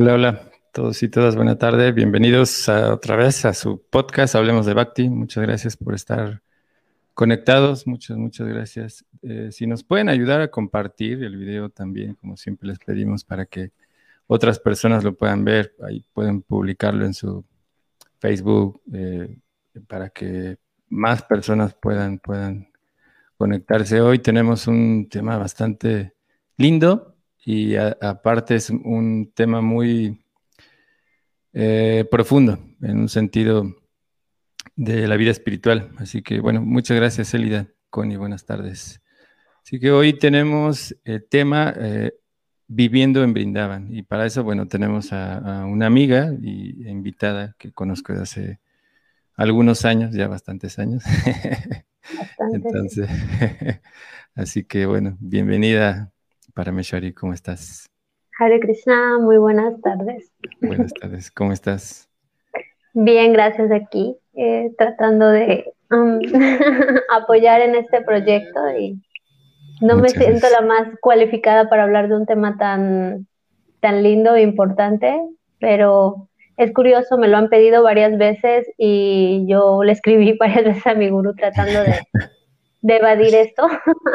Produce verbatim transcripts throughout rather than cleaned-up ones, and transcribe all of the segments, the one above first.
Hola, hola, todos y todas, buena tarde. Bienvenidos a- otra vez a su podcast, Hablemos de Bhakti. Muchas gracias por estar conectados, muchas, muchas gracias. Eh, si nos pueden ayudar a compartir el video también, como siempre les pedimos, para que otras personas lo puedan ver, ahí pueden publicarlo en su Facebook, eh, para que más personas puedan, puedan conectarse. Hoy tenemos un tema bastante lindo y a- aparte es un tema muy eh, profundo en un sentido de la vida espiritual. Así que, bueno, muchas gracias, Elida. Connie, buenas tardes. Así que hoy tenemos el tema eh, viviendo en Brindavan. Y para eso, bueno, tenemos a, a una amiga y e invitada que conozco desde hace algunos años, ya bastantes años. Bastante, sí. Entonces, así que, bueno, bienvenida Parameshwari, ¿cómo estás? Hare Krishna, muy buenas tardes. Buenas tardes, ¿cómo estás? Bien, gracias aquí, eh, tratando de um, apoyar en este proyecto y no me Muchas siento gracias. la más cualificada para hablar de un tema tan, tan lindo e importante, pero es curioso, me lo han pedido varias veces y yo le escribí varias veces a mi gurú tratando de, de evadir esto.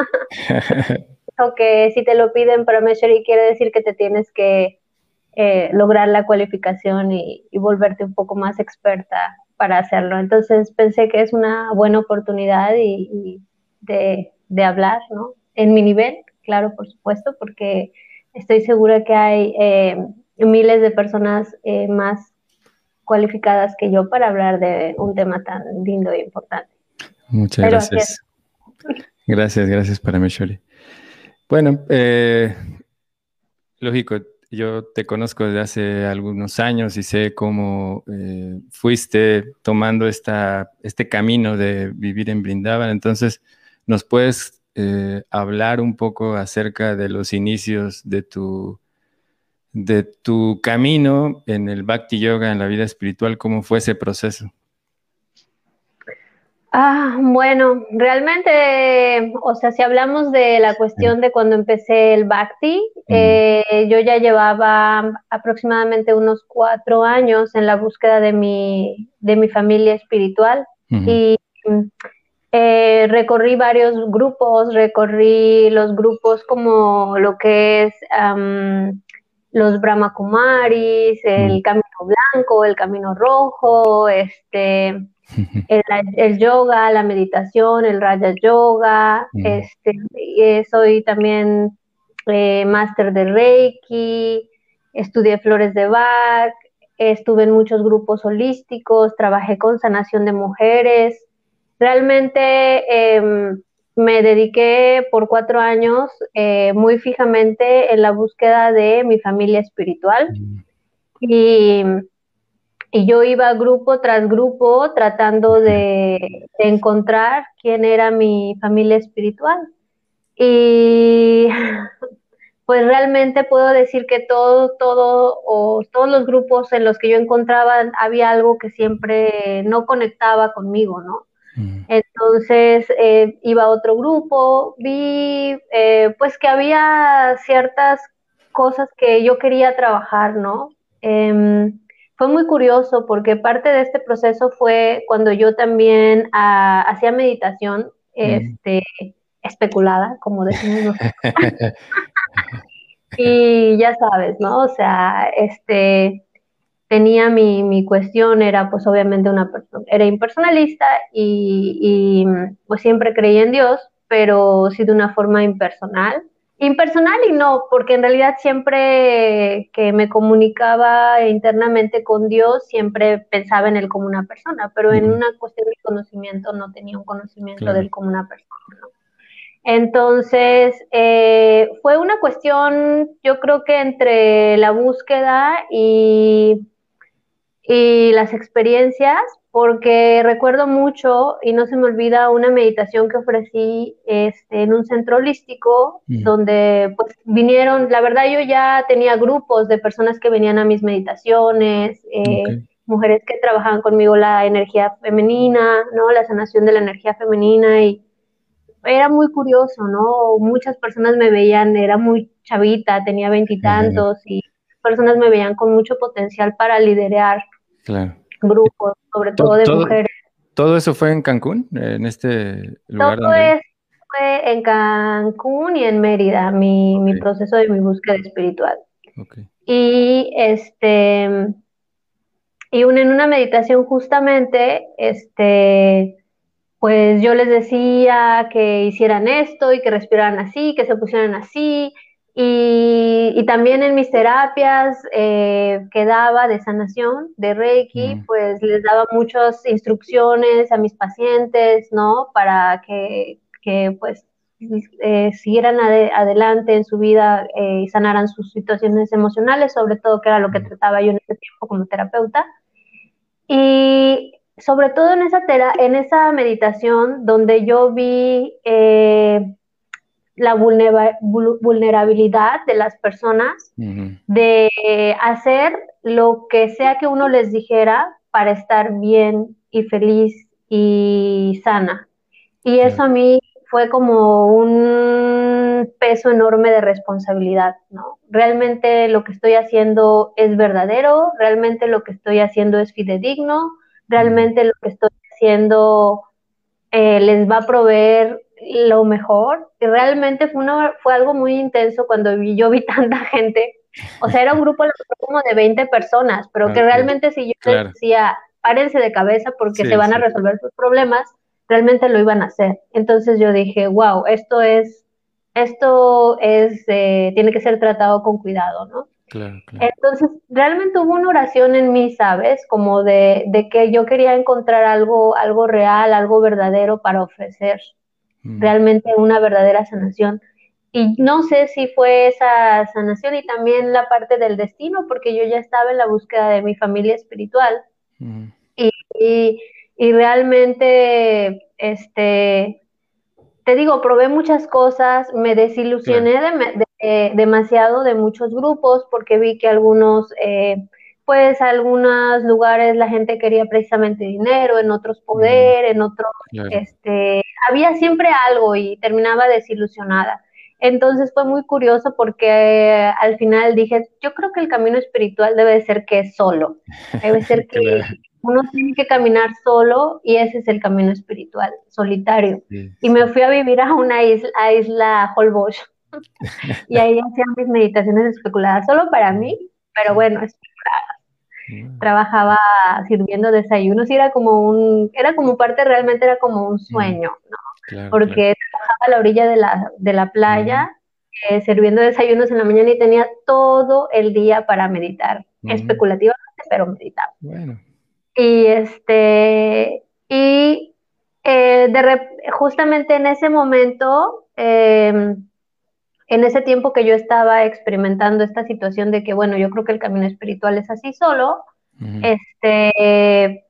O que si te lo piden para Meshari quiere decir que te tienes que eh, lograr la cualificación y, y volverte un poco más experta para hacerlo. Entonces pensé que es una buena oportunidad y, y de, de, hablar, ¿no? En mi nivel, claro, por supuesto, porque estoy segura que hay eh, miles de personas eh, más cualificadas que yo para hablar de un tema tan lindo e importante. Muchas Pero así es. gracias. Gracias, gracias Parameshwari. Bueno, eh, lógico, yo te conozco desde hace algunos años y sé cómo eh, fuiste tomando esta, este camino de vivir en Brindavan. Entonces, ¿nos puedes eh, hablar un poco acerca de los inicios de tu, de tu camino en el Bhakti Yoga, en la vida espiritual? ¿Cómo fue ese proceso? Ah, bueno, realmente, o sea, si hablamos de la Sí. cuestión de cuando empecé el Bhakti, Mm, eh, yo ya llevaba aproximadamente unos cuatro años en la búsqueda de mi, de mi familia espiritual ujú, y eh, recorrí varios grupos, recorrí los grupos como lo que es um, los Brahma Kumaris, mm, el Camino Blanco, el Camino Rojo, este el, el yoga, la meditación, el Raja Yoga, mm, este, eh, soy también eh, máster de Reiki, estudié flores de Bach, estuve en muchos grupos holísticos, trabajé con sanación de mujeres. Realmente eh, me dediqué por cuatro años eh, muy fijamente en la búsqueda de mi familia espiritual mm, y y yo iba grupo tras grupo tratando de, de encontrar quién era mi familia espiritual. Y pues realmente puedo decir que todo, todo, o todos los grupos en los que yo encontraba había algo que siempre no conectaba conmigo, ¿no? mm. Entonces eh, iba a otro grupo, vi eh, pues que había ciertas cosas que yo quería trabajar, ¿no? Eh, fue muy curioso porque parte de este proceso fue cuando yo también ah, hacía meditación Mm. este, especulada, como decimos nosotros. Y ya sabes, ¿no? O sea, este, tenía mi, mi cuestión, era pues obviamente una persona, era impersonalista y, y pues siempre creía en Dios, pero sí de una forma impersonal. Impersonal y no, porque en realidad siempre que me comunicaba internamente con Dios, siempre pensaba en Él como una persona, pero en Mm, una cuestión de conocimiento no tenía un conocimiento de claro. Él como una persona. Entonces, eh, fue una cuestión, yo creo que entre la búsqueda y y las experiencias, porque recuerdo mucho y no se me olvida una meditación que ofrecí este, en un centro holístico Mm, donde pues vinieron, la verdad yo ya tenía grupos de personas que venían a mis meditaciones, ok. eh, mujeres que trabajaban conmigo la energía femenina, ¿no? La sanación de la energía femenina y era muy curioso, ¿no? Muchas personas me veían, era muy chavita, tenía veintitantos y, personas me veían con mucho potencial para liderar claro. grupos, sobre todo Todo, de todo, mujeres. ¿Todo eso fue en Cancún, en este Todo lugar donde...? eso fue en Cancún y en Mérida, mi, mi Ok, proceso de mi búsqueda espiritual. ok. Y este, y un- en una meditación justamente, este, pues yo les decía que hicieran esto y que respiraran así, que se pusieran así. Y, y también en mis terapias eh, que daba de sanación, de Reiki, Mm, pues les daba muchas instrucciones a mis pacientes, ¿no? Para que, que pues eh, siguieran ade- adelante en su vida eh, y sanaran sus situaciones emocionales, sobre todo que era lo que mm, trataba yo en ese tiempo como terapeuta. Y sobre todo en esa, tera en esa meditación donde yo vi eh, la vulnera vulnerabilidad de las personas ujú, de hacer lo que sea que uno les dijera para estar bien y feliz y sana. Y eso claro. a mí fue como un peso enorme de responsabilidad, ¿no? Realmente lo que estoy haciendo es verdadero, realmente lo que estoy haciendo es fidedigno, Ujú, realmente lo que estoy haciendo eh, les va a proveer lo mejor. Y realmente fue, una, fue algo muy intenso cuando vi, yo vi tanta gente. O sea, era un grupo a lo mejor como de veinte personas, pero ah, que ok, realmente si yo les claro. decía, párense de cabeza porque se Sí, van a sí. resolver sus problemas, realmente lo iban a hacer. Entonces yo dije, wow, esto es, esto es, eh, tiene que ser tratado con cuidado, ¿no? Claro, claro. Entonces, realmente hubo una oración en mí, ¿sabes? Como de, de que yo quería encontrar algo, algo real, algo verdadero para ofrecer, Mm, realmente una verdadera sanación. Y no sé si fue esa sanación y también la parte del destino, porque yo ya estaba en la búsqueda de mi familia espiritual ujú, y, y, y realmente, este, te digo, probé muchas cosas, me claro. desilusioné de, de, demasiado de muchos grupos porque vi que algunos, eh, pues algunos lugares la gente quería precisamente dinero, en otros Mm, poder, en otros, claro. este, había siempre algo y terminaba desilusionada. Entonces fue muy curioso porque eh, al final dije, yo creo que el camino espiritual debe ser que es solo, debe ser que Claro. uno tiene que caminar solo y ese es el camino espiritual, solitario. Sí, Y me sí. fui a vivir a una isla, a isla Holbox y ahí hacía mis meditaciones especuladas, solo para mí, pero Sí. bueno, es- Bueno, trabajaba sirviendo desayunos y era como un, era como parte, realmente era como un mm, sueño, ¿no? claro, claro. Porque trabajaba a la orilla de la, de la Mm, playa, eh, sirviendo desayunos en la mañana y tenía todo el día para meditar, mm, especulativamente, pero meditaba. bueno. Y este, y eh, de rep- justamente en ese momento, eh, en ese tiempo que yo estaba experimentando esta situación de que, bueno, yo creo que el camino espiritual es así solo, Ujú, este,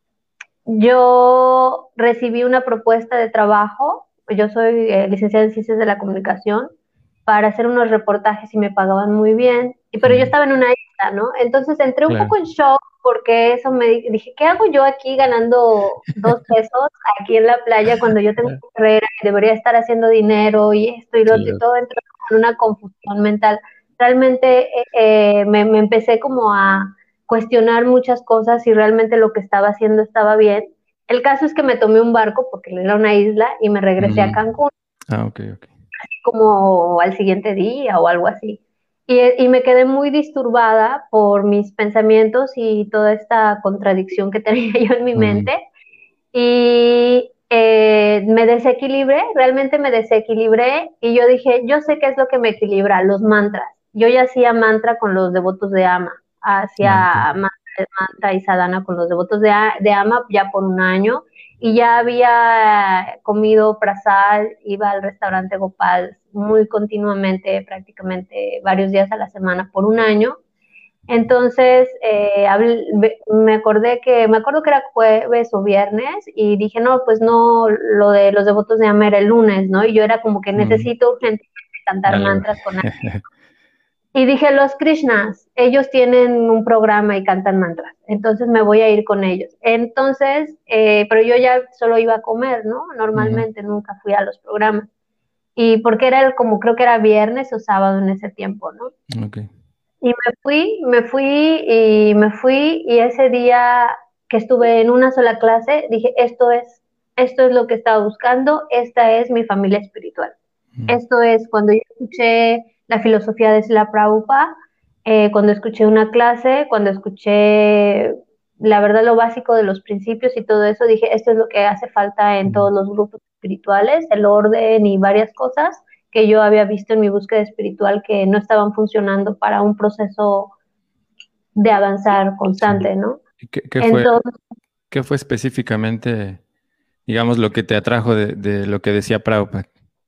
yo recibí una propuesta de trabajo, yo soy eh, licenciada en Ciencias de la Comunicación, para hacer unos reportajes y me pagaban muy bien, y- pero yo ujú, estaba en una isla, ¿no? Entonces entré un claro. poco en shock porque eso me di- dije, ¿qué hago yo aquí ganando dos pesos aquí en la playa cuando yo tengo una carrera y debería estar haciendo dinero y esto y lo otro y Claro. todo? Entré en una confusión mental. Realmente eh, eh, me, me empecé como a cuestionar muchas cosas si realmente lo que estaba haciendo estaba bien. El caso es que me tomé un barco porque era una isla y me regresé a Mm, Cancún ah, ok, ok. como al siguiente día o algo así. Y, y, me quedé muy disturbada por mis pensamientos y toda esta contradicción que tenía yo en mi Mm, mente. Y eh, me desequilibré, realmente me desequilibré y yo dije, yo sé qué es lo que me equilibra, los mantras. Yo ya hacía mantra con los devotos de Ama, ah, ok. hacía mantra, mantra y sadhana con los devotos de, de Ama ya por un año y ya había comido prasad, iba al restaurante Gopal muy continuamente, prácticamente varios días a la semana por un año. Entonces, eh, me acordé que, me acuerdo que era jueves o viernes y dije, no, pues no, lo de los devotos de Ama era el lunes, ¿no? Y yo era como que Mm, necesito urgentemente cantar algo. mantras con alguien. Y dije, los Krishnas, ellos tienen un programa y cantan mantras, entonces me voy a ir con ellos. Entonces, eh, pero yo ya solo iba a comer, ¿no? Ujú, Normalmente nunca fui a los programas. Y porque era el, como creo que era viernes o sábado en ese tiempo, ¿no? ok. Y me fui, me fui y me fui y ese día que estuve en una sola clase, dije, esto es, esto es lo que estaba buscando, esta es mi familia espiritual. Mm. Esto es cuando yo escuché la filosofía de Srila Prabhupada, eh, cuando escuché una clase, cuando escuché la verdad lo básico de los principios y todo eso, dije, esto es lo que hace falta en Mm. todos los grupos espirituales, el orden y varias cosas que yo había visto en mi búsqueda espiritual que no estaban funcionando para un proceso de avanzar Sí. constante, ¿no? ¿Y ¿Qué, qué fue, Entonces, qué fue específicamente, digamos, lo que te atrajo de, de lo que decía Prabhupada?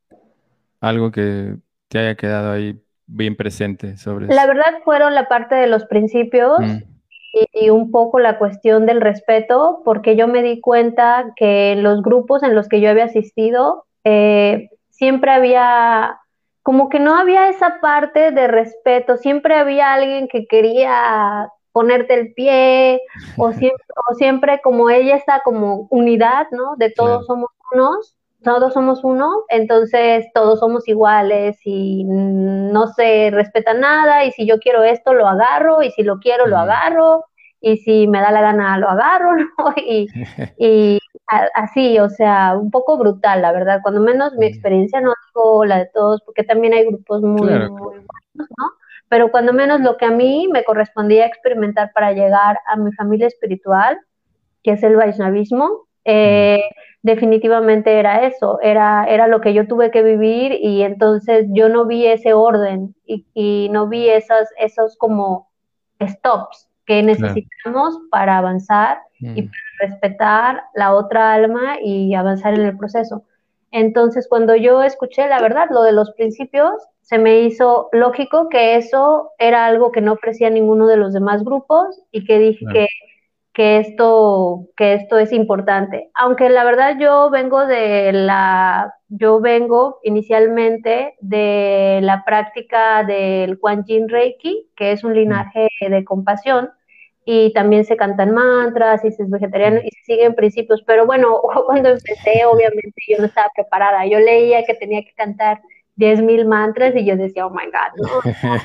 Algo que te haya quedado ahí bien presente sobre la eso. verdad fueron la parte de los principios Mm. y, y un poco la cuestión del respeto, porque yo me di cuenta que en los grupos en los que yo había asistido, eh, siempre había, como que no había esa parte de respeto, siempre había alguien que quería ponerte el pie, o siempre, o siempre como ella está como unidad, ¿no? De Claro. todos somos unos, todos somos uno, entonces todos somos iguales y no se respeta nada y si yo quiero esto lo agarro y si lo quiero lo Mm. agarro y si me da la gana lo agarro, ¿no? Y, y a, así, o sea, un poco brutal, la verdad, cuando menos mi Mm. experiencia, no digo la de todos, porque también hay grupos muy, Claro. muy buenos, ¿no? Pero cuando menos lo que a mí me correspondía experimentar para llegar a mi familia espiritual, que es el Vaishnavismo, Mm. eh, definitivamente era eso, era, era lo que yo tuve que vivir y entonces yo no vi ese orden y, y no vi esos, esos como stops que Claro. necesitamos para avanzar y Mm. para respetar la otra alma y avanzar en el proceso. Entonces, cuando yo escuché la verdad, lo de los principios, se me hizo lógico que eso era algo que no ofrecía ninguno de los demás grupos y que dije Claro. que que esto, que esto es importante. Aunque la verdad yo vengo de la, yo vengo inicialmente de la práctica del Kuan Yin Reiki, que es un Mm. linaje de compasión, y también se cantan mantras y se es vegetariano Mm. y se siguen principios, pero bueno, cuando empecé obviamente yo no estaba preparada, yo leía que tenía que cantar diez mil mantras y yo decía, oh my God, ¿no?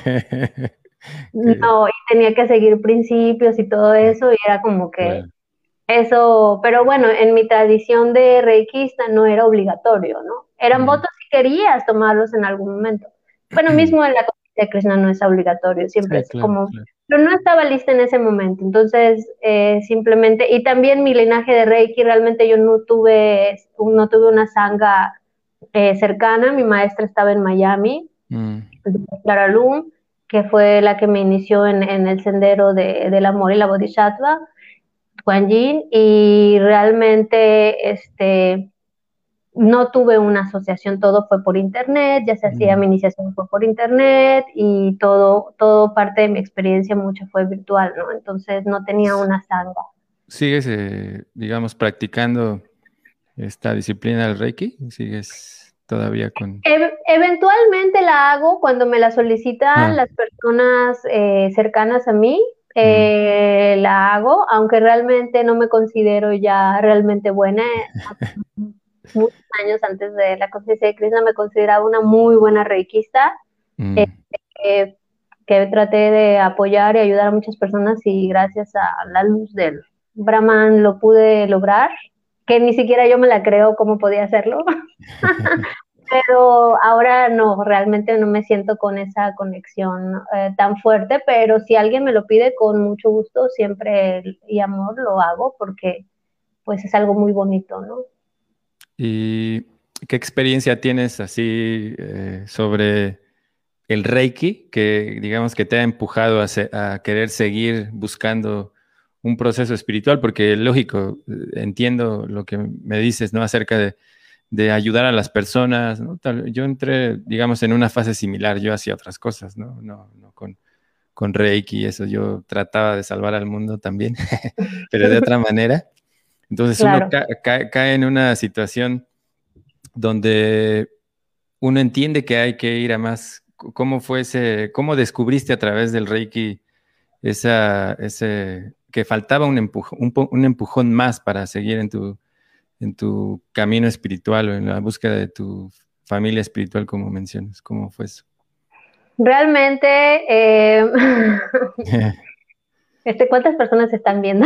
Que- No, y tenía que seguir principios y todo eso, y era como que Claro. eso, pero bueno, en mi tradición de reikista no era obligatorio, ¿no? Eran Mm. votos si querías tomarlos en algún momento. Bueno, mismo en la conciencia de Krishna no es obligatorio, siempre Sí, es claro, como, claro. pero no estaba lista en ese momento, entonces eh, simplemente, y también mi linaje de Reiki, realmente yo no tuve, no tuve una sanga eh, cercana, mi maestra estaba en Miami, Mm. Clara Lum, que fue la que me inició en, en el sendero de, del amor y la bodhisattva, Kuan Yin, y realmente este, no tuve una asociación, todo fue por internet, ya se hacía Mm. mi iniciación fue por internet y todo, todo parte de mi experiencia mucho fue virtual, ¿no? Entonces no tenía una sanga. ¿Sigues, eh, digamos, practicando esta disciplina del Reiki? ¿Sigues todavía con...? E- eventualmente la hago cuando me la solicitan Ah. las personas eh, cercanas a mí, Mm. eh, la hago, aunque realmente no me considero ya realmente buena. Muchos años antes de la conciencia de Krishna me consideraba una muy buena reikista, eh, Mm. eh, que traté de apoyar y ayudar a muchas personas y gracias a la luz del Brahman lo pude lograr, que ni siquiera yo me la creo cómo podía hacerlo. Pero ahora no, realmente no me siento con esa conexión eh, tan fuerte, pero si alguien me lo pide con mucho gusto, siempre y amor lo hago porque pues es algo muy bonito, ¿no? ¿Y qué experiencia tienes así eh, sobre el Reiki que digamos que te ha empujado a, se- a querer seguir buscando un proceso espiritual? Porque lógico, eh, entiendo lo que me dices, ¿no? Acerca de, de ayudar a las personas, ¿no? Tal- yo entré, digamos, en una fase similar, yo hacía otras cosas, ¿no? No, no con, con Reiki y eso, yo trataba de salvar al mundo también, pero de otra manera. Entonces uno Claro. ca- ca- cae en una situación donde uno entiende que hay que ir a más. ¿Cómo fue ese, cómo descubriste a través del Reiki esa, ese, que faltaba un empujón, un, po- un empujón más para seguir en tu, en tu camino espiritual o en la búsqueda de tu familia espiritual, como mencionas? ¿Cómo fue eso? Realmente, eh, este, ¿cuántas personas están viendo?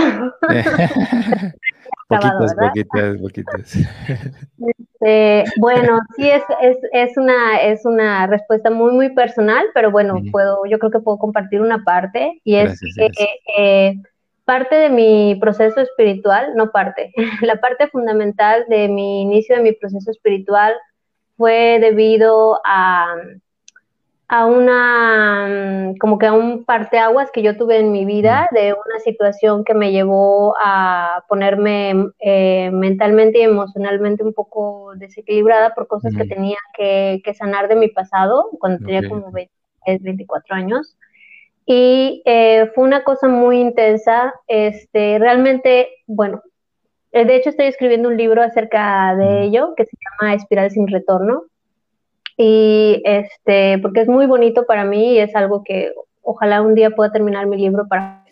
Grabado, Poquitas, ¿verdad? poquitas, poquitas. Eh, bueno, sí es, es, es una, es una respuesta muy, muy personal, pero bueno, Ujú. puedo, yo creo que puedo compartir una parte, y es Gracias, que gracias. eh, parte de mi proceso espiritual, no parte, la parte fundamental de mi inicio de mi proceso espiritual fue debido a, a una, mm, como que a un parteaguas que yo tuve en mi Mm, vida, de una situación que me llevó a ponerme eh, mentalmente y emocionalmente un poco desequilibrada por cosas que mm, tenía que, que sanar de mi pasado, cuando ok, tenía como ok. veinte, veinticuatro años. Y eh, fue una cosa muy intensa, este, realmente, bueno, eh, de hecho estoy escribiendo un libro acerca de Mm, ello, que se llama Espiral sin retorno, y este, porque es muy bonito para mí y es algo que ojalá un día pueda terminar mi libro para,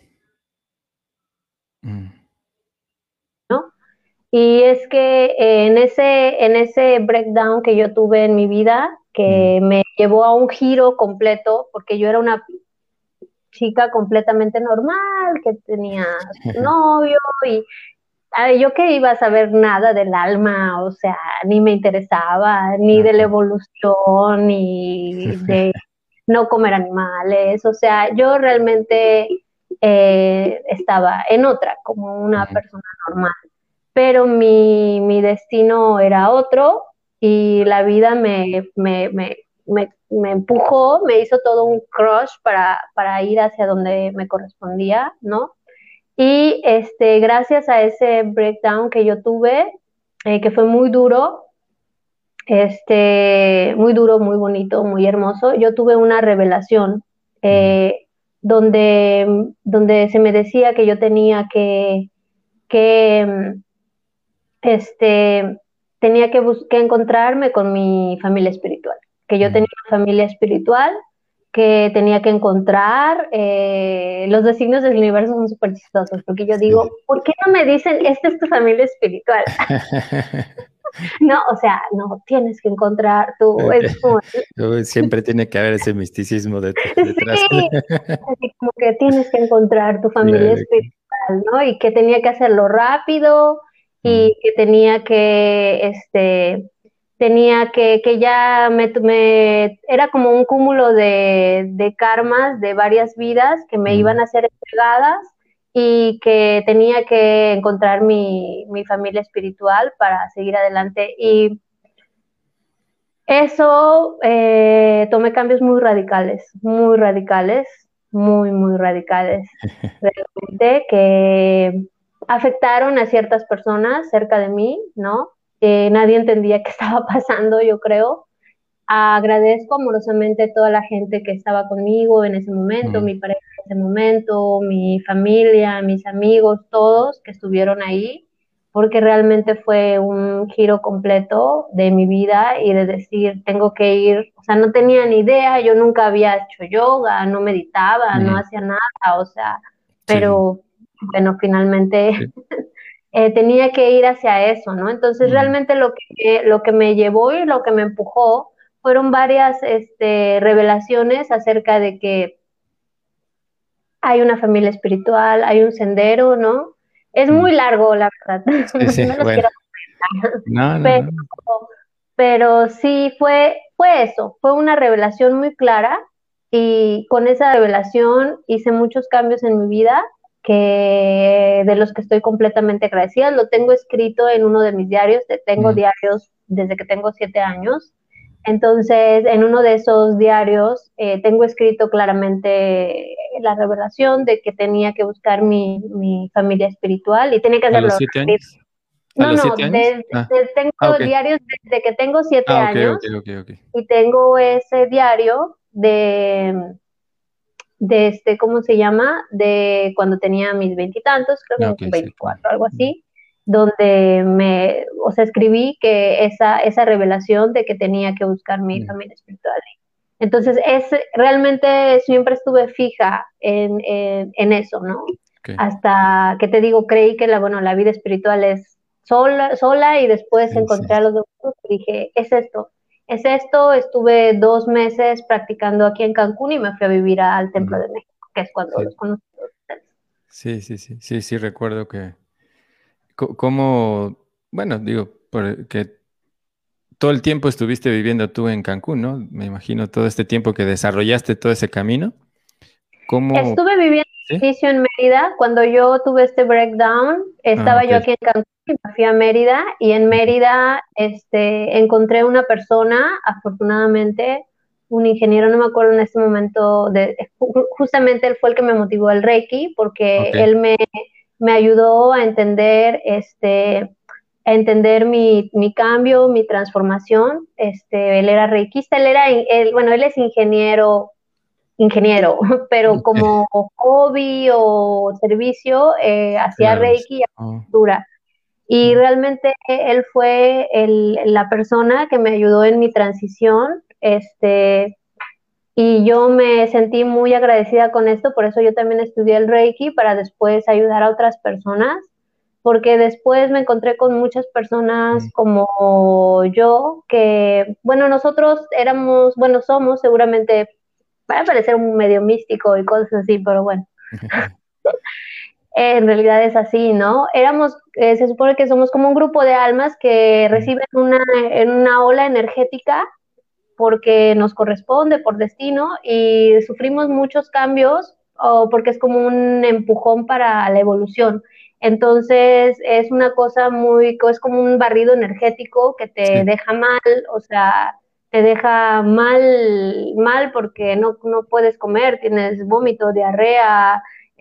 mm, ¿no? Y es que eh, en ese, en ese breakdown que yo tuve en mi vida, mm, que me llevó a un giro completo, porque yo era una chica completamente normal, que tenía su novio y ay, yo que iba a saber nada del alma, o sea, ni me interesaba, ni de la ok. evolución, ni de no comer animales, o sea, yo realmente eh, estaba en otra, como una Ujú, persona normal, pero mi, mi destino era otro y la vida me, me, me, me, me empujó, me hizo todo un crush para, para ir hacia donde me correspondía, ¿no? Y este, gracias a ese breakdown que yo tuve, eh, que fue muy duro, este, muy duro, muy bonito, muy hermoso, yo tuve una revelación mm, eh, donde, donde se me decía que yo tenía que, que este, tenía que, que encontrarme con mi familia espiritual, que yo tenía mm. una familia espiritual, que tenía que encontrar, eh, los designios del universo son súper chistosos, porque yo Sí. digo, ¿por qué no me dicen, esta es tu familia espiritual? No, o sea, no, tienes que encontrar tú, Ok. es como, Luego siempre tiene que haber ese misticismo det- detrás. sí, así como que tienes que encontrar tu familia Claro. espiritual, ¿no? Y que tenía que hacerlo rápido Mm, y que tenía que, este, tenía que, que ya me, me era como un cúmulo de, de karmas de varias vidas que me iban mm, a ser entregadas y que tenía que encontrar mi, mi familia espiritual para seguir adelante. Y eso, eh, tomé cambios muy radicales, muy radicales, muy, muy radicales, realmente, que afectaron a ciertas personas cerca de mí, ¿no? Eh, nadie entendía qué estaba pasando, yo creo. Agradezco amorosamente a toda la gente que estaba conmigo en ese momento, mm. mi pareja en ese momento, mi familia, mis amigos, todos que estuvieron ahí, porque realmente fue un giro completo de mi vida y de decir, tengo que ir, o sea, no tenía ni idea, yo nunca había hecho yoga, no meditaba, no Ujú. hacía nada, o sea, Sí, sí. pero bueno, finalmente Sí. eh, tenía que ir hacia eso, ¿no? Entonces Mm, realmente lo que, lo que me llevó y lo que me empujó fueron varias este, revelaciones acerca de que hay una familia espiritual, hay un sendero, ¿no? Es mm. muy largo, la verdad, Sí, sí, no los bueno. quiero, No, no, pero, no. pero sí fue, fue eso, fue una revelación muy clara y con esa revelación hice muchos cambios en mi vida que de los que estoy completamente agradecida. Lo tengo escrito en uno de mis diarios, tengo Mm. diarios desde que tengo siete años. Entonces, en uno de esos diarios eh, tengo escrito claramente la revelación de que tenía que buscar mi, mi familia espiritual y tenía que ¿A los hacerlo siete rápido. años? ¿A No, los no, siete años? desde, Ah, desde ah, tengo ok. diarios desde que tengo siete Ah, ok, años ok, ok, ok. y tengo ese diario de, de este, ¿cómo se llama? De cuando tenía mis veintitantos, creo Ah, que ok, sí, claro. veinticuatro, algo Mm, así, donde me, o sea, escribí que esa, esa revelación de que tenía que buscar mi mm, familia espiritual. Entonces, es, realmente siempre estuve fija en, en, en eso, ¿no? ok. Hasta que te digo, creí que la, bueno, la vida espiritual es sola, sola y después Sí, sí. encontré a los doctores y dije, es esto. es esto, estuve dos meses practicando aquí en Cancún y me fui a vivir al Templo Ujú. de México, que es cuando Sí, los conocí a ustedes. sí, sí, sí, sí, sí, recuerdo que, co- como, bueno, digo, porque todo el tiempo estuviste viviendo tú en Cancún, ¿no? Me imagino todo este tiempo que desarrollaste todo ese camino. ¿Cómo? Estuve viviendo ¿Sí? al inicio en Mérida. Cuando yo tuve este breakdown, Ah, estaba ok. yo aquí en Cancún y me fui a Mérida, y en Ujú. Mérida este, encontré una persona, afortunadamente, un ingeniero, no me acuerdo en este momento, de, ju- justamente él fue el que me motivó al Reiki, porque Ok, él me, me ayudó a entender, este, a entender mi, mi cambio, mi transformación. Este, él era reikista, él era, él, bueno, él es ingeniero ingeniero, pero ok, como hobby o servicio, eh, hacía claro. Reiki y Oh, acupuntura. Y oh, realmente él fue el, la persona que me ayudó en mi transición, este, y yo me sentí muy agradecida con esto, por eso yo también estudié el Reiki para después ayudar a otras personas, porque después me encontré con muchas personas mm. como yo, que, bueno, nosotros éramos, bueno, somos seguramente, va a parecer un medio místico y cosas así, pero bueno, eh, en realidad es así, ¿no? Éramos, eh, se supone que somos como un grupo de almas que Mm. reciben una, en una ola energética porque nos corresponde por destino, y sufrimos muchos cambios o porque es como un empujón para la evolución. Entonces es una cosa muy, es como un barrido energético que te Sí, deja mal, o sea, te deja mal, mal porque no, no puedes comer, tienes vómito, diarrea,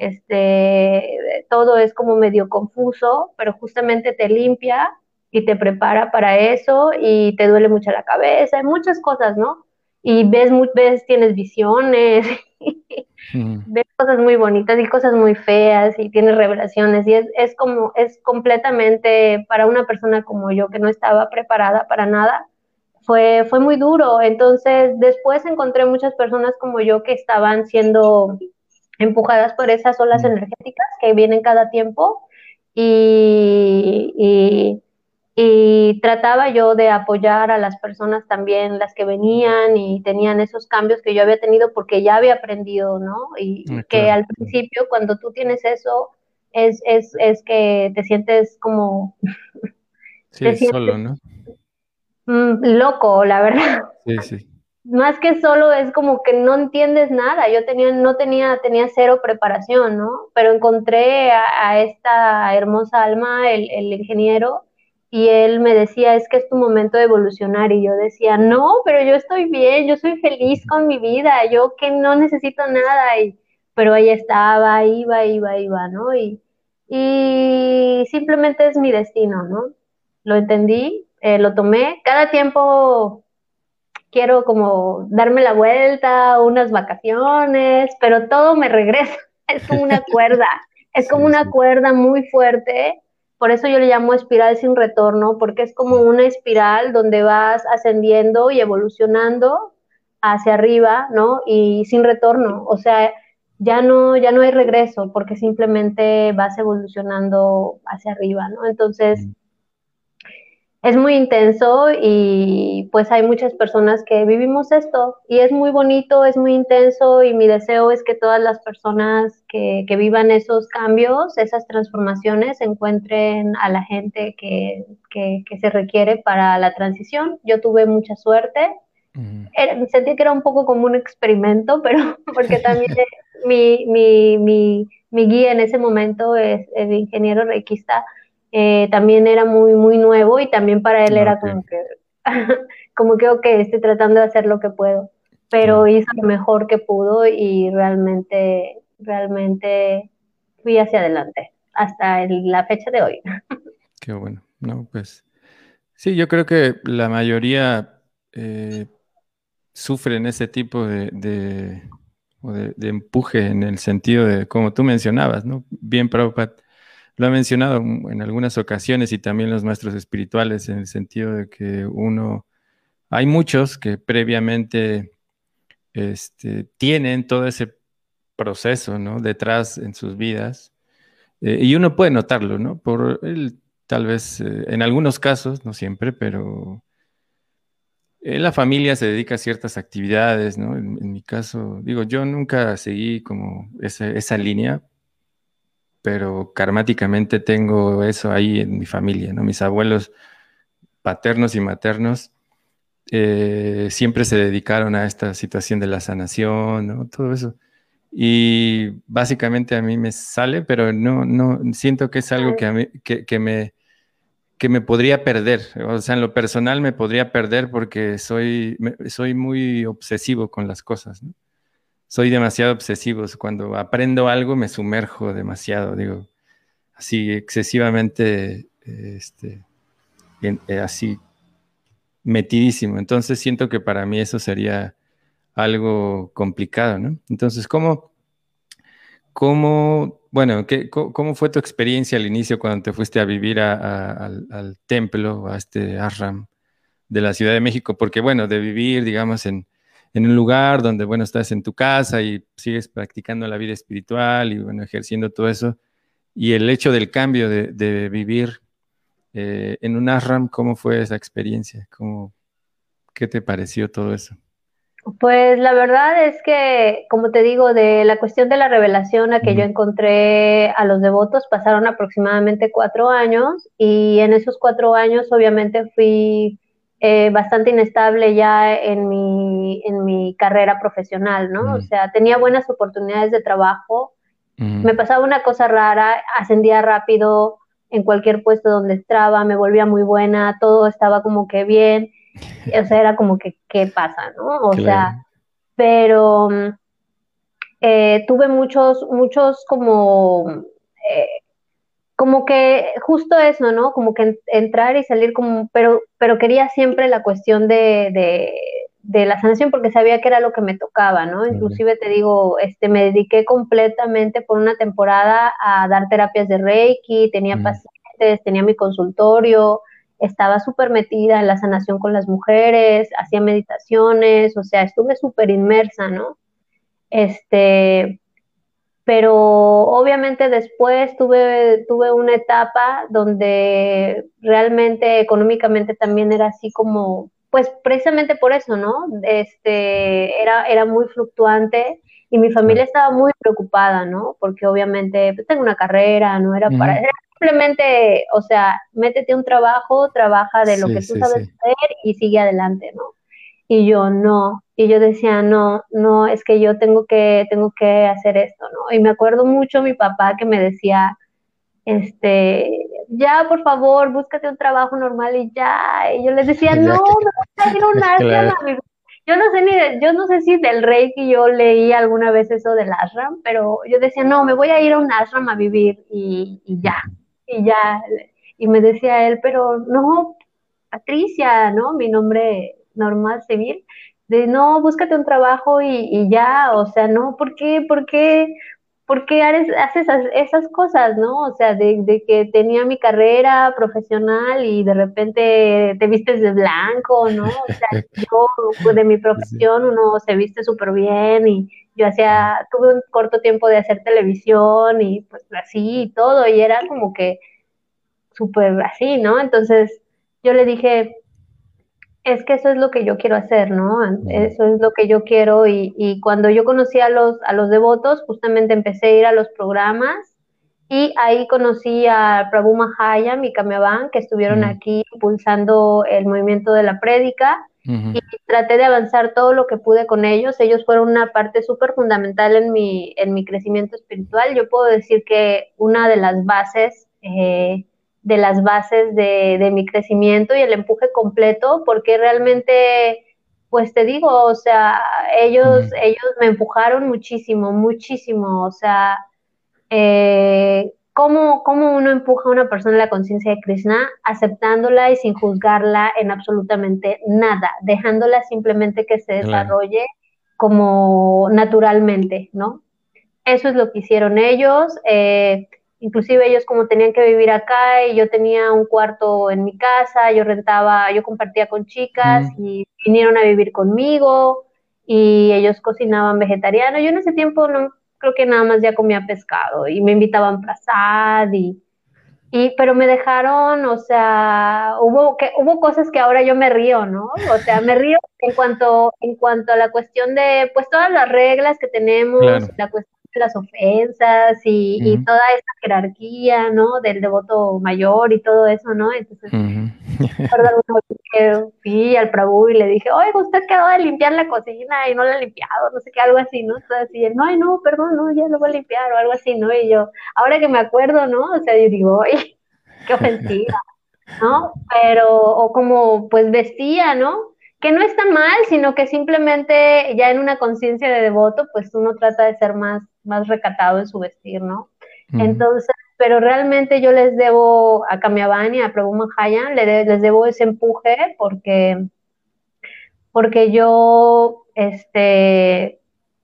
este, todo es como medio confuso, pero justamente te limpia y te prepara para eso, y te duele mucho la cabeza, hay muchas cosas, ¿no? Y ves, ves tienes visiones, mm, ves cosas muy bonitas y cosas muy feas, y tienes revelaciones, y es, es como, es completamente para una persona como yo que no estaba preparada para nada, fue, fue muy duro. Entonces después encontré muchas personas como yo que estaban siendo empujadas por esas olas mm. energéticas que vienen cada tiempo, y, y y trataba yo de apoyar a las personas también, las que venían y tenían esos cambios que yo había tenido porque ya había aprendido, ¿no? Y, Ah, y que claro. al principio, cuando tú tienes eso, es, es, es que te sientes como, te Sí, sientes solo, ¿no? mm, loco, la verdad. Sí, sí. Más que solo es como que no entiendes nada. Yo tenía, no tenía, tenía cero preparación, ¿no? Pero encontré a, a esta hermosa alma, el, el ingeniero, y él me decía, es que es tu momento de evolucionar. Y yo decía, no, pero yo estoy bien, yo soy feliz con mi vida, yo que no necesito nada. Y, pero ahí estaba, iba, iba, iba, ¿no? Y, y simplemente es mi destino, ¿no? Lo entendí, eh, lo tomé. Cada tiempo quiero como darme la vuelta, unas vacaciones, pero todo me regresa. Es como una cuerda, es como Sí, una sí. cuerda muy fuerte. Por eso yo le llamo espiral sin retorno, porque es como una espiral donde vas ascendiendo y evolucionando hacia arriba, ¿no? Y sin retorno, o sea, ya no, ya no hay regreso, porque simplemente vas evolucionando hacia arriba, ¿no? Entonces, Mm. es muy intenso, y pues hay muchas personas que vivimos esto y es muy bonito, es muy intenso, y mi deseo es que todas las personas que, que vivan esos cambios, esas transformaciones, encuentren a la gente que, que, que se requiere para la transición. Yo tuve mucha suerte. Ujú. Era- sentí que era un poco como un experimento, pero porque también mi, mi, mi, mi guía en ese momento es el ingeniero reikista, eh, también era muy, muy nuevo, y también para él Ah, era ok, como que, como que, ok, estoy tratando de hacer lo que puedo, pero claro. hizo lo mejor que pudo, y realmente, realmente fui hacia adelante hasta el- la fecha de hoy. Qué bueno. No, pues sí, yo creo que la mayoría eh, sufren ese tipo de, de, o de, de empuje en el sentido de, como tú mencionabas, ¿no? Bien, Prabhupada lo ha mencionado en algunas ocasiones y también los maestros espirituales, en el sentido de que uno, hay muchos que previamente este, tienen todo ese proceso, ¿no? Detrás en sus vidas. Eh, y uno puede notarlo, ¿no? Por el, tal vez, eh, en algunos casos, no siempre, pero eh, la familia se dedica a ciertas actividades, ¿no? En, en mi caso, digo, yo nunca seguí como esa, esa línea, pero karmáticamente tengo eso ahí en mi familia, ¿no? Mis abuelos paternos y maternos eh, siempre se dedicaron a esta situación de la sanación, ¿no? Todo eso. Y básicamente a mí me sale, pero no, no, siento que es algo que, a mí, que, que me, que me podría perder. O sea, en lo personal me podría perder porque soy, me- soy muy obsesivo con las cosas, ¿no? Soy demasiado obsesivo. Cuando aprendo algo me sumerjo demasiado, digo, así excesivamente, eh, este, en- eh, así metidísimo. Entonces siento que para mí eso sería algo complicado, ¿no? Entonces, ¿cómo, cómo, bueno, qué, co- cómo fue tu experiencia al inicio cuando te fuiste a vivir a- a- al, al templo, a este ashram de la Ciudad de México? Porque, bueno, de vivir, digamos, en, en un lugar donde, bueno, estás en tu casa y sigues practicando la vida espiritual y, bueno, ejerciendo todo eso, y el hecho del cambio de, de vivir eh, en un ashram, ¿cómo fue esa experiencia? ¿Cómo, qué te pareció todo eso? Pues la verdad es que, como te digo, de la cuestión de la revelación a que yo Ujú, encontré a los devotos pasaron aproximadamente cuatro años y en esos cuatro años obviamente fui eh, bastante inestable ya en mi, en mi carrera profesional, ¿no? O ujú, sea, tenía buenas oportunidades de trabajo, ujú. me pasaba una cosa rara, ascendía rápido en cualquier puesto donde estaba, me volvía muy buena, todo estaba como que bien, o sea, era como que, ¿qué pasa, no? O sea, Claro. pero mm, eh, tuve muchos, muchos como, eh, como que justo eso, ¿no? Como que en- entrar y salir como, pero, pero quería siempre la cuestión de, de, de la sanación porque sabía que era lo que me tocaba, ¿no? Claro. Inclusive te digo, este, me dediqué completamente por una temporada a dar terapias de Reiki, tenía Ujú. pacientes, tenía mi consultorio, estaba súper metida en la sanación con las mujeres, hacía meditaciones, o sea, estuve súper inmersa, ¿no? Este, pero obviamente después tuve, tuve una etapa donde realmente económicamente también era así como, pues precisamente por eso, ¿no? Este, era, era muy fluctuante y mi familia Claro. estaba muy preocupada, ¿no? Porque obviamente pues, tengo una carrera, no era para, Ujú. era simplemente, o sea, métete un trabajo, trabaja de lo Sí, que tú sí, sabes sí. hacer y sigue adelante, ¿no? Y yo no, y yo decía, no, no, es que yo tengo que, tengo que hacer esto, ¿no? Y me acuerdo mucho mi papá que me decía, este, ya, por favor, búscate un trabajo normal y ya. Y yo les decía, no, Ya que, me voy a ir a un ashram claro. a vivir. Yo no sé ni, de- yo no sé si del Reiki yo leí alguna vez eso del ashram, pero yo decía, no, me voy a ir a un ashram a vivir y, y ya, Ujú. y ya. Y me decía él, pero no, Patricia, ¿no? Mi nombre normal civil, de no, búscate un trabajo y, y ya, o sea, no, ¿por qué? ¿Por qué? ¿Por qué haces, haces esas, esas cosas, no? O sea, de, de que tenía mi carrera profesional y de repente te vistes de blanco, ¿no? O sea, yo pues, de mi Sí. profesión uno se viste súper bien y yo hacía, tuve un corto tiempo de hacer televisión y pues así y todo, y era como que súper así, ¿no? Entonces yo le dije, es que eso es lo que yo quiero hacer, ¿no? Ujú. Eso es lo que yo quiero y, y cuando yo conocí a los, a los devotos, justamente empecé a ir a los programas y ahí conocí a Prabhu Mahayam y Kamyaban, que estuvieron Ujú. aquí impulsando el movimiento de la prédica Ujú. y traté de avanzar todo lo que pude con ellos. Ellos fueron una parte súper fundamental en mi, en mi crecimiento espiritual. Yo puedo decir que una de las bases eh, de las bases de, de, mi crecimiento y el empuje completo, porque realmente, pues te digo, o sea, ellos, Ujú. ellos me empujaron muchísimo, muchísimo, o sea, eh, ¿cómo, ¿cómo uno empuja a una persona a la conciencia de Krishna? Aceptándola y sin juzgarla en absolutamente nada, dejándola simplemente que se Claro. desarrolle como naturalmente, ¿no? Eso es lo que hicieron ellos. Eh, inclusive ellos como tenían que vivir acá y yo tenía un cuarto en mi casa, yo rentaba, yo compartía con chicas Ujú. y vinieron a vivir conmigo y ellos cocinaban vegetariano. Yo en ese tiempo no creo que nada más ya comía pescado y me invitaban prasad y, Y, pero me dejaron, o sea, hubo que hubo cosas que ahora yo me río, ¿no? O sea, me río en cuanto en cuanto a la cuestión de, pues, todas las reglas que tenemos, Claro. la cuestión de las ofensas y, y Ujú, toda esa jerarquía, ¿no? Del devoto mayor y todo eso, ¿no? Entonces, ujú. recuerdo alguna vez que fui al Prabhu y le dije, oiga, usted quedó de limpiar la cocina y no la ha limpiado, no sé qué, algo así, ¿no? Entonces, así, él, no, ay, no, perdón, no, ya lo voy a limpiar o algo así, ¿no? Y yo, ahora que me acuerdo, ¿no? O sea, yo digo, oye, qué ofensiva, ¿no? Pero, o como, pues vestía, ¿no? Que no está mal, sino que simplemente ya en una conciencia de devoto, pues uno trata de ser más, más recatado en su vestir, ¿no? Ujú, Entonces, pero realmente yo les debo a Kamiabani, a Prabhu Mahayan, le de- les debo ese empuje porque, porque yo, este,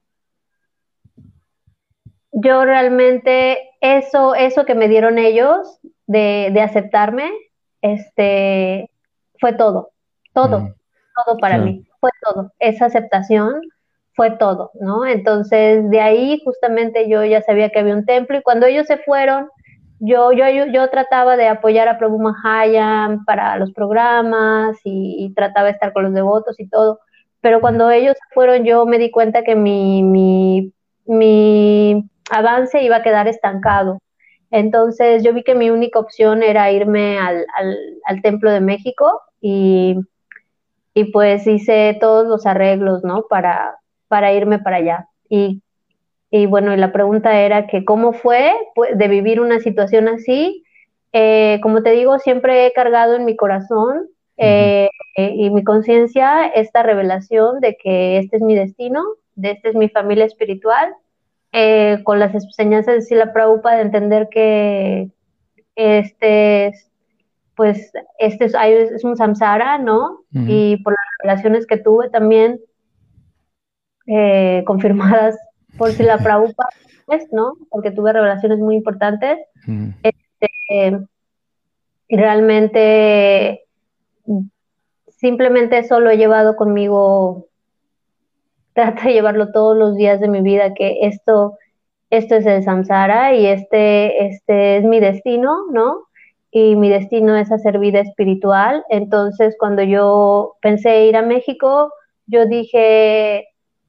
yo realmente eso, eso que me dieron ellos de, de aceptarme, este, fue todo, ujú, todo, todo para claro. mí, fue todo. Esa aceptación fue todo, ¿no? Entonces, de ahí justamente yo ya sabía que había un templo y cuando ellos se fueron, yo, yo, yo, yo trataba de apoyar a Prabhu Mahayan para los programas y, y trataba de estar con los devotos y todo. Pero Ujú, cuando ellos se fueron, yo me di cuenta que mi, mi, mi avance iba a quedar estancado. Entonces yo vi que mi única opción era irme al, al, al Templo de México y, y, pues hice todos los arreglos, ¿no? Para, para irme para allá. Y, y bueno, y la pregunta era que cómo fue pues, de vivir una situación así. Eh, como te digo, siempre he cargado en mi corazón ujú, eh, eh, y mi conciencia esta revelación de que este es mi destino, de esta es mi familia espiritual, eh, con las enseñanzas de Sila Prabhupada, de entender que este es, pues, este es, es un samsara, ¿no? ujú, Y por las relaciones que tuve también, eh, confirmadas por Sila Prabhupada, pues, ¿no? Porque tuve revelaciones muy importantes. ujú. Eh, y realmente, simplemente eso lo he llevado conmigo, trato de llevarlo todos los días de mi vida, que esto esto es el samsara y este, este es mi destino, ¿no? Y mi destino es hacer vida espiritual. Entonces, cuando yo pensé ir a México, yo dije,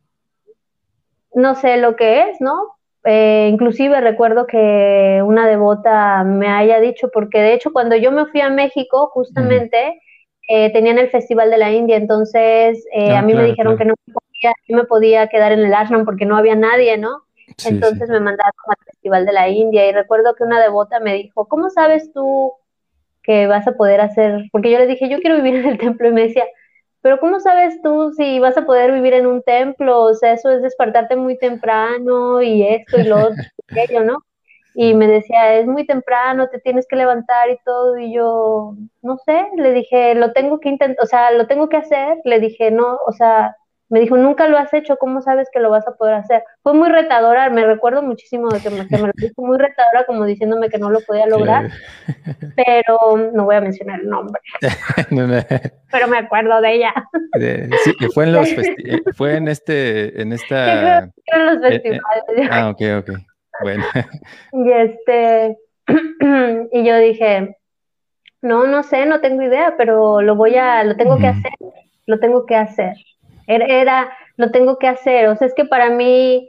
no sé lo que es, ¿no? Eh, inclusive recuerdo que una devota me haya dicho, porque de hecho cuando yo me fui a México, Ujú. justamente eh, tenían el Festival de la India, entonces eh, a Ah, mí me claro, dijeron que claro. no me podía, no me podía quedar en el ashram porque no había nadie, ¿no? Sí, sí. Entonces me mandaron al Festival de la India y recuerdo que una devota me dijo, ¿cómo sabes tú que vas a poder hacer? Porque yo le dije, yo quiero vivir en el templo y me decía, pero ¿cómo sabes tú si vas a poder vivir en un templo? O sea, eso es despertarte muy temprano y esto y lo otro y aquello, ¿no? Y me decía, es muy temprano, te tienes que levantar y todo. Y yo, no sé, le dije, lo tengo que intentar, o sea, lo tengo que hacer. Le dije, no, o sea, me dijo, nunca lo has hecho, ¿cómo sabes que lo vas a poder hacer? Fue muy retadora, me recuerdo muchísimo de que me, que me lo dijo muy retadora, como diciéndome que no lo podía lograr, Claro. pero no voy a mencionar el nombre, No, no. pero me acuerdo de ella. De- sí, y fue en los festi- eh, fue en este, en Yo creo esta. que en los eh, eh, festivales. ah, ok, ok. Bueno. Y este, y yo dije, no, no sé, no tengo idea, pero lo voy a, lo tengo que Ujú. hacer, lo tengo que hacer. Era, era lo tengo que hacer. O sea, es que para mí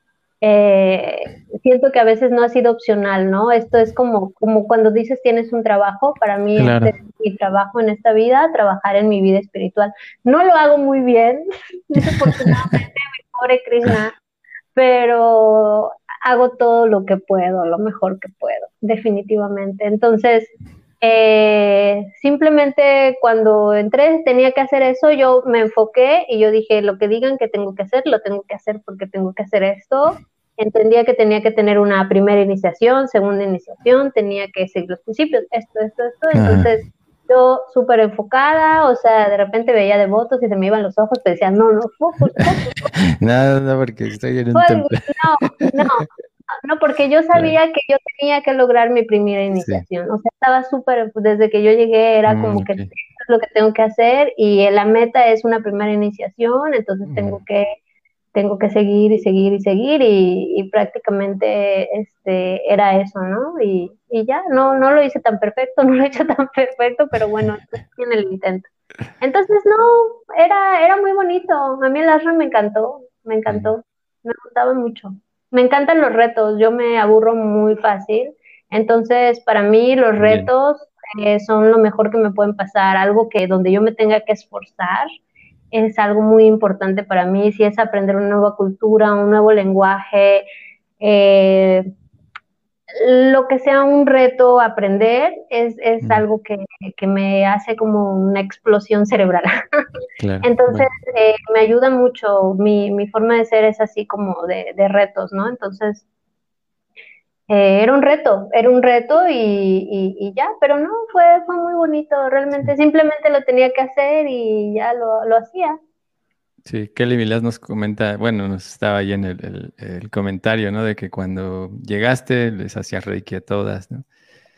eh, siento que a veces no ha sido opcional, ¿no? Esto es como, como cuando dices tienes un trabajo, para mí este Claro. es mi trabajo en esta vida, trabajar en mi vida espiritual. No lo hago muy bien, desafortunadamente, mi pobre Krishna, pero hago todo lo que puedo, lo mejor que puedo, definitivamente. Entonces, eh, simplemente cuando entré tenía que hacer eso, yo me enfoqué y yo dije, lo que digan que tengo que hacer, lo tengo que hacer porque tengo que hacer esto. Entendía que tenía que tener una primera iniciación, segunda iniciación, tenía que seguir los principios, esto, esto, esto. Ajá. Entonces, yo súper enfocada, o sea, de repente veía devotos y se me iban los ojos, pero decía, no, no, focus, focus, Nada, no, porque estoy en un focus, templo. no, no, no, porque yo Claro. sabía que yo tenía que lograr mi primera Sí. iniciación, o sea, estaba súper, pues, desde que yo llegué era Mm, como que ok. esto es lo que tengo que hacer y la meta es una primera iniciación, entonces Ujú. tengo que tengo que seguir y seguir y seguir y, y prácticamente este, era eso, ¿no? Y, y ya, no, no lo hice tan perfecto, no lo he hecho tan perfecto, pero bueno, estoy en el intento. Entonces, no, era, era muy bonito. A mí el Ashram me encantó, me Mm, encantó, me gustaba mucho. Me encantan los retos, yo me aburro muy fácil. Entonces, para mí los También. retos eh, son lo mejor que me pueden pasar, algo que donde yo me tenga que esforzar es algo muy importante para mí, si es aprender una nueva cultura, un nuevo lenguaje, eh, lo que sea un reto aprender es, es Mm, algo que, que, me hace como una explosión cerebral. claro, Entonces, bueno. eh, me ayuda mucho, mi, mi, forma de ser es así como de, de retos, ¿no? Entonces, eh, era un reto, era un reto y, y, y, ya, pero no, fue, fue muy bonito, realmente simplemente lo tenía que hacer y ya lo, lo hacía. Sí, Kelly Milás nos comenta, bueno, nos estaba ahí en el, el- el comentario, ¿no? De que cuando llegaste les hacías reiki a todas, ¿no?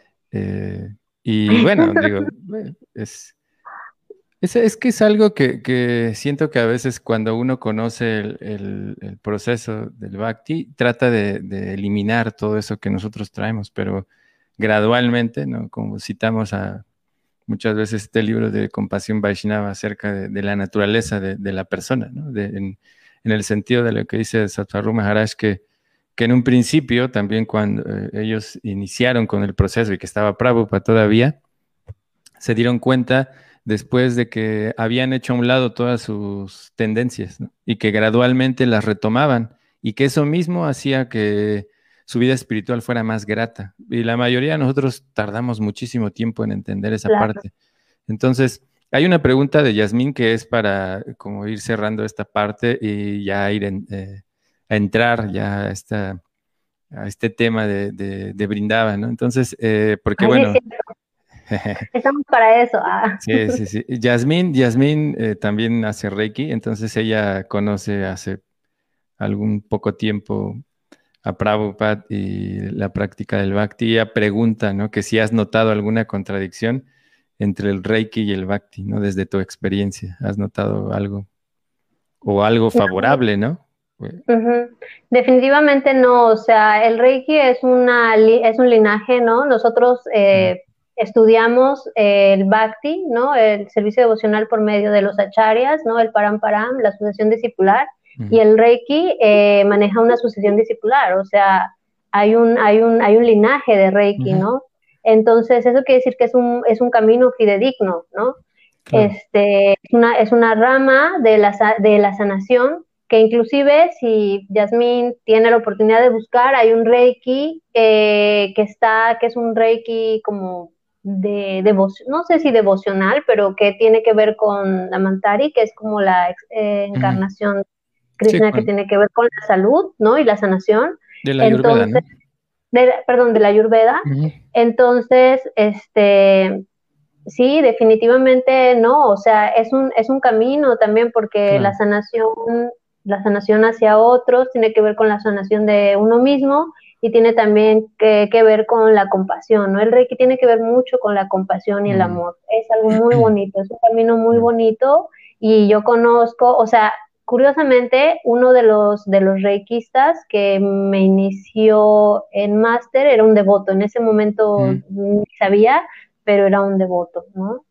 Eh, y bueno, digo, eh, es, es, es que es algo que, que siento que a veces cuando uno conoce el, el- el proceso del Bhakti, trata de, de eliminar todo eso que nosotros traemos, pero gradualmente, ¿no? Como citamos a muchas veces este libro de Compasión Vaishnava acerca de, de la naturaleza de, de la persona, ¿no? De- en, en el sentido de lo que dice Sattvaru Maharaj, que, que en un principio, también cuando eh, ellos iniciaron con el proceso y que estaba Prabhupada todavía, se dieron cuenta después de que habían hecho a un lado todas sus tendencias, ¿no? Y que gradualmente las retomaban y que eso mismo hacía que su vida espiritual fuera más grata. Y la mayoría de nosotros tardamos muchísimo tiempo en entender esa Claro. parte. Entonces, hay una pregunta de Yasmín que es para como ir cerrando esta parte y ya ir en, eh, a entrar ya a, esta, a este tema de, de, de Brindava, ¿no? Entonces, eh, porque Ay, es bueno, cierto, estamos para eso. Ah. sí, sí, sí. Yasmín, Yasmín eh, también hace Reiki, entonces ella conoce hace algún poco tiempo a Prabhupada y la práctica del Bhakti. Ella pregunta, ¿no? Que si has notado alguna contradicción entre el Reiki y el Bhakti, ¿no? Desde tu experiencia, ¿has notado algo o algo favorable, ¿no? Eh, Ujú. Definitivamente no, o sea, el Reiki es una li- es un linaje, ¿no? Nosotros mm, eh, estudiamos eh, el Bhakti, ¿no? El servicio devocional por medio de los acharyas, ¿no? El Paramparam, la sucesión discipular, y mm, el Reiki eh, maneja una sucesión discipular, o sea, hay un hay un hay un linaje de Reiki, ujú, ¿no? Entonces, eso quiere decir que es un es un camino fidedigno, ¿no? claro. Este, es una, es una rama de la, de la sanación que inclusive si Yasmín tiene la oportunidad de buscar, hay un Reiki eh, que está, que es un Reiki como de devoción, no sé si devocional, pero que tiene que ver con la Mantari, que es como la eh, Ujú. encarnación Sí, Krishna que con, tiene que ver con la salud, ¿no? Y la sanación. de la Ayurveda, Entonces, ¿no? de, perdón, de la Ayurveda. Ujú, Entonces, este, sí, definitivamente no, o sea, es un, es un camino también porque la claro. sanación, la sanación hacia otros tiene que ver con la sanación de uno mismo y tiene también que, que ver con la compasión, ¿no? El Reiki tiene que ver mucho con la compasión y el Mm. amor. Es algo muy bonito, es un camino muy Mm, bonito y yo conozco, o sea, curiosamente, uno de los, de los reikistas que me inició en máster era un devoto. En ese momento mm. ni sabía, pero era un devoto, ¿no?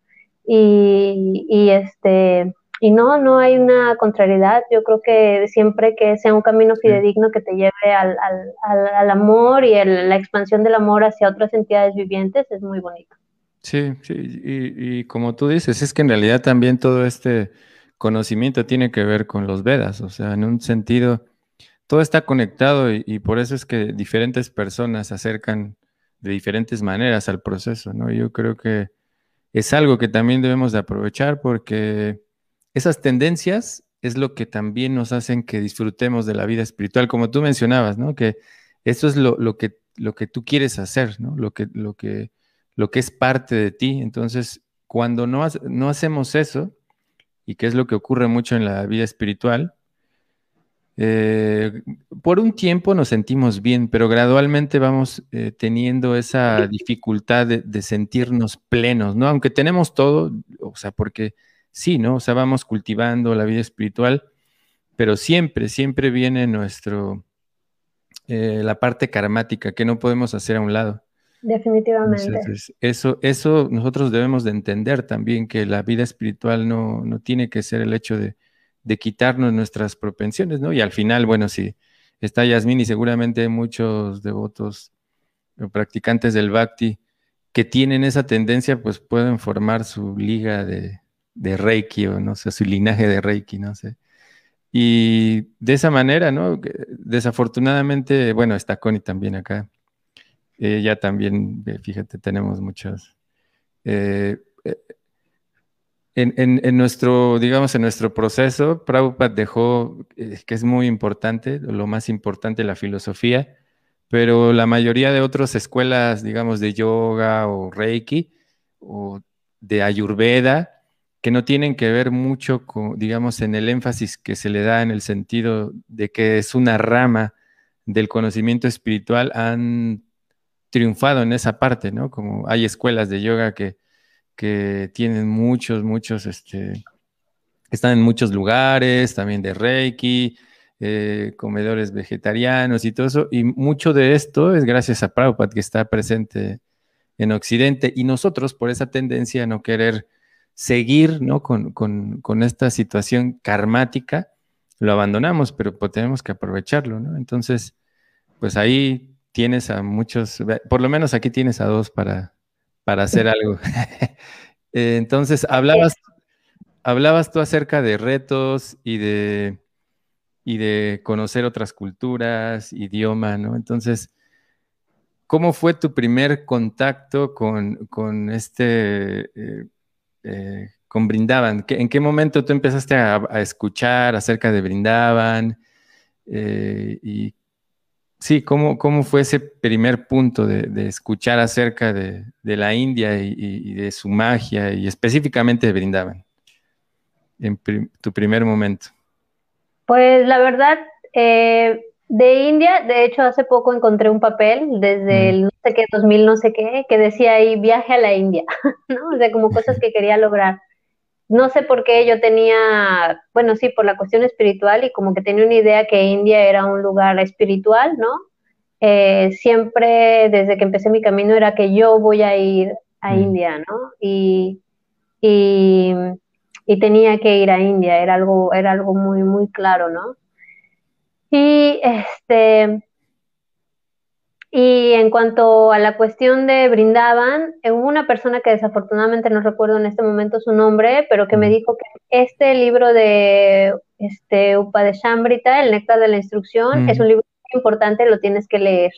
Y, y este, y no, no hay una contrariedad. Yo creo que siempre que sea un camino Sí. fidedigno que te lleve al, al, al, al amor y el, la expansión del amor hacia otras entidades vivientes es muy bonito. Sí, sí, y, y como tú dices, es que en realidad también todo este conocimiento tiene que ver con los Vedas, o sea, en un sentido, todo está conectado y, y por eso es que diferentes personas se acercan de diferentes maneras al proceso, ¿no? Yo creo que es algo que también debemos de aprovechar porque esas tendencias es lo que también nos hacen que disfrutemos de la vida espiritual, como tú mencionabas, ¿no? Que eso es lo, lo que, lo que tú quieres hacer, ¿no? Lo que, lo que, lo que es parte de ti. Entonces, cuando no, ha- no hacemos eso, y que es lo que ocurre mucho en la vida espiritual, eh, por un tiempo nos sentimos bien, pero gradualmente vamos eh, teniendo esa dificultad de, de sentirnos plenos, ¿no? Aunque tenemos todo, o sea, porque sí, ¿no? O sea, vamos cultivando la vida espiritual, pero siempre, siempre viene nuestro, eh, la parte karmática que no podemos hacer a un lado. Definitivamente. Entonces, eso, eso nosotros debemos de entender también, que la vida espiritual no, no tiene que ser el hecho de, de quitarnos nuestras propensiones, ¿no? Y al final, bueno, sí, está Yasmín y seguramente hay muchos devotos o practicantes del Bhakti que tienen esa tendencia, pues pueden formar su liga de, de Reiki o no sé, su linaje de Reiki, no sé. Y de esa manera, ¿no? Que desafortunadamente, bueno, está Connie también acá. Ella también, eh, fíjate, tenemos muchos. eh, eh, en, en- en nuestro, digamos, en nuestro proceso, Prabhupada dejó, eh, que es muy importante, lo más importante, la filosofía, pero la mayoría de otras escuelas, digamos, de yoga o Reiki o de Ayurveda, que no tienen que ver mucho con, digamos, en el énfasis que se le da en el sentido de que es una rama del conocimiento espiritual, han triunfado en esa parte, ¿no? Como hay escuelas de yoga que, que tienen muchos, muchos, este, están en muchos lugares, también de Reiki, eh, comedores vegetarianos y todo eso, y mucho de esto es gracias a Prabhupada, que está presente en Occidente, y nosotros por esa tendencia a no querer seguir, ¿no? con, con, con esta situación karmática, lo abandonamos, pero pues tenemos que aprovecharlo, ¿no? Entonces, pues ahí tienes a muchos, por lo menos aquí tienes a dos para, para hacer algo. Eh, Entonces, hablabas, hablabas tú acerca de retos y de, y de conocer otras culturas, idioma, ¿no? Entonces, ¿cómo fue tu primer contacto con, con este, eh, eh, con Brindavan? ¿Qué- ¿En qué momento tú empezaste a, a escuchar acerca de Brindavan? Eh, y sí, ¿cómo, cómo fue ese primer punto de, de escuchar acerca de, de la India y, y- y de su magia y específicamente de Brindavan en pri- tu primer momento? Pues la verdad, eh, de India, de hecho hace poco encontré un papel desde Mm, el no sé qué, dos mil no sé qué, que decía ahí viaje a la India, ¿no? O sea, como cosas que quería lograr. No sé por qué yo tenía, bueno, sí, por la cuestión espiritual y como que tenía una idea que India era un lugar espiritual, ¿no? Eh, siempre desde que empecé mi camino era que yo voy a ir a mm, India, ¿no? Y, y, y tenía que ir a India, era algo, era algo muy, muy claro, ¿no? Y este, y en cuanto a la cuestión de Brindavan, eh, hubo una persona que desafortunadamente no recuerdo en este momento su nombre, pero que me mm, dijo que este libro de este Upadeshambrita, El Néctar de la Instrucción, es mm, un libro muy importante, lo tienes que leer.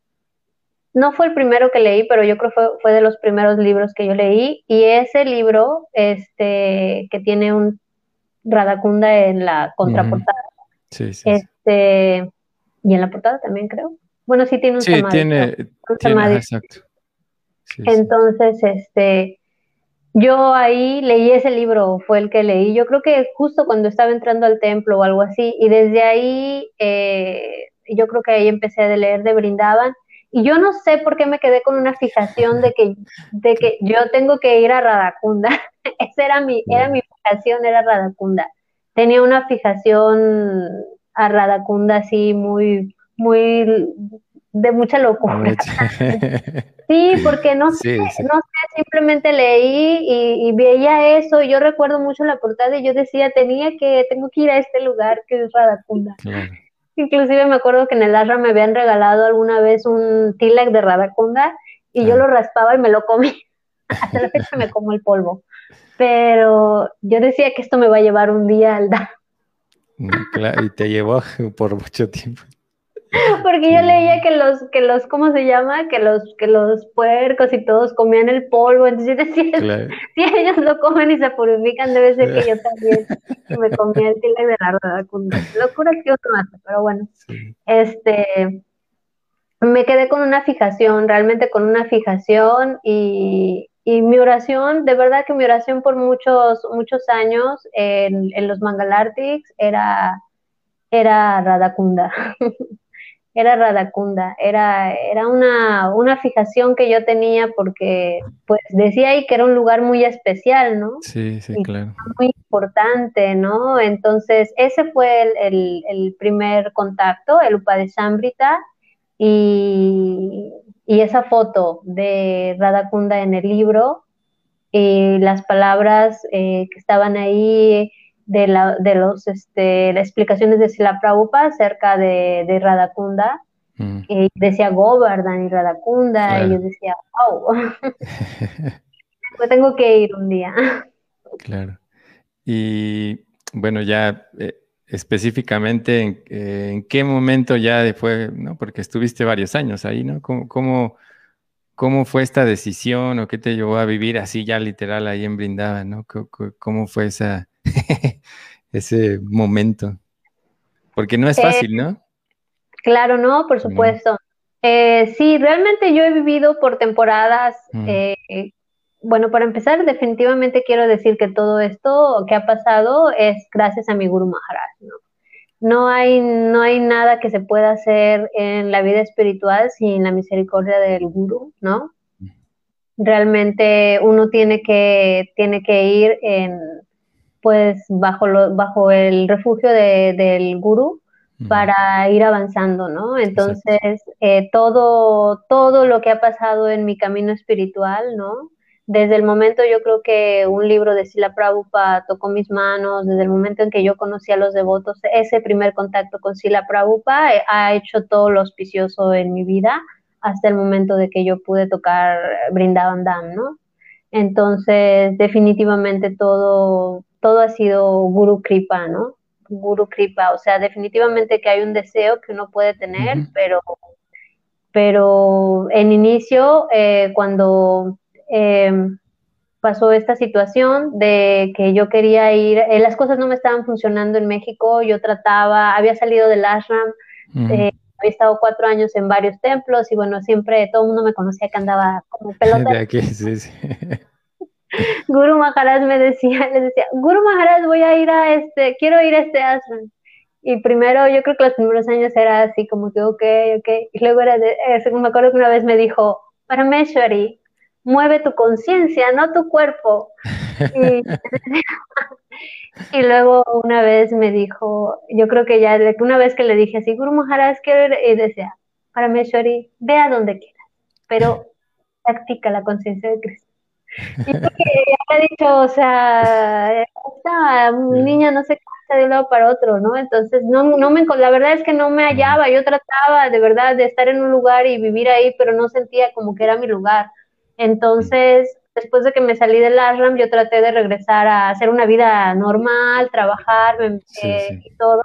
No fue el primero que leí, pero yo creo que fue, fue de los primeros libros que yo leí, y ese libro, este, que tiene un Radhakunda en la ujú. contraportada, Sí, sí, sí. este, y en la portada también creo. Bueno, sí tiene un Sí, samadhi, tiene, un tiene, ajá, samadhi. exacto. Sí, sí. Entonces, este, yo ahí leí ese libro, fue el que leí. Yo creo que justo cuando estaba entrando al templo o algo así, y desde ahí, eh, yo creo que ahí empecé a leer de Brindavan. Y yo no sé por qué me quedé con una fijación de que, de que yo tengo que ir a Radhakunda. Esa era mi, era mi fijación, era Radhakunda. Tenía una fijación a Radhakunda así muy, muy de mucha locura. Mucho. Sí, porque no sé, Sí, sí, no sé, simplemente leí y, y veía eso. Yo recuerdo mucho la portada y yo decía, tenía que, tengo que ir a este lugar que es Radhakunda. claro. Inclusive me acuerdo que en el ashram me habían regalado alguna vez un tilak de Radhakunda y yo Ah, lo raspaba y me lo comí. Hasta la fecha me como el polvo. Pero yo decía que esto me va a llevar un día al Dharma. no, claro, y te llevó por mucho tiempo. Porque yo Sí, leía que los, que los, ¿cómo se llama? Que los, que los puercos y todos comían el polvo. Entonces yo decía, claro. si ellos lo comen y se purifican, debe ser que yo también me comía el chile de la Radhakunda. Locuras que uno hace, pero bueno. Sí. Este, me quedé con una fijación, realmente con una fijación y, y mi oración, de verdad que mi oración por muchos, muchos años en, en los Mangalartics era, era Radhakunda. era Radhakunda, era, era una, una fijación que yo tenía porque pues decía ahí que era un lugar muy especial, ¿no? Sí, sí, Y claro. muy importante, ¿no? Entonces, ese fue el, el, el primer contacto, el Upadeshambrita, y, y esa foto de Radhakunda en el libro, y las palabras eh, que estaban ahí de, la, de los, este, las explicaciones de Srila Prabhupada acerca de, de Radhakunda, Mm, y decía Govardhan y Radhakunda, y yo claro. decía, wow, pues tengo que ir un día. Claro. Y bueno, ya eh, específicamente en, eh, en qué momento ya fue, ¿no? Porque estuviste varios años ahí, ¿no? ¿Cómo, cómo, cómo fue esta decisión o qué te llevó a vivir así ya literal ahí en Brindavan, ¿no? ¿Cómo, cómo- cómo fue esa, ese momento? Porque no es Eh, fácil, ¿no? claro, no, por No. supuesto. Eh, sí, realmente yo he vivido por temporadas. Mm, eh, bueno, para empezar, definitivamente quiero decir que todo esto que ha pasado es gracias a mi Guru Maharaj, ¿no? No hay, no hay nada que se pueda hacer en la vida espiritual sin la misericordia del Guru, ¿no? Realmente uno tiene que, tiene que ir en, pues bajo, lo, bajo el refugio de, del Guru mm, para ir avanzando, ¿no? exacto. Entonces, eh, todo, todo lo que ha pasado en mi camino espiritual, ¿no? Desde el momento, yo creo que un libro de Srila Prabhupada tocó mis manos, desde el momento en que yo conocí a los devotos, ese primer contacto con Srila Prabhupada eh, ha hecho todo lo auspicioso en mi vida hasta el momento de que yo pude tocar Brindavan Dham, ¿no? Entonces, definitivamente todo, todo ha sido Guru Kripa, ¿no? Guru Kripa, o sea, definitivamente que hay un deseo que uno puede tener, Ujú, pero, pero en inicio, eh, cuando eh, pasó esta situación de que yo quería ir, eh, las cosas no me estaban funcionando en México, yo trataba, había salido del ashram, ujú. eh, había estado cuatro años en varios templos y bueno, siempre todo el mundo me conocía que andaba como pelota. De aquí, sí, sí. Guru Maharaj me decía, les decía, Guru Maharaj, voy a ir a este, quiero ir a este ashram. Y primero, yo creo que los primeros años era así como que, ok, ok. Y luego era de, eh, me acuerdo que una vez me dijo, Parameshwari, mueve tu conciencia, no tu cuerpo. Y, y luego una vez me dijo, yo creo que ya, una vez que le dije así, Guru Maharaj, quiero ir, y decía, Parameshwari, ve a donde quieras, pero practica la conciencia de Cristo. Y creo que ya he dicho, o sea, esta Sí. niña no se cansa de un lado para otro, ¿no? Entonces, no, no me, la verdad es que no me Mm, hallaba, yo trataba de verdad de estar en un lugar y vivir ahí, pero no sentía como que era mi lugar. mm. Entonces, después de que me salí del ashram, yo traté de regresar a hacer una vida normal, trabajar me- Sí, eh, sí. y todo,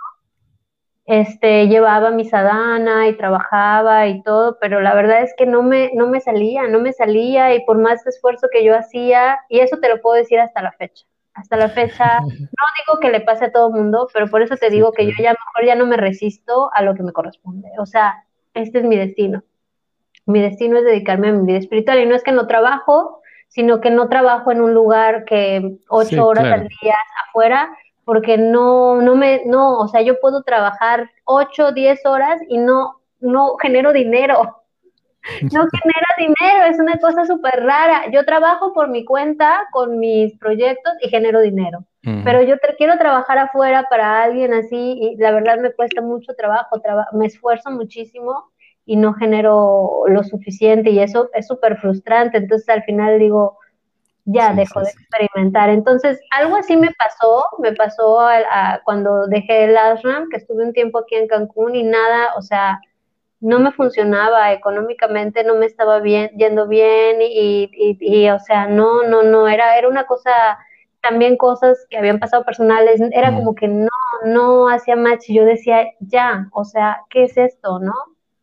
este, llevaba mi sadhana y trabajaba y todo, pero la verdad es que no me, no me salía, no me salía y por más esfuerzo que yo hacía, y eso te lo puedo decir hasta la fecha, hasta la fecha, no digo que le pase a todo el mundo, pero por eso te Sí, digo que yo claro. ya mejor ya no me resisto a lo que me corresponde, o sea, este es mi destino, mi destino es dedicarme a mi vida espiritual y no es que no trabajo, sino que no trabajo en un lugar que ocho Sí, horas al claro. día afuera, porque no, no me, no, o sea, yo puedo trabajar ocho, diez horas y no, no genero dinero, no genera dinero, es una cosa súper rara. Yo trabajo por mi cuenta, con mis proyectos y genero dinero. Ujú. Pero yo te, quiero trabajar afuera para alguien así y la verdad me cuesta mucho trabajo, traba, me esfuerzo muchísimo y no genero lo suficiente y eso es súper frustrante. Entonces al final digo, ya Sí, dejo sí, de sí. experimentar. Entonces algo así me pasó, me pasó a, a, cuando dejé el ashram, que estuve un tiempo aquí en Cancún y nada, o sea, no me funcionaba económicamente, no me estaba bien, yendo bien y, y, y, o sea, no, no, no, era, era una cosa, también cosas que habían pasado personales, era Mm, como que no, no hacía match y yo decía, ya, o sea, ¿qué es esto, no?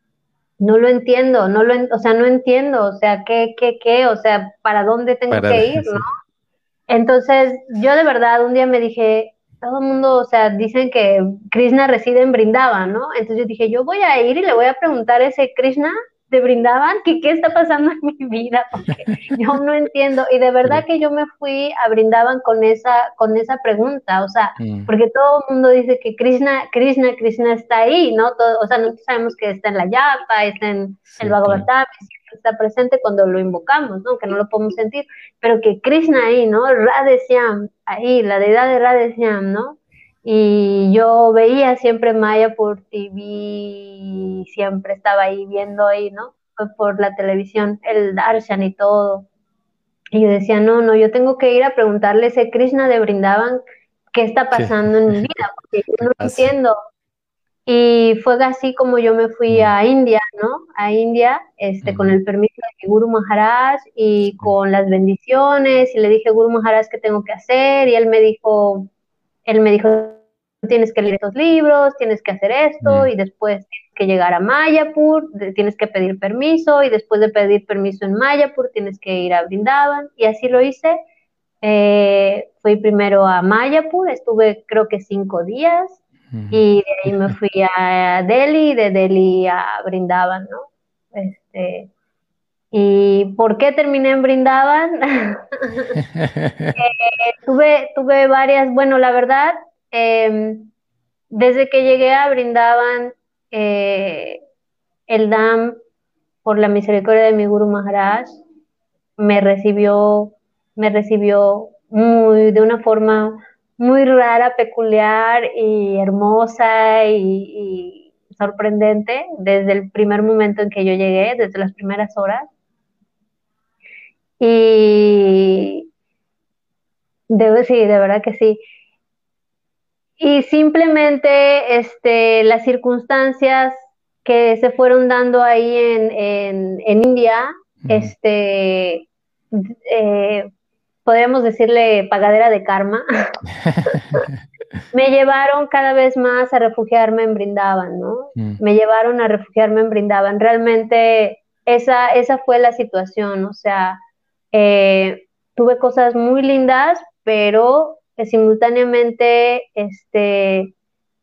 No lo entiendo, no lo, en- o sea, no entiendo, o sea, ¿qué, qué, qué? O sea, ¿para dónde tengo para, que ir, no? sí. Entonces, yo de verdad un día me dije, todo el mundo, o sea, dicen que Krishna reside en Brindavan, ¿no? Entonces yo dije, yo voy a ir y le voy a preguntar a ese Krishna de Brindavan, ¿qué, qué está pasando en mi vida? Porque yo no entiendo. Y de verdad que yo me fui a Brindavan con esa, con esa pregunta, o sea, mm. porque todo el mundo dice que Krishna, Krishna, Krishna está ahí, ¿no? Todo, o sea, nosotros sabemos que está en la yapa, está en sí, el Bhagavatam, claro. Está presente cuando lo invocamos, ¿no? Que no lo podemos sentir, pero que Krishna ahí, ¿no? Radhesyam, ahí, la deidad de Radhesyam, ¿no? Y yo veía siempre Maya por T V, siempre estaba ahí viendo ahí, ¿no? Por la televisión, el Darshan y todo. Y yo decía, no, no, yo tengo que ir a preguntarle a ese Krishna de Brindavan qué está pasando ¿Qué? En mi vida, porque yo no así. Entiendo. Y fue así como yo me fui mm. a India, ¿no? A India, este, mm. con el permiso de Guru Maharaj y sí. con las bendiciones, y le dije, Guru Maharaj, ¿qué tengo que hacer? Y él me dijo, él me dijo, tienes que leer estos libros, tienes que hacer esto, mm. y después tienes que llegar a Mayapur, tienes que pedir permiso, y después de pedir permiso en Mayapur, tienes que ir a Brindavan, y así lo hice. Eh, fui primero a Mayapur, estuve creo que cinco días, mm. y de ahí me fui a Delhi, y de Delhi a Brindavan, ¿no? Este... ¿Y por qué terminé en Brindavan? eh, tuve, tuve varias, bueno, la verdad, eh, desde que llegué a Brindavan, eh, el D A M, por la misericordia de mi Guru Maharaj, me recibió, me recibió muy, de una forma muy rara, peculiar y hermosa y, y sorprendente desde el primer momento en que yo llegué, desde las primeras horas. Y de, sí, de verdad que sí. Y simplemente este, las circunstancias que se fueron dando ahí en, en, en India, uh-huh. este, eh, podríamos decirle pagadera de karma, me llevaron cada vez más a refugiarme en Brindavan, ¿no? Uh-huh. Me llevaron a refugiarme en Brindavan. Realmente esa, esa fue la situación, o sea, eh, tuve cosas muy lindas, pero que simultáneamente, este,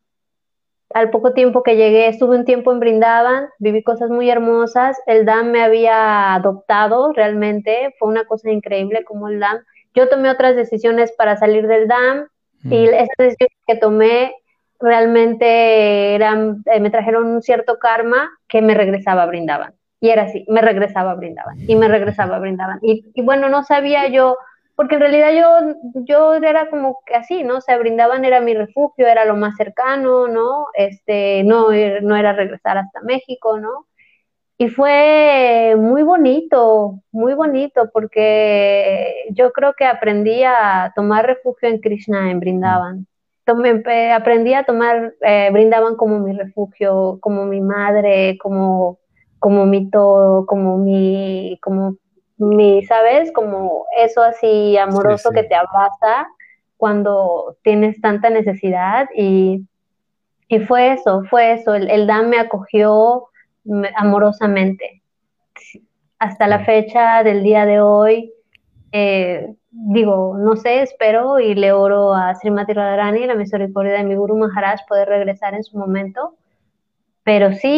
al poco tiempo que llegué, estuve un tiempo en Brindavan, viví cosas muy hermosas, el D A M me había adoptado realmente, fue una cosa increíble como el D A M. Yo tomé otras decisiones para salir del D A M mm. y esas decisiones que tomé realmente eran, eh, me trajeron un cierto karma que me regresaba a Brindavan. Y era así, me regresaba a Brindavan y me regresaba a Brindavan. Y, y bueno, no sabía yo, porque en realidad yo, yo era como que así, ¿no? O sea, Brindavan era mi refugio, era lo más cercano, ¿no? Este, no, no era regresar hasta México, ¿no? Y fue muy bonito, muy bonito, porque yo creo que aprendí a tomar refugio en Krishna, en Brindavan. Tomé, aprendí a tomar eh, Brindavan como mi refugio, como mi madre, como, como mi todo, como mi, como mi, ¿sabes? Como eso así amoroso sí, sí. que te abraza cuando tienes tanta necesidad. Y, y fue eso, fue eso. El, el D A M me acogió amorosamente. Hasta la fecha del día de hoy, eh, digo, no sé, espero y le oro a Srimati Radharani, la misericordia de mi Guru Maharaj, poder regresar en su momento. Pero sí,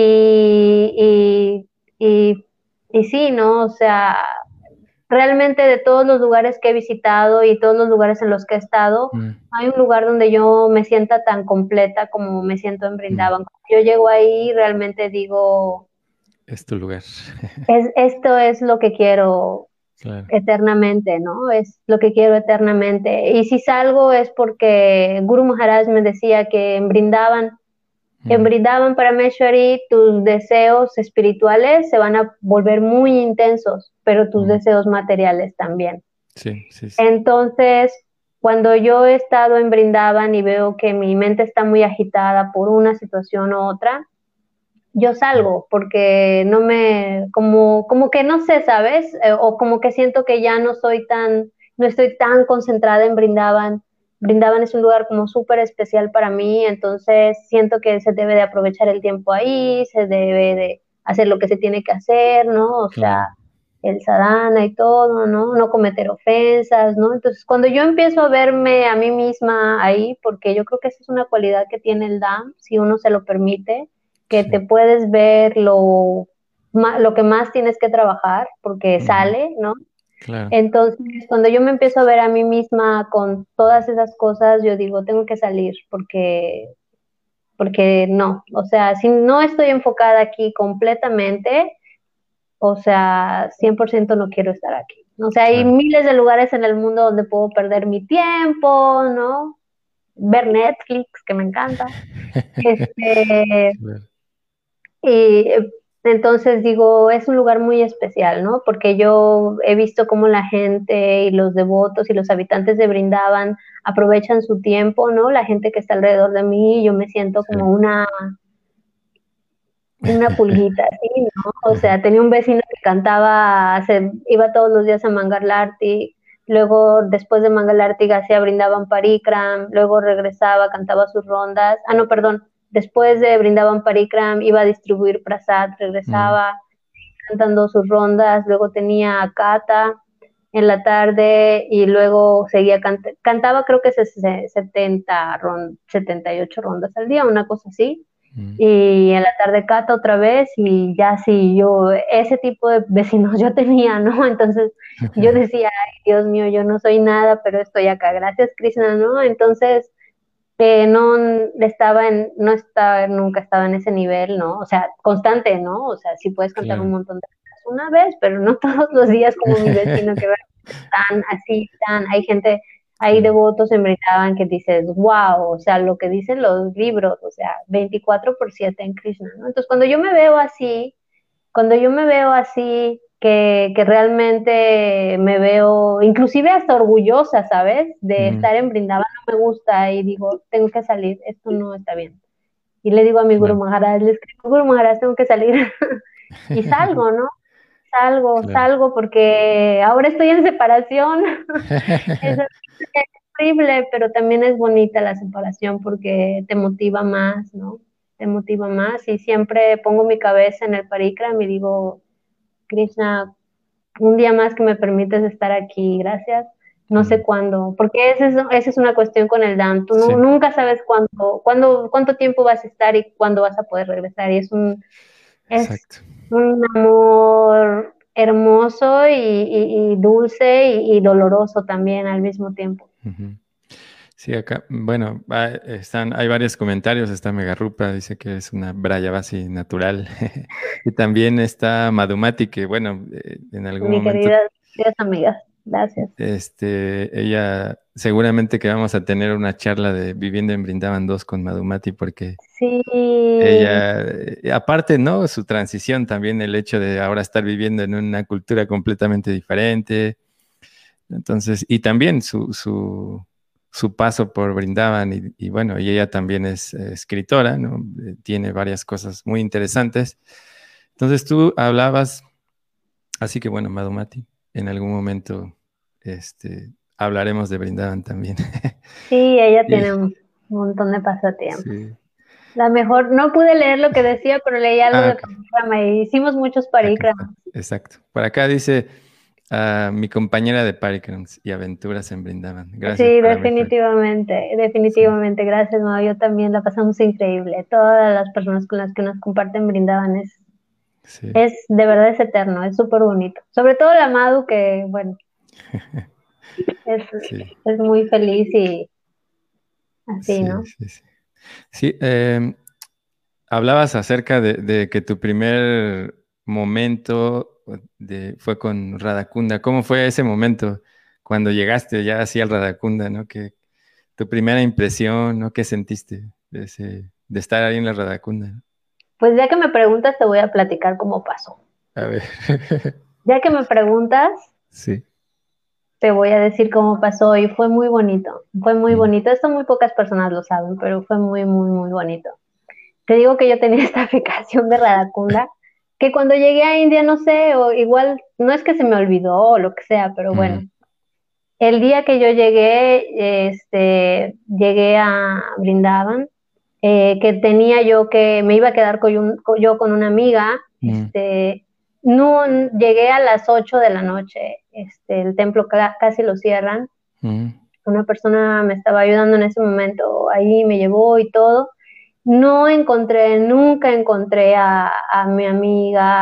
y, y, y, y sí, ¿no? O sea, realmente de todos los lugares que he visitado y todos los lugares en los que he estado, mm. hay un lugar donde yo me sienta tan completa como me siento en Brindavan. Mm. Yo llego ahí, realmente digo... Es tu lugar. es, esto es lo que quiero claro. eternamente, ¿no? Es lo que quiero eternamente. Y si salgo es porque Guru Maharaj me decía que en Brindavan, mm. en Brindavan Parameshwari, tus deseos espirituales se van a volver muy intensos, pero tus mm. deseos materiales también. Sí, sí, sí. Entonces, cuando yo he estado en Brindavan y veo que mi mente está muy agitada por una situación u otra, yo salgo porque no me, como, como que no sé, ¿sabes? Eh, o como que siento que ya no soy tan, no estoy tan concentrada en Brindavan. Brindavan es un lugar como súper especial para mí, entonces siento que se debe de aprovechar el tiempo ahí, se debe de hacer lo que se tiene que hacer, ¿no? O sea, claro. el sadhana y todo, ¿no? No cometer ofensas, ¿no? Entonces, cuando yo empiezo a verme a mí misma ahí, porque yo creo que esa es una cualidad que tiene el D A M, si uno se lo permite, que sí. te puedes ver lo, ma- lo que más tienes que trabajar porque Ujú. sale, ¿no? Claro. Entonces, cuando yo me empiezo a ver a mí misma con todas esas cosas, yo digo, tengo que salir porque, porque no, o sea, si no estoy enfocada aquí completamente, o sea, cien por ciento no quiero estar aquí. O sea, hay Claro. miles de lugares en el mundo donde puedo perder mi tiempo, ¿no? Ver Netflix, que me encanta. Este, Claro. y eh, entonces digo, es un lugar muy especial, ¿no? Porque yo he visto cómo la gente y los devotos y los habitantes de Brindavan aprovechan su tiempo, ¿no? La gente que está alrededor de mí, yo me siento Sí. como una, una pulguita, ¿sí? ¿No? O Ajá. sea, tenía un vecino que cantaba, se, iba todos los días a Mangalarti, luego después de Mangalarti hacía Brindavan Parikram, luego regresaba, cantaba sus rondas, ah, no, perdón, después de Brindavan Parikram iba a distribuir prasad, Mm. regresaba cantando sus rondas, luego tenía a Kata en la tarde y luego seguía cantando, cantaba creo que setenta, ron, setenta y ocho rondas al día, una cosa así, Mm. y en la tarde Cata otra vez y ya sí, yo, ese tipo de vecinos yo tenía, ¿no? Entonces yo decía, ay, Dios mío, yo no soy nada, pero estoy acá, gracias Krishna, ¿no? Entonces eh, no estaba en, no estaba, nunca estaba en ese nivel, ¿no? O sea, constante, ¿no? O sea, sí puedes cantar un Claro. montón de cosas una vez, pero no todos los días como mi vecino que tan así, tan, hay gente, hay Claro. devotos en Brindavan que dices, wow, o sea, lo que dicen los libros, o sea, veinticuatro por siete en Krishna, ¿no? Entonces, cuando yo me veo así, cuando yo me veo así, que, que realmente me veo, inclusive hasta orgullosa, ¿sabes? De Mm. estar en Brindavan, no me gusta y digo, tengo que salir, esto no está bien. Y le digo a mi Guru Claro. Maharaj, le escribo, Guru Maharaj, tengo que salir. Y salgo, ¿no? Salgo, Claro. salgo porque ahora estoy en separación. Es horrible, pero también es bonita la separación porque te motiva más, ¿no? Te motiva más y siempre pongo mi cabeza en el parikram y digo, Krishna, un día más que me permites estar aquí, gracias. No sé Mm. cuándo, porque esa es, esa es una cuestión con el D A M. Tú no, Sí, nunca sabes cuándo, cuándo, cuánto tiempo vas a estar y cuándo vas a poder regresar. Y es un, es exacto. un amor hermoso y, y, y dulce y, y doloroso también al mismo tiempo. Ujú. Sí, acá, bueno, va- están, hay varios comentarios. Está Megarrupa, dice que es una Brayavasi natural. Y también está Madhumati, que bueno, eh, en algún Mi momento, querida, queridas amigas, gracias. este, ella, seguramente que vamos a tener una charla de Viviendo en Brindavan dos con Madhumati, porque Sí, ella, eh, aparte, ¿no? Su transición también, el hecho de ahora estar viviendo en una cultura completamente diferente. Entonces, y también su, su, su paso por Brindavan y, y bueno, y ella también es eh, escritora, ¿no? Eh, tiene varias cosas muy interesantes. Entonces tú hablabas, así que bueno, Madhumati, en algún momento este, hablaremos de Brindavan también. sí, ella Y- tiene un montón de pasatiempos. sí. La mejor, no pude leer lo que decía, pero leí algo Ah, de ok, parikrama y hicimos muchos acá está, parikramas. exacto. Por acá dice ah, mi compañera de Parikrams y aventuras en Brindavan. Gracias Sí, por haber. definitivamente, Sí, definitivamente. Gracias, Mau. Yo también la pasamos increíble. Todas las personas con las que nos comparten brindaban es, sí, es de verdad es eterno, es súper bonito. Sobre todo la Madu, que bueno, es, sí, es muy feliz y así, sí, ¿no? sí, sí. Sí, em, hablabas acerca de, de que tu primer momento de, fue con Radakunda. ¿Cómo fue ese momento cuando llegaste ya así al Radakunda, ¿no? Que tu primera impresión, ¿no? ¿Qué sentiste de ese, de estar ahí en la Radakunda? Pues ya que me preguntas, te voy a platicar cómo pasó. A ver. Ya que me preguntas, Sí. te voy a decir cómo pasó y fue muy bonito. Fue muy Mm. bonito. Esto muy pocas personas lo saben, pero fue muy, muy, muy bonito. Te digo que yo tenía esta aplicación de Radacunda, que cuando llegué a India, no sé, o igual, no es que se me olvidó o lo que sea, pero Mm. bueno, el día que yo llegué, este, llegué a Brindavan, eh, que tenía yo que, me iba a quedar con un- con- yo con una amiga, Mm. este, no, llegué a las ocho de la noche, este, el templo ca- casi lo cierran, Mm. una persona me estaba ayudando en ese momento, ahí me llevó y todo. No encontré, nunca encontré a, a mi amiga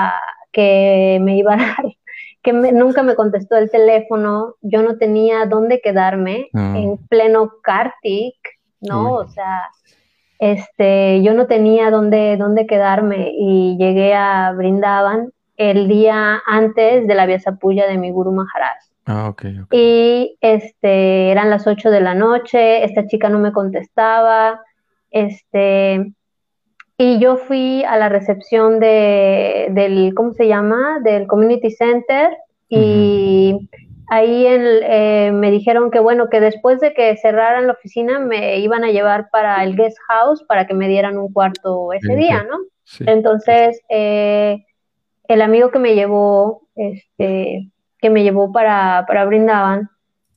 que me iba a dar, que me, nunca me contestó el teléfono, yo no tenía dónde quedarme No. en pleno Kartik, ¿no? Uy. O sea, este, yo no tenía dónde, dónde quedarme y llegué a Brindavan el día antes de la Vyasapuja de mi Guru Maharaj. Ah, ok, ok. Y este, eran las ocho de la noche, esta chica no me contestaba, este, y yo fui a la recepción de, del, ¿cómo se llama? Del Community Center Ujú. y ahí en, eh, me dijeron que bueno, que después de que cerraran la oficina me iban a llevar para el guest house para que me dieran un cuarto ese Ok, día, ¿no? sí. Entonces, eh, el amigo que me llevó, este, que me llevó para, para Brindavan,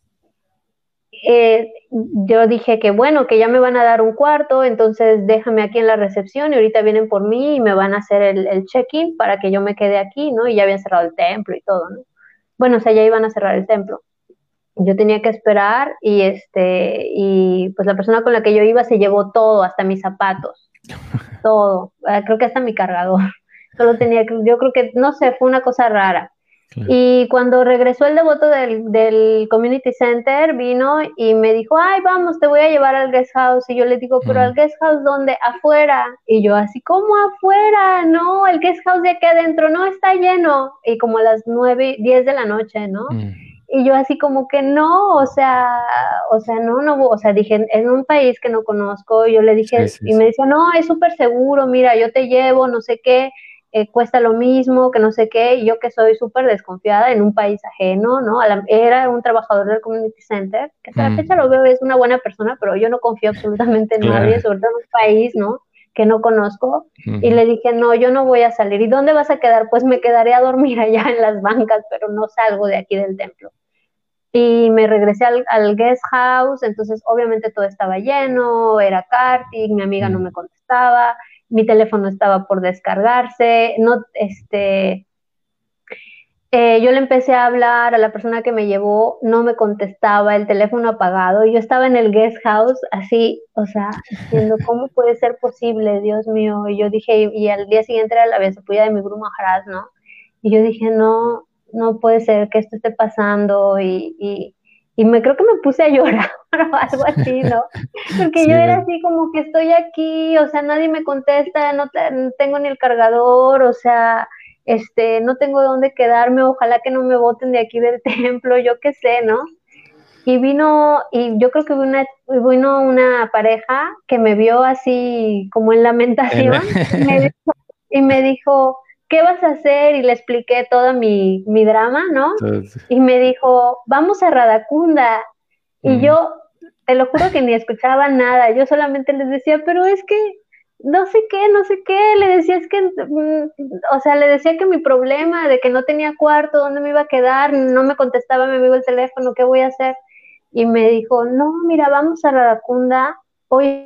eh, yo dije que bueno, que ya me van a dar un cuarto, entonces déjame aquí en la recepción y ahorita vienen por mí y me van a hacer el, el check-in para que yo me quede aquí, ¿no? Y ya habían cerrado el templo y todo, ¿no? Bueno, o sea, ya iban a cerrar el templo. Yo tenía que esperar y este, y pues la persona con la que yo iba se llevó todo, hasta mis zapatos, todo, eh, creo que hasta mi cargador. Solo tenía, yo creo que, no sé, fue una cosa rara. Claro. Y cuando regresó el devoto del, del Community Center, vino y me dijo, ay, vamos, te voy a llevar al guest house. Y yo le digo, pero al Mm. guest house, ¿dónde? Afuera. Y yo así, ¿cómo afuera? No, el guest house de aquí adentro no está lleno. Y como a las nueve, diez de la noche, ¿no? Mm. Y yo así como que no, o sea, o sea, no, no, o sea, dije, en un país que no conozco, yo le Sí, dije, sí, y me sí. decía, no, es súper seguro, mira, yo te llevo, no sé qué, eh, cuesta lo mismo, que no sé qué, y yo que soy súper desconfiada en un país ajeno, ¿no? A la, era un trabajador del Community Center, que hasta la fecha lo Mm. veo, es una buena persona, pero yo no confío absolutamente en nadie, Claro. sobre todo en un país, ¿no? Que no conozco, y Ujú. le dije, no, yo no voy a salir, ¿y dónde vas a quedar? Pues me quedaré a dormir allá en las bancas, pero no salgo de aquí del templo. Y me regresé al, al guest house, entonces obviamente todo estaba lleno, era Kartik, mi amiga no Mm. me contestaba, mi teléfono estaba por descargarse, no, este, eh, yo le empecé a hablar a la persona que me llevó, no me contestaba, el teléfono apagado, yo estaba en el guest house así, o sea, diciendo, ¿cómo puede ser posible, Dios mío? Y yo dije, y, y al día siguiente era la Vyasapuja de mi Guru Maharaj, ¿no? Y yo dije, no, no puede ser que esto esté pasando y, y, y me creo que me puse a llorar o algo así, ¿no? Porque yo Sí, era así como que estoy aquí, o sea, nadie me contesta, no, te, no tengo ni el cargador, o sea, este, no tengo dónde quedarme, ojalá que no me boten de aquí del templo, yo qué sé, ¿no? Y vino, y yo creo que vino una, vino una pareja que me vio así como en el- lamentación y me dijo, y me dijo, ¿qué vas a hacer? Y le expliqué todo mi, mi drama, ¿no? Entonces, Y me dijo, vamos a Radakunda. Y mm. yo, te lo juro que ni escuchaba nada, yo solamente les decía, pero es que no sé qué, no sé qué, le decía, es que, mm, o sea, le decía que mi problema de que no tenía cuarto, dónde me iba a quedar, no me contestaba mi amigo el teléfono, ¿qué voy a hacer? Y me dijo, no, mira, vamos a Radakunda hoy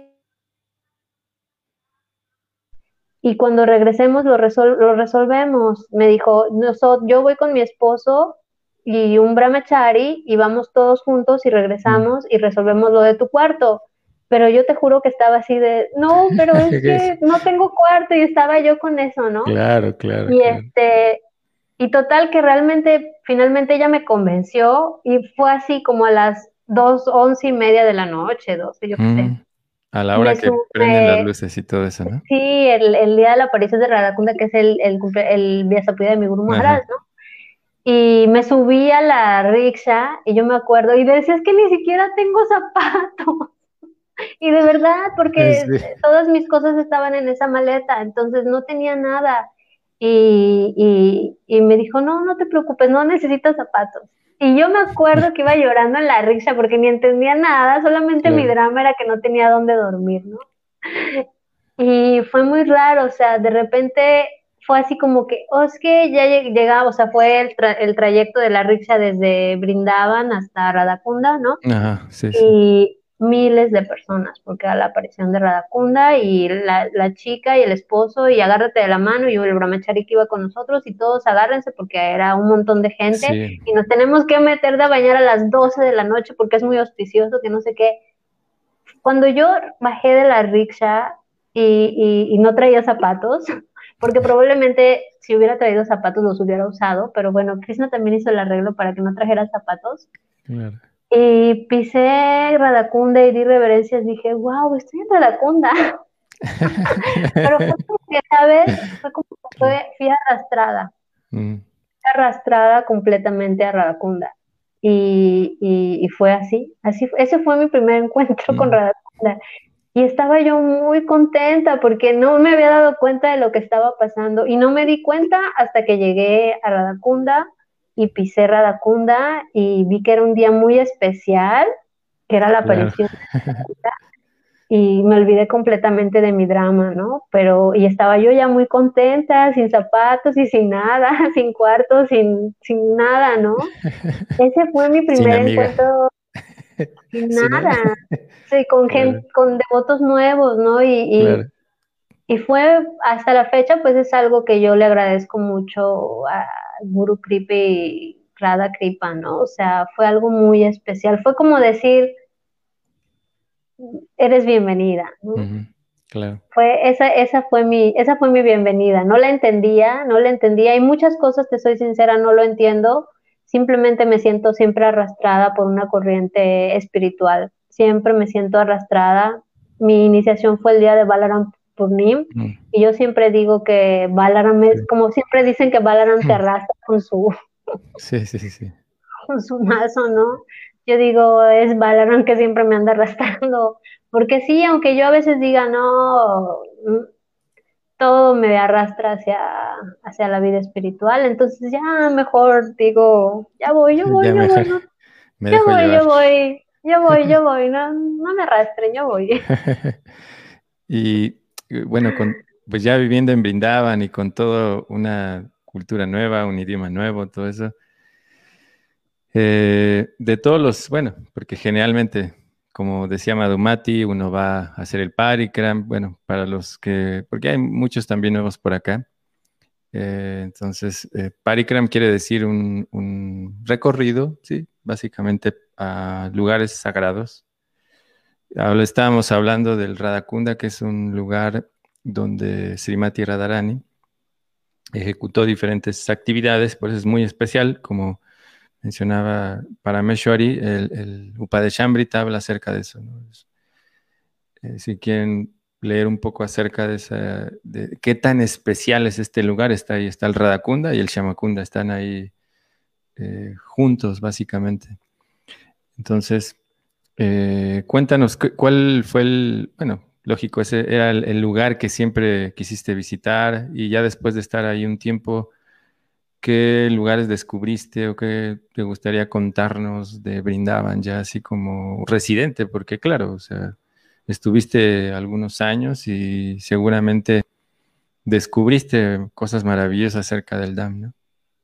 y cuando regresemos lo, resol lo resolvemos. Me dijo, no, so yo voy con mi esposo y un brahmachari y vamos todos juntos y Mm. regresamos y resolvemos lo de tu cuarto. Pero yo te juro que estaba así de, no, pero es que no tengo cuarto y estaba yo con eso, ¿no? Claro, claro, Y claro. este, y total que realmente, finalmente ella me convenció y fue así como a las dos, once y media de la noche, doce, yo qué sé. Mm. A la hora Me que prenden las sube, luces y todo eso, ¿no? sí, el, el día de la aparición de Radakunda, que es el, el, cumple- el Vyasapuja de mi Guru Maharaj, Ajá. ¿no? Y me subí a la rickshaw y yo me acuerdo, y decía, es que ni siquiera tengo zapatos. Y de verdad, porque Sí. todas mis cosas estaban en esa maleta, entonces no tenía nada. Y, y, y me dijo, no, no te preocupes, no necesito zapatos. Y yo me acuerdo que iba llorando en la rickshaw porque ni entendía nada, solamente mi Claro. drama era que no tenía dónde dormir, ¿no? Y fue muy raro, o sea, de repente fue así como que, oh, es que ya lleg- llegaba, o sea, fue el, tra- el trayecto de la rickshaw desde Brindavan hasta Radakunda, ¿no? Ajá, sí, sí. Y miles de personas, porque era la aparición de Radakunda y la, la chica y el esposo, y agárrate de la mano, y el brahmachari que iba con nosotros, y todos agárrense porque era un montón de gente, Sí. y nos tenemos que meter de bañar a las doce de la noche porque es muy auspicioso, que no sé qué. Cuando yo bajé de la rickshaw y, y, y no traía zapatos, porque probablemente si hubiera traído zapatos los hubiera usado, pero bueno, Krishna también hizo el arreglo para que no trajera zapatos. Claro. Y pisé Radacunda y di reverencias, dije, wow, estoy en Radacunda. Pero fue como que, ¿sabes? Fue como que fue, fui arrastrada, Mm. arrastrada completamente a Radacunda. Y, y, y fue así, así fue- ese fue mi primer encuentro con Mm. Radacunda. Y estaba yo muy contenta porque no me había dado cuenta de lo que estaba pasando y no me di cuenta hasta que llegué a Radacunda y pisé Radacunda y vi que era un día muy especial, que era la Claro. aparición y me olvidé completamente de mi drama, ¿no? Pero, y estaba yo ya muy contenta, sin zapatos y sin nada, sin cuarto, sin, sin nada, ¿no? Ese fue mi Sin primer amiga. encuentro sin Sí, ¿no? nada, sí, con Claro, gente, con devotos nuevos, ¿no? Y, y, claro. y fue hasta la fecha, pues es algo que yo le agradezco mucho a Guru Kripa y Radha Kripa, ¿no? O sea, fue algo muy especial. Fue como decir, eres bienvenida, ¿no? Ujú, claro. Fue, esa, esa fue mi, esa fue mi bienvenida. No la entendía, no la entendía. Hay muchas cosas, te soy sincera, no lo entiendo. Simplemente me siento siempre arrastrada por una corriente espiritual. Siempre me siento arrastrada. Mi iniciación fue el día de Balaram Purnim Mm, y yo siempre digo que Balaram es, sí. como siempre dicen que Balaram te arrastra con su, Sí, sí, sí, sí. con su mazo, ¿no? Yo digo, es Balaram que siempre me anda arrastrando. Porque sí, aunque yo a veces diga, no, todo me arrastra hacia, hacia la vida espiritual, entonces ya mejor digo, ya voy, yo voy, Ya yo mejor voy, no, me yo dejo voy, llevar. yo voy, yo voy, yo voy, no, no me arrastren, yo voy. Y eh, bueno, con, pues ya viviendo en Brindavan y con toda una cultura nueva, un idioma nuevo, todo eso, eh, de todos los, bueno, porque generalmente, como decía Madhumati, uno va a hacer el parikram, bueno, para los que, porque hay muchos también nuevos por acá. Eh, entonces, eh, parikram quiere decir un, un recorrido, sí, básicamente a lugares sagrados. Ahora estábamos hablando del Radhakunda, que es un lugar donde Srimati Radharani ejecutó diferentes actividades, por eso es muy especial, como mencionaba Parameshwari, el, el Upadeshambrita habla acerca de eso, ¿no? Es- eh, si quieren leer un poco acerca de, esa, de qué tan especial es este lugar, está ahí, está el Radhakunda y el Shyamakunda, están ahí eh, juntos, básicamente. Entonces, Eh, cuéntanos, cu- ¿cuál fue el, bueno, lógico, ese era el, el lugar que siempre quisiste visitar y ya después de estar ahí un tiempo, ¿qué lugares descubriste o qué te gustaría contarnos de Brindavan ya así como residente? Porque claro, o sea, estuviste algunos años y seguramente descubriste cosas maravillosas acerca del Dam, ¿no?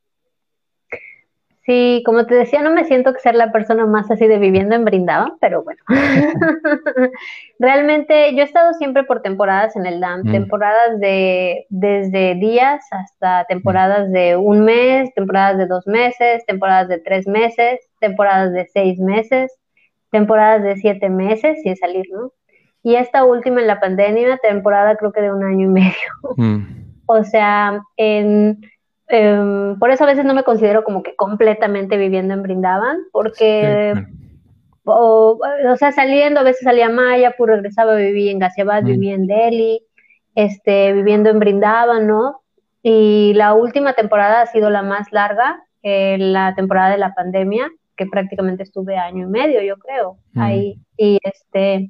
Sí, como te decía, no me siento que ser la persona más así de viviendo en Brindavan, pero bueno. Realmente yo he estado siempre por temporadas en el D A M, Mm, temporadas de desde días hasta mm, temporadas de un mes, temporadas de dos meses, temporadas de tres meses, temporadas de seis meses, temporadas de siete meses sin salir, ¿no? Y esta última en la pandemia, temporada creo que de un año y medio. mm. O sea, en, em, por eso a veces no me considero como que completamente viviendo en Brindavan, Sí, porque, claro. o, o sea, saliendo, a veces salía a Mayapur, regresaba, viví en Ghaziabad, Mm, viví en Delhi, este, viviendo en Brindavan, ¿no? Y la última temporada ha sido la más larga, eh, la temporada de la pandemia, que prácticamente estuve año y medio, yo creo, mm, ahí. Y este,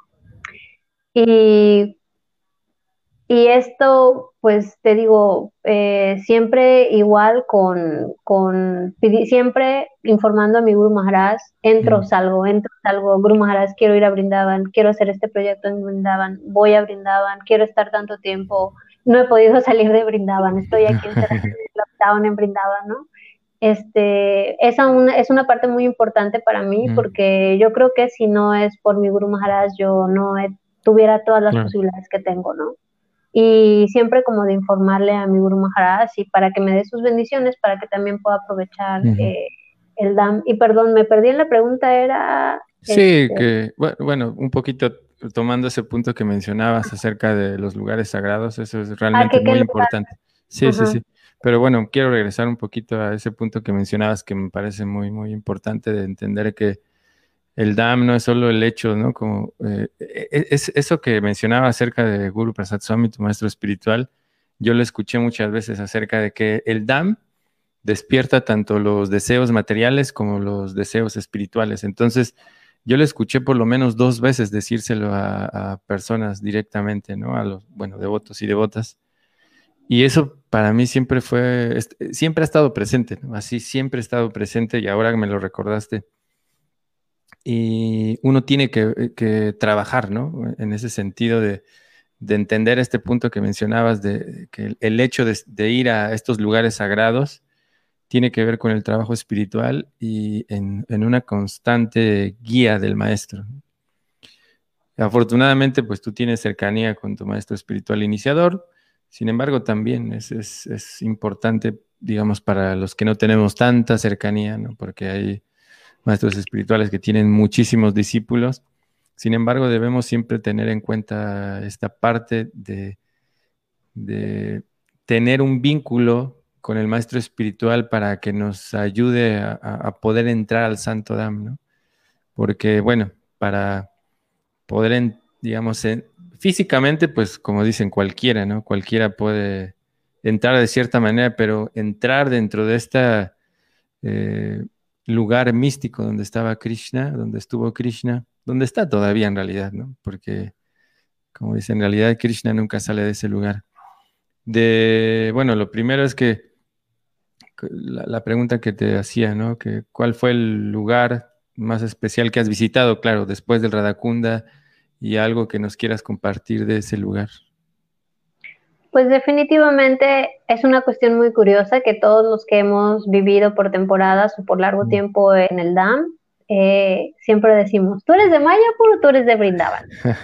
y Y esto, pues te digo, eh, siempre igual con, con, pidi- siempre informando a mi Guru Maharaj, entro, mm. salgo, entro, salgo, Guru Maharaj, quiero ir a Brindavan, quiero hacer este proyecto en Brindavan, voy a Brindavan, quiero estar tanto tiempo, no he podido salir de Brindavan, estoy aquí encerrada en el lockdown en Brindavan, ¿no? Este, esa una, es una parte muy importante para mí Mm, porque yo creo que si no es por mi Guru Maharaj, yo no he- tuviera todas las claro. posibilidades que tengo, ¿no? Y siempre como de informarle a mi Guru Maharaj y para que me dé sus bendiciones, para que también pueda aprovechar Ujú. eh, el D A M. Y perdón, me perdí en la pregunta, era, Sí, este, que bu- bueno, un poquito tomando ese punto que mencionabas acerca de los lugares sagrados, eso es Ah, realmente ¿qué, qué muy lugar? importante. Sí, sí, Ajá. sí. Pero bueno, quiero regresar un poquito a ese punto que mencionabas que me parece muy, muy importante de entender que el Dham no es solo el hecho, ¿no? Como eh, e- es eso que mencionaba acerca de Guru Prasad Swami, tu maestro espiritual, yo lo escuché muchas veces acerca de que el Dham despierta tanto los deseos materiales como los deseos espirituales. Entonces, yo lo escuché por lo menos dos veces decírselo a, a personas directamente, ¿no? A los, bueno, devotos y devotas. Y eso para mí siempre fue, est- siempre ha estado presente, ¿no? Así siempre ha estado presente y ahora me lo recordaste. Y uno tiene que, que trabajar, ¿no? En ese sentido de, de entender este punto que mencionabas, de que el, el hecho de, de ir a estos lugares sagrados tiene que ver con el trabajo espiritual y en, en una constante guía del maestro. Afortunadamente, pues tú tienes cercanía con tu maestro espiritual iniciador, sin embargo, también es, es, es importante, digamos, para los que no tenemos tanta cercanía, ¿no? Porque hay maestros espirituales que tienen muchísimos discípulos. Sin embargo, debemos siempre tener en cuenta esta parte de, de tener un vínculo con el maestro espiritual para que nos ayude a, a poder entrar al Santo Dham, ¿no? Porque, bueno, para poder, en- digamos, en- físicamente, pues como dicen cualquiera, ¿no? Cualquiera puede entrar de cierta manera, pero entrar dentro de esta eh, lugar místico donde estaba Krishna, donde estuvo Krishna, donde está todavía en realidad, ¿no? Porque, como dicen, en realidad Krishna nunca sale de ese lugar. De, bueno, lo primero es que la, la pregunta que te hacía, ¿no? Que ¿cuál fue el lugar más especial que has visitado? Claro, después del Radhakunda y algo que nos quieras compartir de ese lugar. Pues definitivamente es una cuestión muy curiosa que todos los que hemos vivido por temporadas o por largo Mm. tiempo en el Dham, eh, siempre decimos, ¿tú eres de Mayapur o tú eres de Brindavan?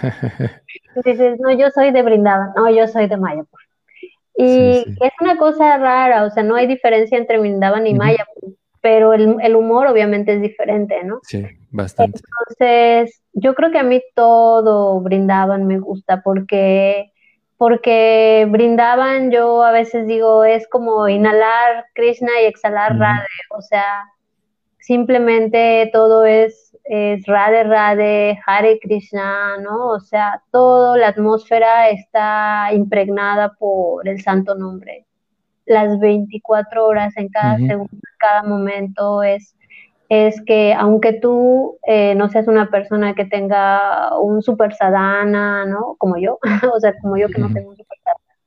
Y dices, no, yo soy de Brindavan, no, yo soy de Mayapur. Sí, Y sí. es una cosa rara, o sea, no hay diferencia entre Brindavan y Ujú. Mayapur, pero el, el humor obviamente es diferente, ¿no? Sí, bastante. Entonces, yo creo que a mí todo Brindaban me gusta porque, porque Brindaban yo a veces digo es como inhalar Krishna y exhalar Ujú. Radhe, o sea, simplemente todo es, es Radhe Radhe, Hare Krishna, ¿no? O sea, toda la atmósfera está impregnada por el santo nombre. Las veinticuatro horas en cada Ujú. segundo, en cada momento es es que aunque tú eh, no seas una persona que tenga un super sadhana, ¿no? Como yo, o sea, como yo que no Ujú. tengo un super sadhana,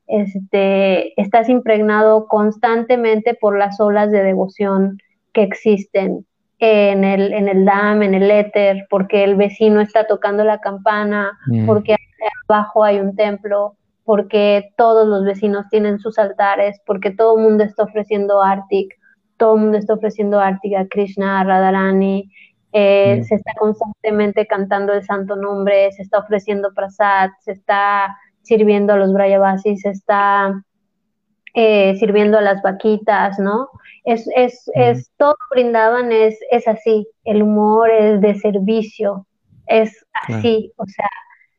este, estás impregnado constantemente por las olas de devoción que existen en el, en el Dham, en el éter, porque el vecino está tocando la campana, Mm. porque abajo hay un templo, porque todos los vecinos tienen sus altares, porque todo el mundo está ofreciendo Artik, todo el mundo está ofreciendo Artik a Krishna, a Radharani, eh, Mm. se está constantemente cantando el santo nombre, se está ofreciendo prasad, se está sirviendo a los Brayavasis, se está eh, sirviendo a las vaquitas, ¿no? Es, es, Mm. es todo Brindaban es, es así, el humor es de servicio, es Claro. así, o sea,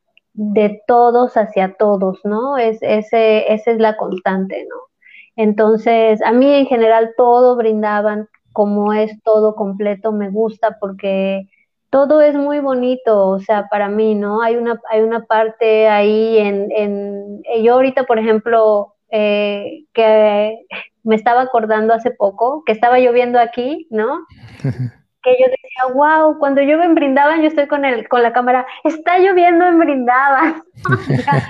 de todos hacia todos, ¿no? Es, ese, esa es la constante, ¿no? Entonces, a mí en general todo Brindaban, como es todo completo, me gusta porque todo es muy bonito, o sea, para mí, ¿no? Hay una, hay una parte ahí en, en yo ahorita, por ejemplo, eh, que me estaba acordando hace poco, que estaba lloviendo aquí, ¿no? Que yo decía, wow, cuando llueve en Brindaban, yo estoy con el, con la cámara, está lloviendo en Brindaban. O sea,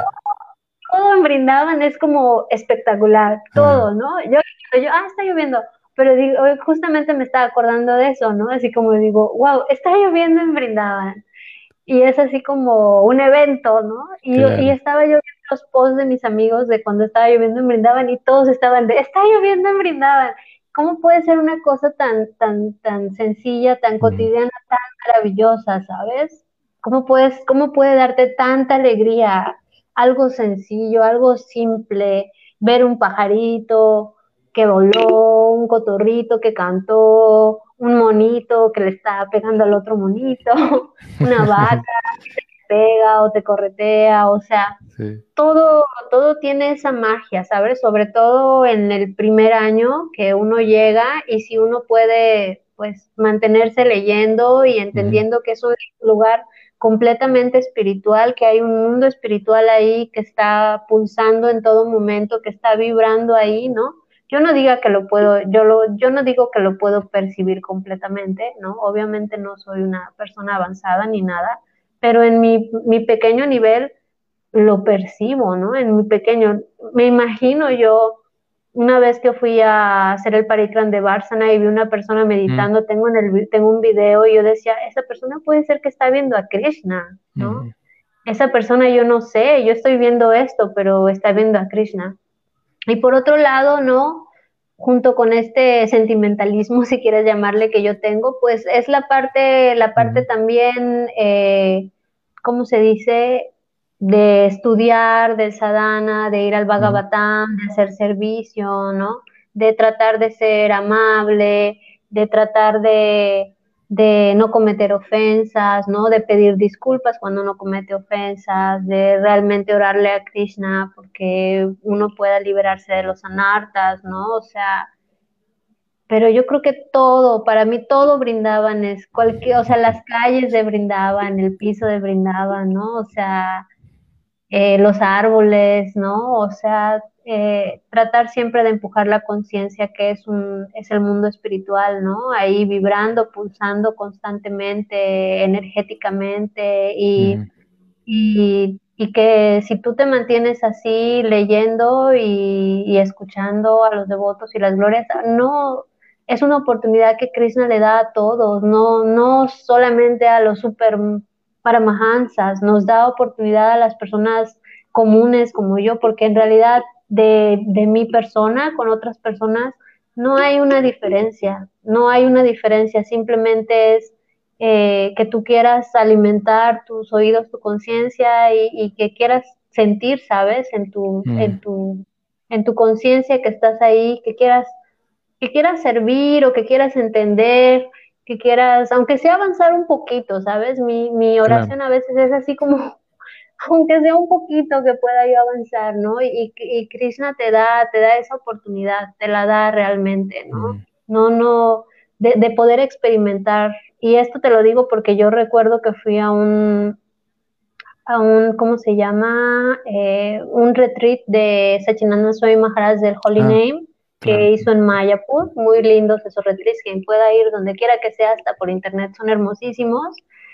todo en Brindaban es como espectacular, Ah, todo, ¿no? Yo, yo, ah, está lloviendo, pero digo, hoy justamente me estaba acordando de eso, ¿no? Así como digo, wow, está lloviendo en Brindaban. Y es así como un evento, ¿no? Y, y claro. estaba yo viendo los posts de mis amigos de cuando estaba lloviendo en Brindaban y todos estaban de, está lloviendo en Brindaban. ¿Cómo puede ser una cosa tan, tan, tan sencilla, tan Mm. cotidiana, tan maravillosa, ¿sabes? ¿Cómo puedes, cómo puede darte tanta alegría? Algo sencillo, algo simple, ver un pajarito que voló, un cotorrito que cantó, un monito que le estaba pegando al otro monito, una vaca. pega o te corretea, o sea, sí. todo, todo tiene esa magia, ¿sabes? Sobre todo en el primer año que uno llega y si uno puede, pues, mantenerse leyendo y entendiendo uh-huh. que es un lugar completamente espiritual, que hay un mundo espiritual ahí que está pulsando en todo momento, que está vibrando ahí, ¿no? Yo no diga que lo puedo, yo lo, yo no digo que lo puedo percibir completamente, ¿no? Obviamente no soy una persona avanzada ni nada, pero en mi, mi pequeño nivel lo percibo, ¿no? En mi pequeño, me imagino yo, una vez que fui a hacer el Parikram de Varsana y vi una persona meditando, mm. tengo, en el, tengo un video y yo decía, esa persona puede ser que está viendo a Krishna, ¿no? Mm. Esa persona yo no sé, yo estoy viendo esto, pero está viendo a Krishna. Y por otro lado, ¿no? Junto con este sentimentalismo, si quieres llamarle, que yo tengo, pues es la parte, la parte mm. también, eh, ¿cómo se dice?, de estudiar, del sadhana, de ir al Bhagavatam, de hacer servicio, ¿no? De tratar de ser amable, de tratar de, de no cometer ofensas, ¿no? De pedir disculpas cuando uno comete ofensas, de realmente orarle a Krishna porque uno pueda liberarse de los anartas, ¿no? O sea, pero yo creo que todo, para mí todo Brindavan es cualquier, o sea, las calles de Brindavan, el piso de Brindavan, ¿no? O sea, Eh, los árboles, ¿no? O sea, eh, tratar siempre de empujar la conciencia que es un, es el mundo espiritual, ¿no? Ahí vibrando, pulsando constantemente, energéticamente y, mm. y, y que si tú te mantienes así leyendo y, y escuchando a los devotos y las glorias, no, es una oportunidad que Krishna le da a todos, no, no solamente a los super paramahansas, nos da oportunidad a las personas comunes como yo, porque en realidad de, de mi persona con otras personas no hay una diferencia, no hay una diferencia, simplemente es eh, que tú quieras alimentar tus oídos, tu conciencia y, y que quieras sentir, ¿sabes? En tu, mm. en tu, en tu conciencia que estás ahí, que quieras, que quieras servir o que quieras entender, que quieras, aunque sea avanzar un poquito, ¿sabes? Mi, mi oración claro. A veces es así como, aunque sea un poquito que pueda yo avanzar, ¿no? Y, y Krishna te da, te da esa oportunidad, te la da realmente, ¿no? Mm. No, no, de, de poder experimentar. Y esto te lo digo porque yo recuerdo que fui a un, a un, ¿cómo se llama? Eh, un retreat de Sachinanda Swami Maharaj del Holy ah. Name, que claro. hizo en Mayapur, muy lindos esos retreats, quien pueda ir donde quiera que sea, hasta por internet, son hermosísimos,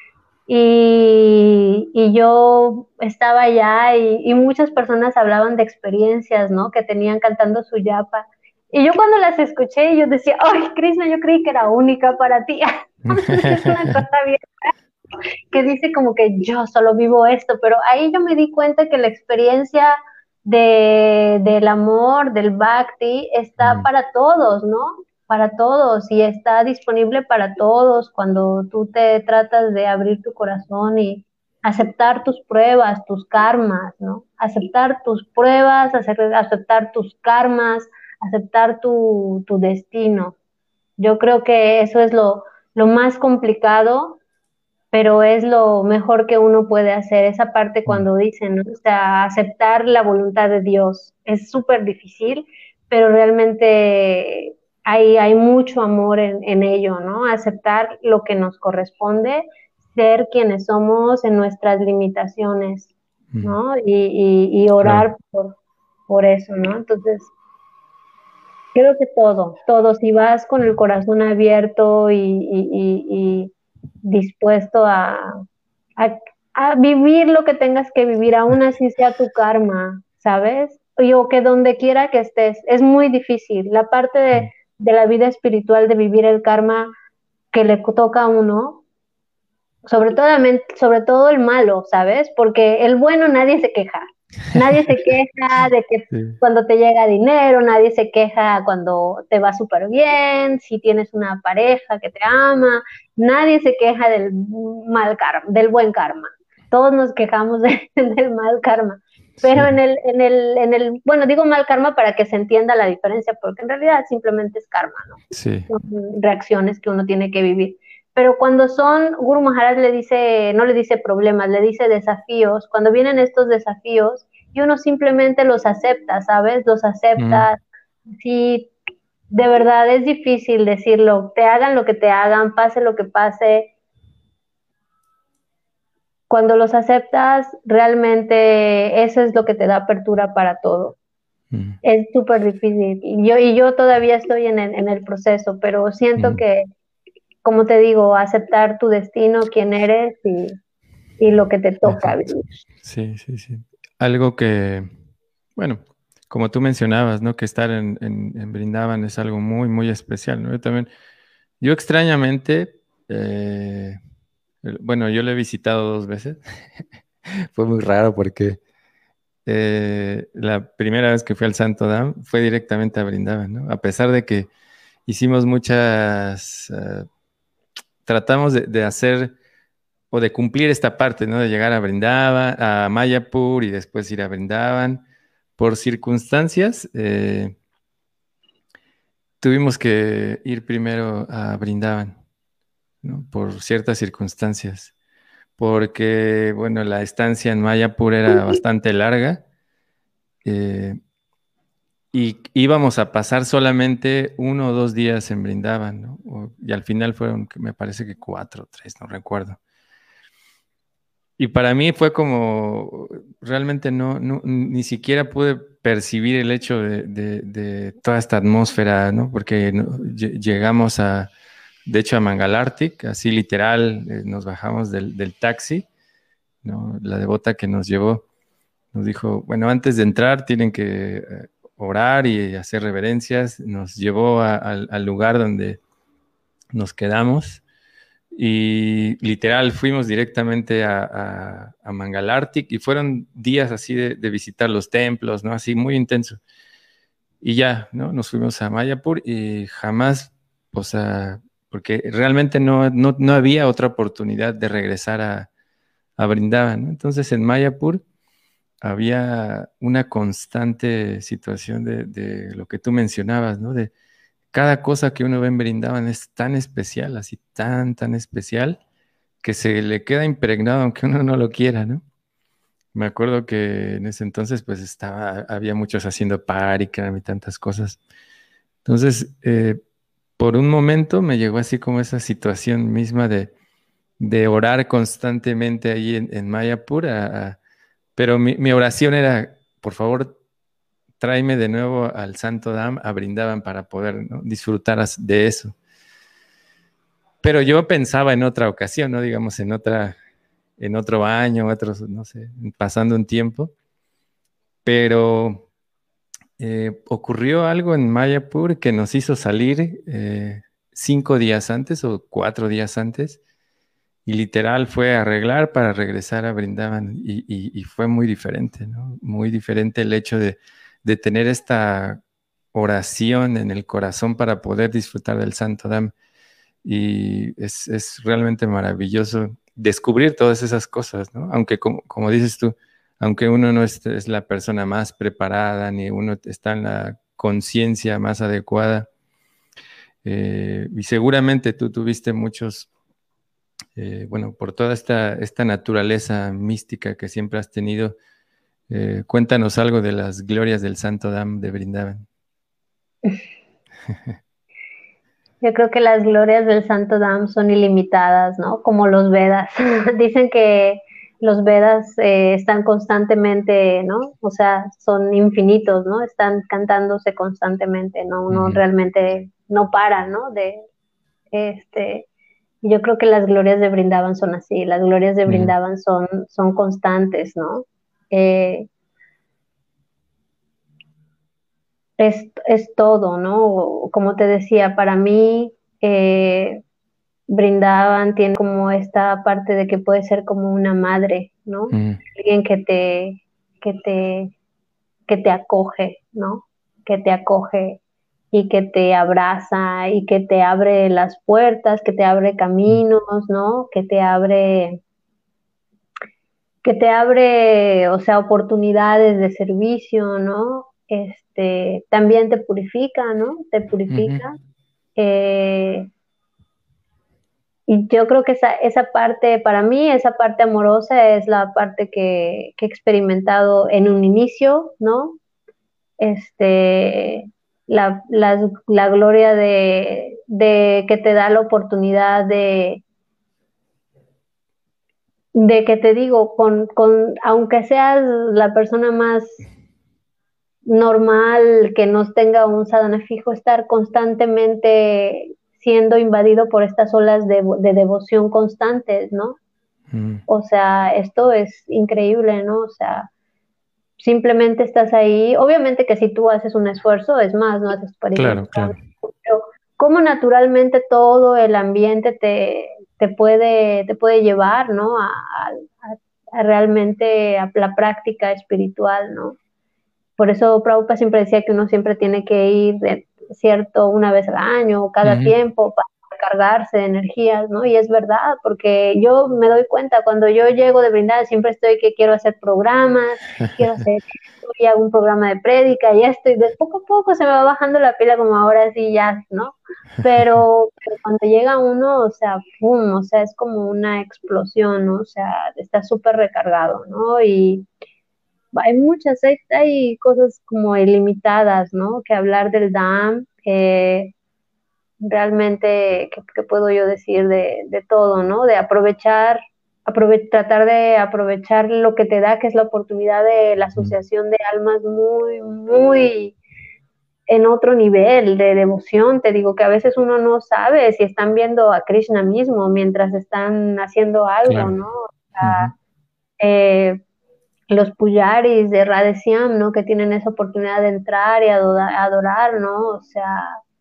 y, y yo estaba allá y, y muchas personas hablaban de experiencias, ¿no?, que tenían cantando su yapa, y yo cuando las escuché, yo decía, ¡ay, Krishna, yo creí que era única para ti! Es una cosa bien que dice como que yo solo vivo esto, pero ahí yo me di cuenta que la experiencia de, del amor, del bhakti, está mm. para todos, ¿no? Para todos, y está disponible para todos cuando tú te tratas de abrir tu corazón y aceptar tus pruebas, tus karmas, ¿no? Aceptar tus pruebas, aceptar tus karmas, aceptar tu, tu destino. Yo creo que eso es lo, lo más complicado, pero es lo mejor que uno puede hacer, esa parte cuando dicen, ¿no? O sea, aceptar la voluntad de Dios es súper difícil, pero realmente hay, hay mucho amor en, en ello, ¿no? Aceptar lo que nos corresponde, ser quienes somos en nuestras limitaciones, ¿no? Y, y, y orar claro. por, por eso, ¿no? Entonces, creo que todo, todo, si vas con el corazón abierto y, y, y, y dispuesto a, a, a vivir lo que tengas que vivir, aún así sea tu karma, ¿sabes? Y, o que donde quiera que estés, es muy difícil. La parte de, de la vida espiritual, de vivir el karma que le toca a uno, sobre todo, sobre todo el malo, ¿sabes? Porque el bueno nadie se queja. Nadie se queja de que sí. cuando te llega dinero, nadie se queja cuando te va súper bien, si tienes una pareja que te ama, nadie se queja del mal karma, del buen karma. Todos nos quejamos de, del mal karma. Pero sí. en, el, en, el, en el, bueno, digo mal karma para que se entienda la diferencia, porque en realidad simplemente es karma, ¿no? Sí. Son reacciones que uno tiene que vivir. pero cuando son, Guru Maharaj le dice, no le dice problemas, le dice desafíos, cuando vienen estos desafíos y uno simplemente los acepta, ¿sabes? Los Mm, acepta, sí, de verdad es difícil decirlo, te hagan lo que te hagan, pase lo que pase, cuando los aceptas, realmente eso es lo que te da apertura para todo. mm, Es súper difícil. Y yo, y yo todavía estoy en el, en el proceso, pero siento mm. que, como te digo, aceptar tu destino, quién eres y, y lo que te toca Exacto. vivir. Sí, sí, sí. Algo que, bueno, como tú mencionabas, ¿no? Que estar en, en, en Brindavan es algo muy, muy especial, ¿no? Yo también, yo extrañamente, eh, el- bueno, yo lo he visitado dos veces. Fue muy raro porque eh, la primera vez que fui al Santo Dam fue directamente a Brindavan, ¿no? A pesar de que hicimos muchas, eh, tratamos de, de hacer o de cumplir esta parte, ¿no? De llegar a Brindavan, a Mayapur y después ir a Brindavan. Por circunstancias, eh, tuvimos que ir primero a Brindavan, ¿no? Por ciertas circunstancias. Porque, bueno, la estancia en Mayapur era bastante larga. eh, Y íbamos a pasar solamente uno o dos días en Brindavan, ¿no? O- y al final fueron, me parece que cuatro o tres, no recuerdo. Y para mí fue como, realmente no, no- ni siquiera pude percibir el hecho de, de- de toda esta atmósfera, ¿no? Porque no- lle- llegamos a, de hecho, a Mangalartik, así literal, eh, nos bajamos del, del taxi, ¿no? La devota que nos llevó nos dijo, bueno, antes de entrar tienen que eh, orar y hacer reverencias. Nos llevó a- al, al lugar donde nos quedamos y literal fuimos directamente a, a, a Mangalartik y fueron días así de, de visitar los templos, ¿no? Así muy intenso. Y ya, ¿no? Nos fuimos a Mayapur y jamás, o sea, porque realmente no, no, no había otra oportunidad de regresar a, a Brindavan, ¿no? Entonces en Mayapur había una constante situación de, de lo que tú mencionabas, ¿no? De cada cosa que uno ve en Brindavan es tan especial, así tan, tan especial, que se le queda impregnado aunque uno no lo quiera, ¿no? Me acuerdo que en ese entonces pues estaba, había muchos haciendo parikram y tantas cosas. Entonces, eh, por un momento me llegó así como esa situación misma de, de orar constantemente ahí en, en Mayapur, a- a- pero mi, mi oración era, por favor, tráeme de nuevo al Santo Dam a Brindavan para poder, ¿no? disfrutar as- de eso. Pero yo pensaba en otra ocasión, ¿no? Digamos, en otra, en otro año, otros, no sé, pasando un tiempo. Pero eh, ocurrió algo en Mayapur que nos hizo salir eh, cinco días antes o cuatro días antes. Y literal fue arreglar para regresar a Brindavan y, y- y fue muy diferente, ¿no? Muy diferente el hecho de, de tener esta oración en el corazón para poder disfrutar del Santo Dam. Y es, es realmente maravilloso descubrir todas esas cosas, ¿no? Aunque como, como dices tú, aunque uno no es, es la persona más preparada, ni uno está en la conciencia más adecuada, eh, y seguramente tú tuviste muchos eh, bueno, por toda esta, esta naturaleza mística que siempre has tenido, eh, cuéntanos algo de las glorias del Santo Dam de Brindavan. Yo creo que las glorias del Santo Dam son ilimitadas, ¿no? Como los Vedas. Dicen que los Vedas eh, están constantemente, ¿no? O sea, son infinitos, ¿no? Están cantándose constantemente, ¿no? Uno Ujú, realmente no para, ¿no? De, este, yo creo que las glorias de Brindavan son así, las glorias de ujú, Brindavan son, son constantes, ¿no? Eh, es, es todo, ¿no? Como te decía, para mí, eh, Brindaban tiene como esta parte de que puede ser como una madre, ¿no? ujú, Alguien que te, que te, que te acoge, ¿no? Que te acoge y que te abraza y que te abre las puertas, que te abre caminos, ¿no? Que te abre, que te abre, o sea, oportunidades de servicio, ¿no? Este, también te purifica, ¿no? Te ujú, purifica. Eh, y yo creo que esa, esa parte, para mí, esa parte amorosa es la parte que, que he experimentado en un inicio, ¿no? Este, la, la, la gloria de, de que te da la oportunidad de, de que te digo, con, con, aunque seas la persona más normal, que no tenga un sadhana fijo, estar constantemente siendo invadido por estas olas de, de devoción constantes, ¿no? Mm, O sea, esto es increíble, ¿no? O sea, simplemente estás ahí. Obviamente que si tú haces un esfuerzo, es más, no haces parikrama, claro, claro. pero cómo naturalmente todo el ambiente te, te puede, te puede llevar, ¿no? A, a, a realmente a la práctica espiritual, ¿no? Por eso Prabhupada siempre decía que uno siempre tiene que ir, de, cierto, una vez al año o cada Ujú. tiempo para recargarse de energías, ¿no? Y es verdad, porque yo me doy cuenta, cuando yo llego de brindar, siempre estoy que quiero hacer programas, quiero hacer esto, y hago un programa de prédica y esto, y de poco a poco se me va bajando la pila como ahora sí ya, ¿no? Pero, pero cuando llega uno, o sea, pum, o sea, es como una explosión, ¿no? O sea, está súper recargado, ¿no? Y hay muchas, hay, hay cosas como ilimitadas, ¿no? Que hablar del D A M, que realmente, ¿qué, qué puedo yo decir de, de todo, ¿no? De aprovechar, aprove tratar de aprovechar lo que te da, que es la oportunidad de la Mm, asociación de almas muy, muy en otro nivel de devoción. Te digo que a veces uno no sabe si están viendo a Krishna mismo mientras están haciendo algo, claro. ¿no? O Ujú. sea, eh, los puyaris de Radheshyam, ¿no? Que tienen esa oportunidad de entrar y adorar, adorar, ¿no? O sea,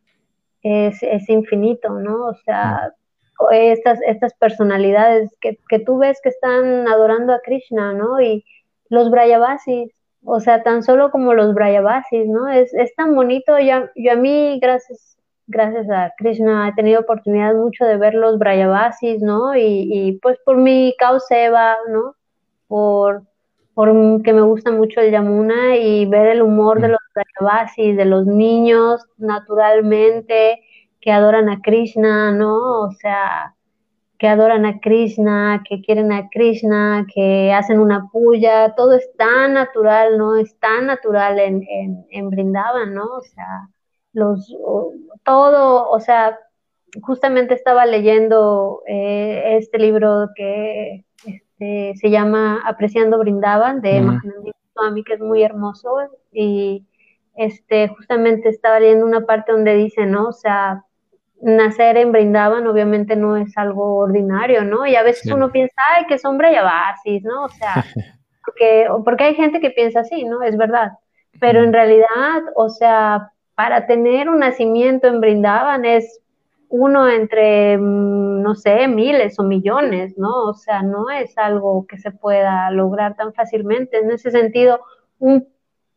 es, es infinito, ¿no? O Mm, sea, estas, estas personalidades que, que tú ves que están adorando a Krishna, ¿no? Y los Brayavasis, o sea, tan solo como los Brayavasis, ¿no? Es, es tan bonito. Yo, yo a mí, gracias, gracias a Krishna, he tenido oportunidad mucho de ver los Brayavasis, ¿no? Y, y pues por mi causa Eva, ¿no? Por, por que me gusta mucho el Yamuna y ver el humor de mm, los Brajavasis, de los niños naturalmente que adoran a Krishna, ¿no? O sea, que adoran a Krishna, que quieren a Krishna, que hacen una puya, todo es tan natural, ¿no? Es tan natural en, en, en Brindavan, ¿no? O sea, los, o, todo, o sea, justamente estaba leyendo eh, este libro que este, se llama Apreciando Brindavan de ujú. Mahanandini Swami, que es muy hermoso, y este, justamente estaba leyendo una parte donde dice, ¿no? O sea, nacer en Brindavan obviamente no es algo ordinario, ¿no? Y a veces Sí. uno piensa, ay, que son Brayavasis, ¿no? O sea, porque, porque hay gente que piensa así, ¿no? Es verdad. Pero en Mm, realidad, o sea, para tener un nacimiento en Brindavan es uno entre, mm, no sé, miles o millones, ¿no? O sea, no es algo que se pueda lograr tan fácilmente. En ese sentido, un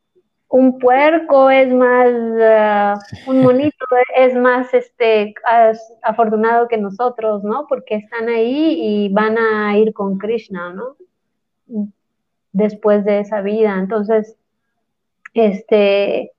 un puerco es más, uh, un monito es más este, as, afortunado que nosotros, ¿no? Porque están ahí y van a ir con Krishna, ¿no? Después de esa vida. Entonces, este,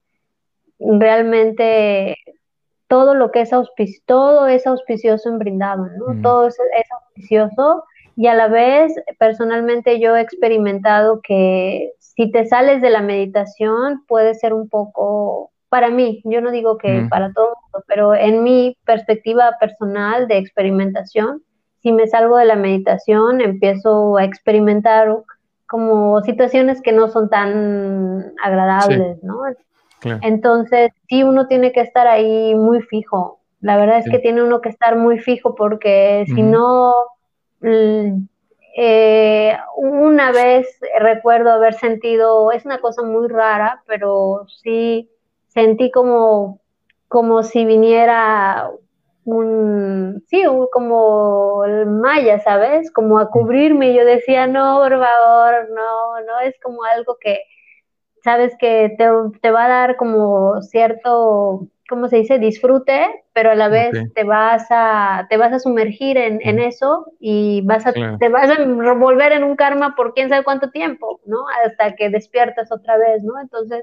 realmente todo lo que es auspicioso, todo es auspicioso en Brindavan, ¿no? mm, Todo es, es auspicioso y a la vez, personalmente yo he experimentado que si te sales de la meditación puede ser un poco, para mí, yo no digo que mm, para todo el mundo, pero en mi perspectiva personal de experimentación, si me salgo de la meditación, empiezo a experimentar como situaciones que no son tan sí, agradables, ¿no? claro. Entonces, sí, uno tiene que estar ahí muy fijo. La verdad es que Sí. tiene uno que estar muy fijo porque si Ujú. no, mm, eh, una vez recuerdo haber sentido, es una cosa muy rara, pero sí sentí como, como si viniera un, sí, un- como el maya, ¿sabes? Como a Mm, cubrirme y yo decía, no, por favor, no, no, es como algo que sabes que te, te va a dar como cierto, ¿cómo se dice? Disfrute, pero a la vez ok. te vas a, te vas a sumergir en, en Mm, eso y vas a, claro. te vas a revolver en un karma por quién sabe cuánto tiempo, ¿no? Hasta que despiertas otra vez, ¿no? Entonces,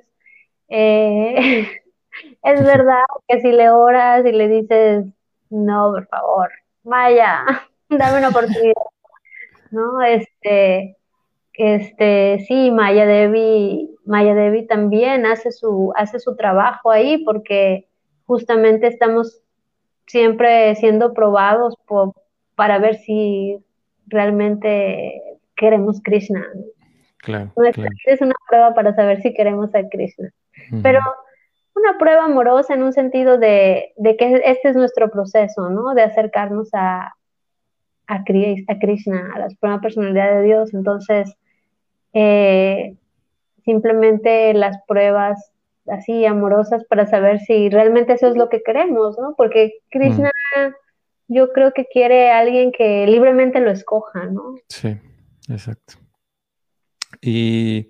eh, es verdad que si le oras y le dices, no, por favor, Maya, dame una oportunidad, ¿no? Este, este, sí, Maya Devi, Maya Devi también hace su, hace su trabajo ahí porque justamente estamos siempre siendo probados por, para ver si realmente queremos Krishna, ¿no? Claro, Nuestra claro. vida es una prueba para saber si queremos a Krishna. Pero Ujú. una prueba amorosa en un sentido de, de que este es nuestro proceso, ¿no? De acercarnos a, a, a Krishna, a la suprema personalidad de Dios. Entonces, eh, simplemente las pruebas así amorosas para saber si realmente eso es lo que queremos, ¿no? Porque Mm, Krishna yo creo que quiere a alguien que libremente lo escoja, ¿no? sí, exacto. Y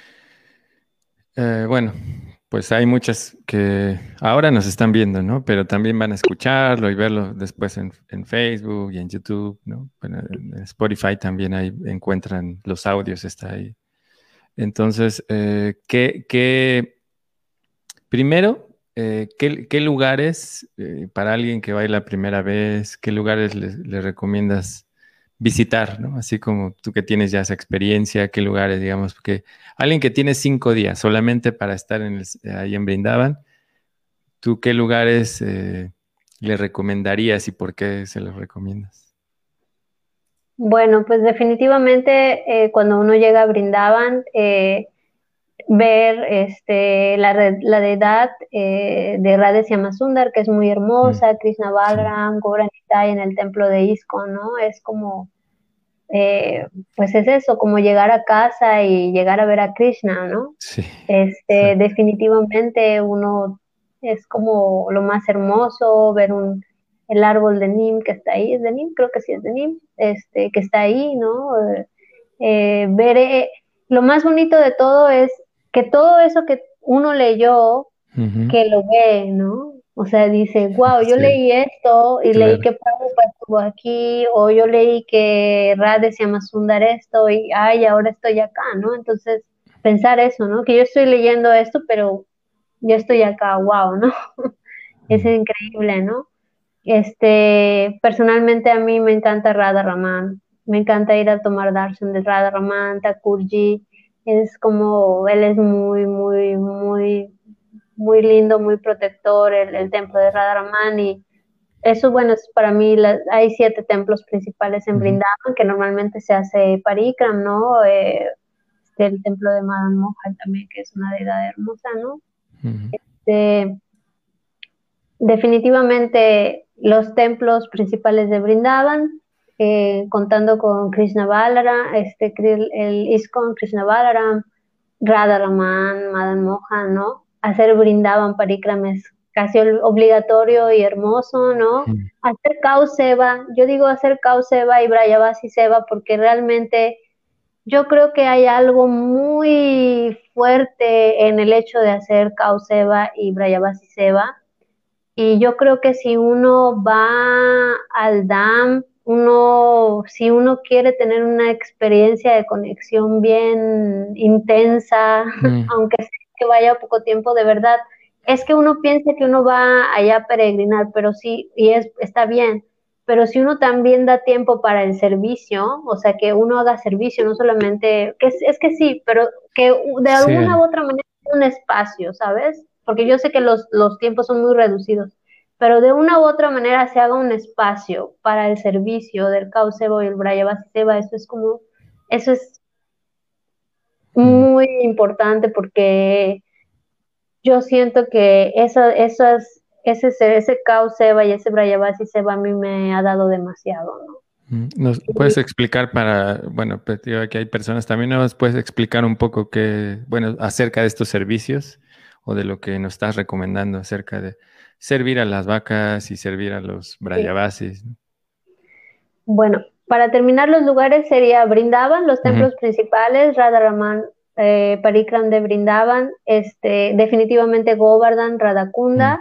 eh, bueno, pues hay muchas que ahora nos están viendo, ¿no? Pero también van a escucharlo y verlo después en, en Facebook y en YouTube, ¿no? Bueno, en Spotify también ahí encuentran los audios, está ahí. Entonces, eh, ¿qué, qué- primero, eh, ¿qué, qué lugares, eh, para alguien que va a ir la primera vez, qué lugares le, le recomiendas visitar, ¿no? Así como tú que tienes ya esa experiencia, qué lugares, digamos, porque alguien que tiene cinco días solamente para estar en el- ahí en Brindavan, ¿tú qué lugares eh, le recomendarías y por qué se los recomiendas? Bueno, pues definitivamente eh, cuando uno llega a Brindavan, eh, ver este, la, re- la deidad eh, de Radha Shyamsundar, que es muy Mm, hermosa, Krishna sí, Balaram, Gaura Nitai en el templo de ISKCON, ¿no? Es como, eh, pues es eso, como llegar a casa y llegar a ver a Krishna, ¿no? sí, Este, exacto. definitivamente uno es como lo más hermoso, ver un, el árbol de Nim que está ahí, ¿es de Nim? Creo que sí es de Nim, este, que está ahí, ¿no? Eh, eh, ver, eh, lo más bonito de todo es que todo eso que uno leyó, Ujú, que lo ve, ¿no? O sea, dice, wow, yo sí, leí esto y leí claro. que Prabhupada estuvo aquí, o yo leí que Radha se llama Sundar esto, y ay, ahora estoy acá, ¿no? Entonces, pensar eso, ¿no? Que yo estoy leyendo esto, pero yo estoy acá, wow, ¿no? Es Mm, increíble, ¿no? Este, personalmente a mí me encanta Radha Raman, me encanta ir a tomar darshan de Radha Raman, Thakurji, es como, él es muy, muy, muy, muy lindo, muy protector, el, el templo de Radha Raman, y eso, bueno, es para mí, la- hay siete templos principales en ujú, Brindavan, que normalmente se hace parikram, ¿no? Eh, este, el templo de Madan Mohan también, que es una deidad hermosa, ¿no? ujú, De, definitivamente los templos principales de Brindavan, eh, contando con Krishna Balara, este, el ISKCON, Krishna Balaram, Radha Raman, Madan Mohan, ¿no? Hacer Brindavan Parikram es casi obligatorio y hermoso, ¿no? ujú. Hacer Kau Seva, yo digo hacer Kau Seva y Brayavasi Seva porque realmente yo creo que hay algo muy fuerte en el hecho de hacer Kau Seva y Brayavasi Seva, y yo creo que si uno va al D A M, uno, si uno quiere tener una experiencia de conexión bien intensa, Mm, aunque sea que vaya poco tiempo, de verdad, es que uno piensa que uno va allá a peregrinar, pero sí, y es, está bien, pero si uno también da tiempo para el servicio, o sea, que uno haga servicio, no solamente, que es, es que sí, pero que de alguna sí. u otra manera un espacio, ¿sabes? Porque yo sé que los, los tiempos son muy reducidos, pero de una u otra manera se haga un espacio para el servicio del Caucebo y el Brayabasiseba, eso es como, eso es Mm. muy importante porque yo siento que esa, esas, ese, ese Cauceba y ese Brayabasiseba a mí me ha dado demasiado, ¿no? Mm, ¿nos puedes explicar para, bueno, pues digo, aquí hay personas también, ¿nos puedes explicar un poco qué, bueno, acerca de estos servicios o de lo que nos estás recomendando acerca de servir a las vacas y servir a los Sí. brayabasis, ¿no? Bueno, para terminar los lugares sería Brindavan, los Ujú, templos principales, Radharaman, eh, Parikram de Brindavan, este, definitivamente Govardhan, mm, Radhakunda,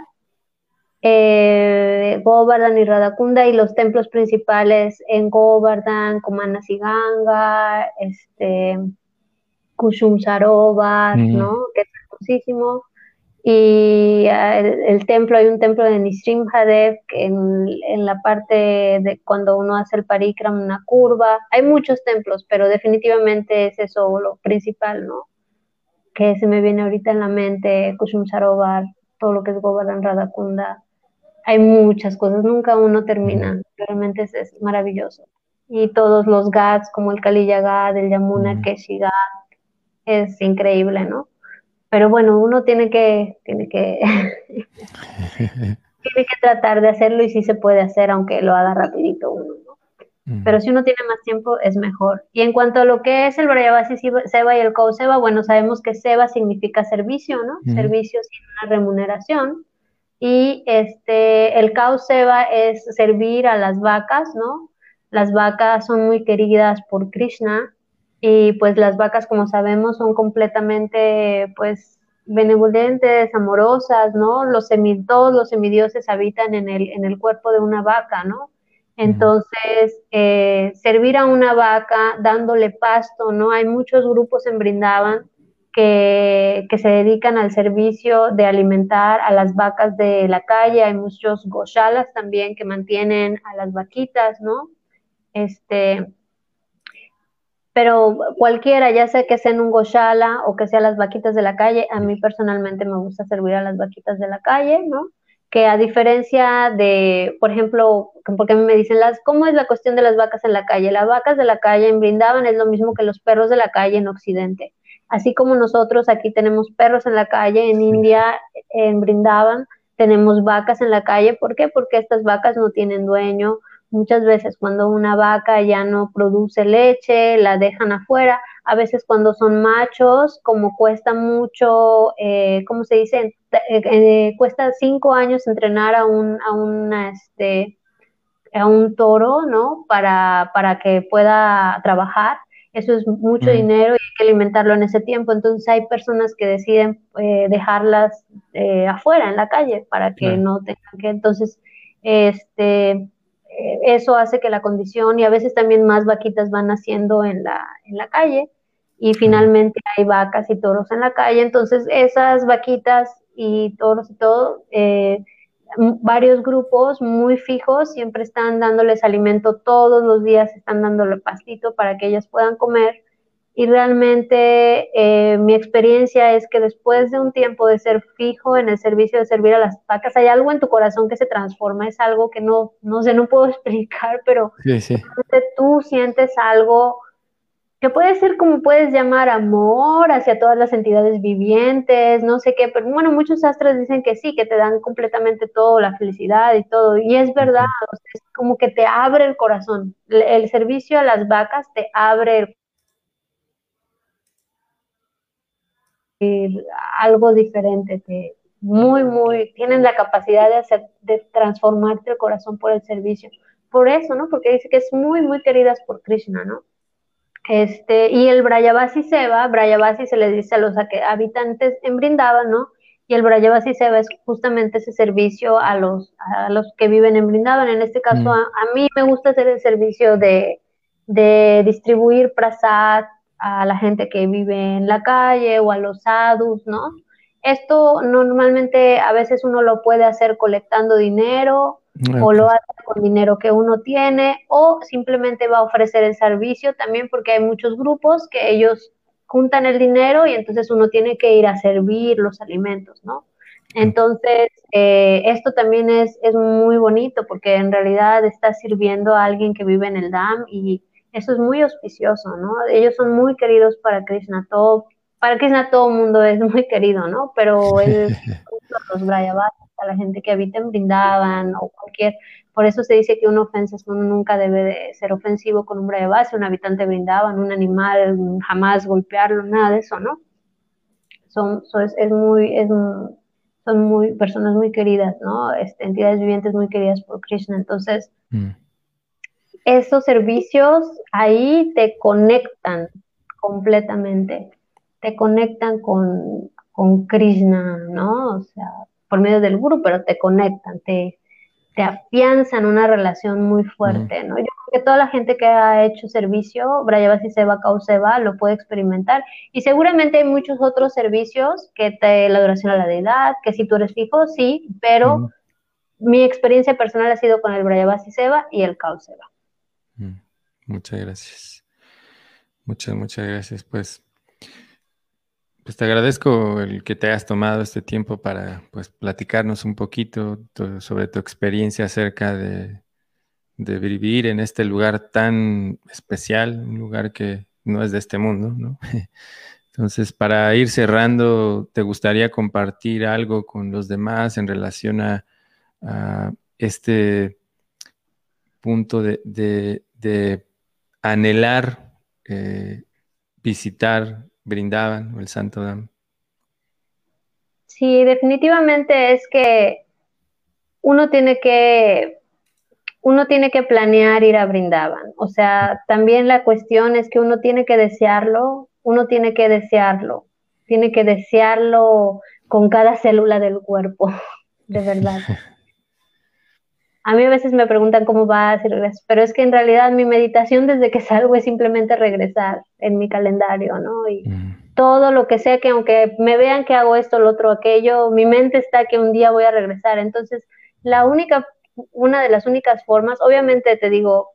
eh, Govardhan y Radhakunda, y los templos principales en Govardhan, como Manasiganga, este, Kushum Sarovar, mm, ¿no? Que es hermosísimo. y ah, el, el templo, hay un templo de Nrsimhadev que en, en la parte de cuando uno hace el parikram, una curva, hay muchos templos, pero definitivamente es eso lo principal, ¿no? Que se me viene ahorita en la mente, Kushum Sarovar, todo lo que es Govardhan Radhakunda, hay muchas cosas, nunca uno Ujú, termina, realmente es, es maravilloso. Y todos los Ghats, como el Kaliya Ghat, el Yamuna ujú. Keshi Ghat, es increíble, ¿no? Pero bueno, uno tiene que, tiene que, tiene que tratar de hacerlo y sí se puede hacer, aunque lo haga rapidito uno, ¿no? Ujú, Pero si uno tiene más tiempo, es mejor. Y en cuanto a lo que es el Vrayavasi Seva y el Kauseva, bueno, sabemos que Seva significa servicio, ¿no? ujú, Servicio sin una remuneración. Y este, el Kauseva es servir a las vacas, ¿no? Las vacas son muy queridas por Krishna y pues las vacas, como sabemos, son completamente, pues, benevolentes, amorosas, ¿no? Los semi, todos los semidioses habitan en el, en el cuerpo de una vaca, ¿no? ujú. Entonces, eh, servir a una vaca dándole pasto, ¿no? Hay muchos grupos en Brindavan que, que se dedican al servicio de alimentar a las vacas de la calle, hay muchos goshalas también que mantienen a las vaquitas, ¿no? Este, pero cualquiera, ya sea que sea en un goshala o que sea las vaquitas de la calle, a mí personalmente me gusta servir a las vaquitas de la calle, ¿no? Que a diferencia de, por ejemplo, porque a mí me dicen, las, ¿cómo es la cuestión de las vacas en la calle? Las vacas de la calle en Brindavan es lo mismo que los perros de la calle en Occidente. Así como nosotros aquí tenemos perros en la calle, en Sí. India, en Brindavan, tenemos vacas en la calle. ¿Por qué? Porque estas vacas no tienen dueño. Muchas veces cuando una vaca ya no produce leche, la dejan afuera. A veces cuando son machos, como cuesta mucho, eh, ¿cómo se dice? Eh, eh, cuesta cinco años entrenar a un, a una, este, a un toro, ¿no? Para, para que pueda trabajar. Eso es mucho Mm, dinero y hay que alimentarlo en ese tiempo. Entonces hay personas que deciden eh, dejarlas eh, afuera, en la calle, para que claro. no tengan que. Entonces, este, eh, eso hace que la condición y a veces también más vaquitas van naciendo en la, en la calle y Ah, finalmente hay vacas y toros en la calle. Entonces, esas vaquitas y toros y todo, eh, varios grupos muy fijos, siempre están dándoles alimento todos los días, están dándole pastito para que ellas puedan comer. Y realmente eh, mi experiencia es que después de un tiempo de ser fijo en el servicio de servir a las vacas, hay algo en tu corazón que se transforma, es algo que no, no sé, no puedo explicar, pero sí, sí. tú sientes algo que puede ser como puedes llamar amor hacia todas las entidades vivientes, no sé qué, pero bueno, muchos astros dicen que sí, que te dan completamente todo, la felicidad y todo, y es verdad, Ujú. o sea, es como que te abre el corazón, el, el servicio a las vacas te abre el, el, algo diferente, te, muy, muy, tienen la capacidad de hacer, de transformarte el corazón por el servicio, por eso, ¿no? Porque dice que es muy, muy queridas por Krishna, ¿no? Este, y el Brayavasi Seva, Brayavasi se le dice a los habitantes en Brindavan, ¿no? Y el Brayavasi Seva es justamente ese servicio a los, a los que viven en Brindavan. En este caso, Mm, a, a mí me gusta hacer el servicio de, de distribuir prasad a la gente que vive en la calle o a los sadhus, ¿no? Esto normalmente a veces uno lo puede hacer colectando dinero o ok. lo hace con dinero que uno tiene o simplemente va a ofrecer el servicio también porque hay muchos grupos que ellos juntan el dinero y entonces uno tiene que ir a servir los alimentos, ¿no? Ok. Entonces, eh, esto también es, es muy bonito porque en realidad está sirviendo a alguien que vive en el D A M y eso es muy auspicioso, ¿no? Ellos son muy queridos para Krishna, todo, para Krishna todo el mundo es muy querido, ¿no? Pero él, los Brayavas, a la gente que habita en Brindavan o cualquier, por eso se dice que una ofensa uno nunca debe de ser ofensivo con un Brayavasi, un habitante de Brindavan, un animal, jamás golpearlo, nada de eso, ¿no? Son, son es, es, muy, es, son muy personas muy queridas, ¿no? Este, entidades vivientes muy queridas por Krishna. Entonces, Mm, esos servicios ahí te conectan completamente, te conectan con, con Krishna, ¿no? O sea, por medio del guru, pero te conectan, te, te afianzan una relación muy fuerte, ¿no? Yo creo que toda la gente que ha hecho servicio, Vrayavasi Seva, Kauseva, lo puede experimentar. Y seguramente hay muchos otros servicios que te, la adoración a la deidad, que si tú eres fijo, sí, pero uh-huh. mi experiencia personal ha sido con el Vrayavasi Seva y el Kauseva. Uh-huh. Muchas gracias. Muchas, muchas gracias. Pues, pues te agradezco el que te hayas tomado este tiempo para pues platicarnos un poquito tu, sobre tu experiencia acerca de, de vivir en este lugar tan especial, un lugar que no es de este mundo, ¿no? Entonces, para ir cerrando, ¿te gustaría compartir algo con los demás en relación a, a este punto de, de, de anhelar eh, visitar Brindavan o el Santo Dham? Sí, definitivamente es que uno tiene que uno tiene que planear ir a Brindavan. O sea, también la cuestión es que uno tiene que desearlo, uno tiene que desearlo, tiene que desearlo con cada célula del cuerpo, de verdad. A mí a veces me preguntan cómo vas y regresas, pero es que en realidad mi meditación desde que salgo es simplemente regresar en mi calendario, ¿no? Y mm. todo lo que sea que aunque me vean que hago esto, lo otro, aquello, mi mente está que un día voy a regresar. Entonces, la única, una de las únicas formas, obviamente te digo,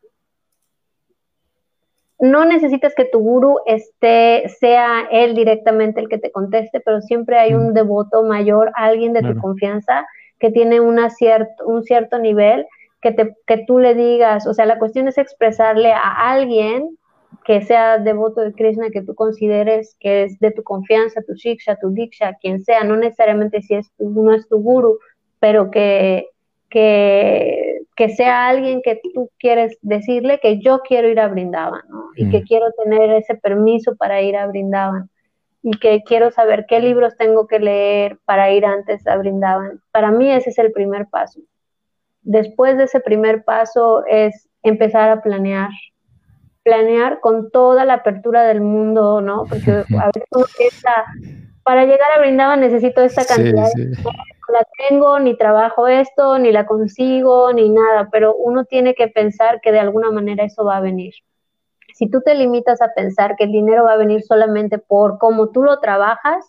no necesitas que tu gurú esté, sea él directamente el que te conteste, pero siempre hay mm. un devoto mayor, alguien de claro. tu confianza, que tiene una cierto, un cierto nivel, que, te, que tú le digas, o sea, la cuestión es expresarle a alguien que sea devoto de Krishna, que tú consideres que es de tu confianza, tu shiksha, tu diksha, quien sea, no necesariamente si es tu, no es tu guru, pero que, que, que sea alguien que tú quieres decirle que yo quiero ir a Brindavan, ¿no? Y mm. que quiero tener ese permiso para ir a Brindavan. Y que quiero saber qué libros tengo que leer para ir antes a Brindavan. Para mí ese es el primer paso. Después de ese primer paso es empezar a planear, planear con toda la apertura del mundo, ¿no? Porque a veces uno piensa, para llegar a Brindavan necesito esta cantidad, sí, sí. no la tengo, ni trabajo esto, ni la consigo, ni nada, pero uno tiene que pensar que de alguna manera eso va a venir. Si tú te limitas a pensar que el dinero va a venir solamente por cómo tú lo trabajas,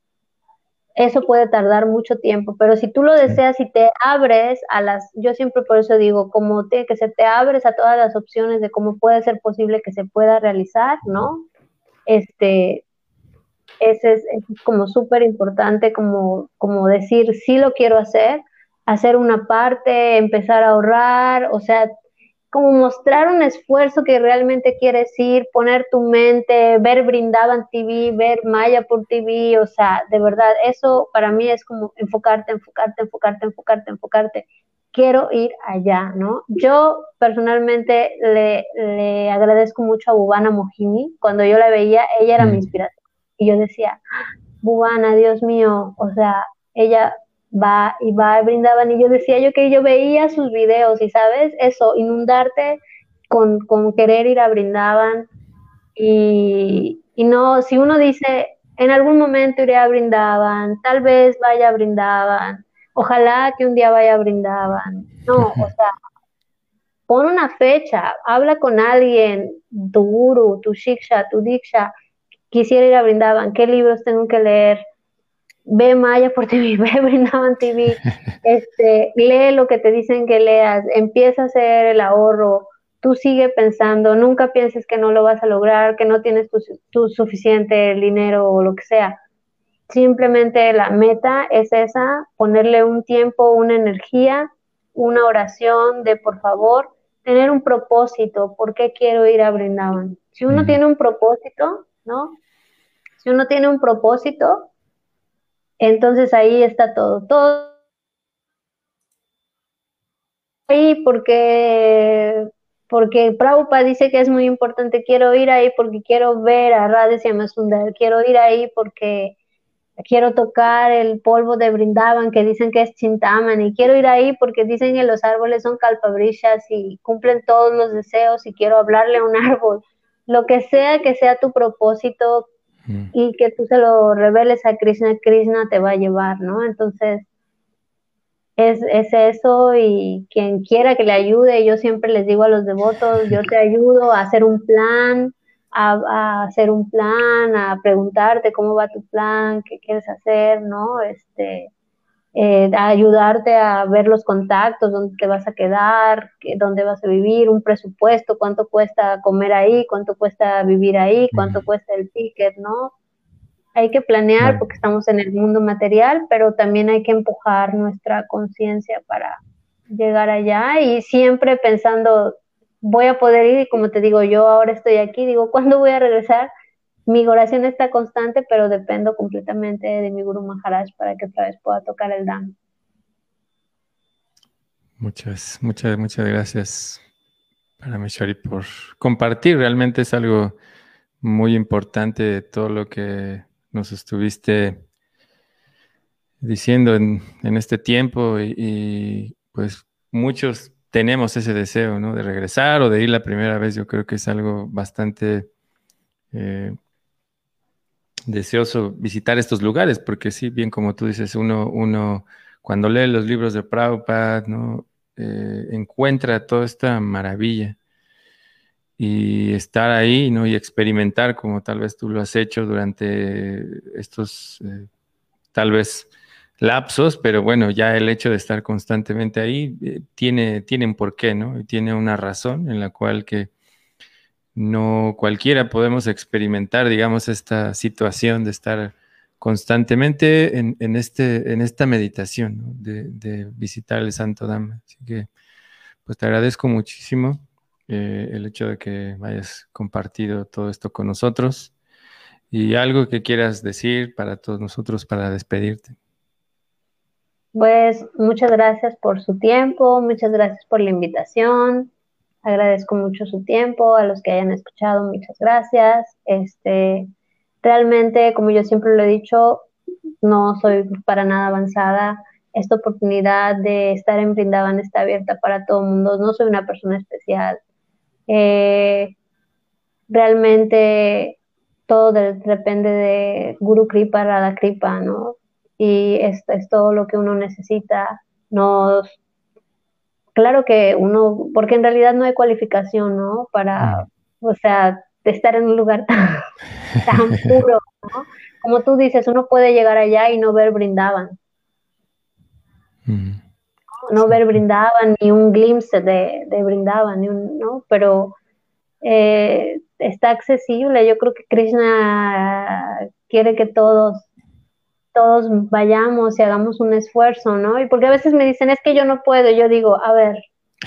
eso puede tardar mucho tiempo, pero si tú lo deseas y te abres a las, yo siempre por eso digo, como tiene que ser, te abres a todas las opciones de cómo puede ser posible que se pueda realizar, ¿no? Este, ese es, es como súper importante, como, como decir, sí lo quiero hacer, hacer una parte, empezar a ahorrar, o sea, como mostrar un esfuerzo que realmente quieres ir, poner tu mente, ver Brindavan T V, ver Maya por T V, o sea, de verdad, eso para mí es como enfocarte, enfocarte, enfocarte, enfocarte, enfocarte. Quiero ir allá, ¿no? Yo personalmente le, le agradezco mucho a Bhuvana Mohini. Cuando yo la veía, ella era mm. mi inspiración. Y yo decía, Bhuvana, Dios mío, o sea, ella va y va a Brindavan, y yo decía yo que yo veía sus videos y sabes, eso, inundarte con, con querer ir a Brindavan y, y no, si uno dice, en algún momento iré a Brindavan, tal vez vaya a Brindavan, ojalá que un día vaya a Brindavan, no, o sea, pon una fecha, habla con alguien, tu guru, tu shiksha, tu diksha, quisiera ir a Brindavan, ¿qué libros tengo que leer? Ve Maya por T V, ve Brindavan T V, este, lee lo que te dicen que leas, empieza a hacer el ahorro, tú sigue pensando, nunca pienses que no lo vas a lograr, que no tienes tu, tu suficiente dinero o lo que sea. Simplemente la meta es esa, ponerle un tiempo, una energía, una oración de por favor, tener un propósito, ¿por qué quiero ir a Brindavan? Si uno mm. tiene un propósito, ¿no? Si uno tiene un propósito, entonces ahí está todo, todo ahí porque, porque Prabhupada dice que es muy importante, quiero ir ahí porque quiero ver a Radha Shyamsundar, quiero ir ahí porque quiero tocar el polvo de Brindavan que dicen que es Chintamani, quiero ir ahí porque dicen que los árboles son kalpavrishas y cumplen todos los deseos y quiero hablarle a un árbol, lo que sea que sea tu propósito, y que tú se lo reveles a Krishna, Krishna te va a llevar, ¿no? Entonces, es, es eso, y quien quiera que le ayude, yo siempre les digo a los devotos, yo te ayudo a hacer un plan, a, a hacer un plan, a preguntarte cómo va tu plan, qué quieres hacer, ¿no? Este, eh, a ayudarte a ver los contactos, dónde te vas a quedar, qué- dónde vas a vivir, un presupuesto, cuánto cuesta comer ahí, cuánto cuesta vivir ahí, cuánto Ujú. cuesta el ticket, ¿no? Hay que planear Claro. porque estamos en el mundo material, pero también hay que empujar nuestra conciencia para llegar allá, y siempre pensando, voy a poder ir, y como te digo, yo ahora estoy aquí, digo, ¿cuándo voy a regresar? Mi oración está constante, pero dependo completamente de mi Guru Maharaj para que otra vez pueda tocar el Dham. Muchas, muchas, muchas gracias, Parameshwari, por compartir. Realmente es algo muy importante todo lo que nos estuviste diciendo en, en este tiempo y, y, pues muchos tenemos ese deseo, ¿no? De regresar o de ir la primera vez. Yo creo que es algo bastante eh, deseoso visitar estos lugares, porque sí, bien como tú dices, uno, uno cuando lee los libros de Prabhupada, ¿no? Eh, encuentra toda esta maravilla y estar ahí, ¿no? Y experimentar como tal vez tú lo has hecho durante estos, eh, tal vez lapsos, pero bueno, ya el hecho de estar constantemente ahí eh, tiene, tiene un porqué, ¿no? Y tiene una razón en la cual que no cualquiera podemos experimentar, digamos, esta situación de estar constantemente en, en este, en esta meditación, ¿no? de, de visitar el Santo Dhamma. Así que, pues te agradezco muchísimo eh, el hecho de que hayas compartido todo esto con nosotros y algo que quieras decir para todos nosotros para despedirte. Pues muchas gracias por su tiempo, muchas gracias por la invitación, agradezco mucho su tiempo, a los que hayan escuchado, muchas gracias. Este, realmente, como yo siempre lo he dicho, no soy para nada avanzada. Esta oportunidad de estar en Brindavan está abierta para todo el mundo, no soy una persona especial. Eh, realmente todo de- depende de Guru Kripa, Radha Kripa, ¿no? Y esto es todo lo que uno necesita. Nos, claro que uno, porque en realidad no hay cualificación, ¿no? Para, Mm. o sea, de estar en un lugar tan, tan puro, ¿no? Como tú dices, uno puede llegar allá y no ver Brindavan, Mm. no ver Exacto. Brindavan, ni un glimpse de, de Brindavan, ni un, ¿no? Pero eh, está accesible. Yo creo que Krishna quiere que todos, todos vayamos y hagamos un esfuerzo, ¿no? Y porque a veces me dicen, es que yo no puedo, yo digo, a ver,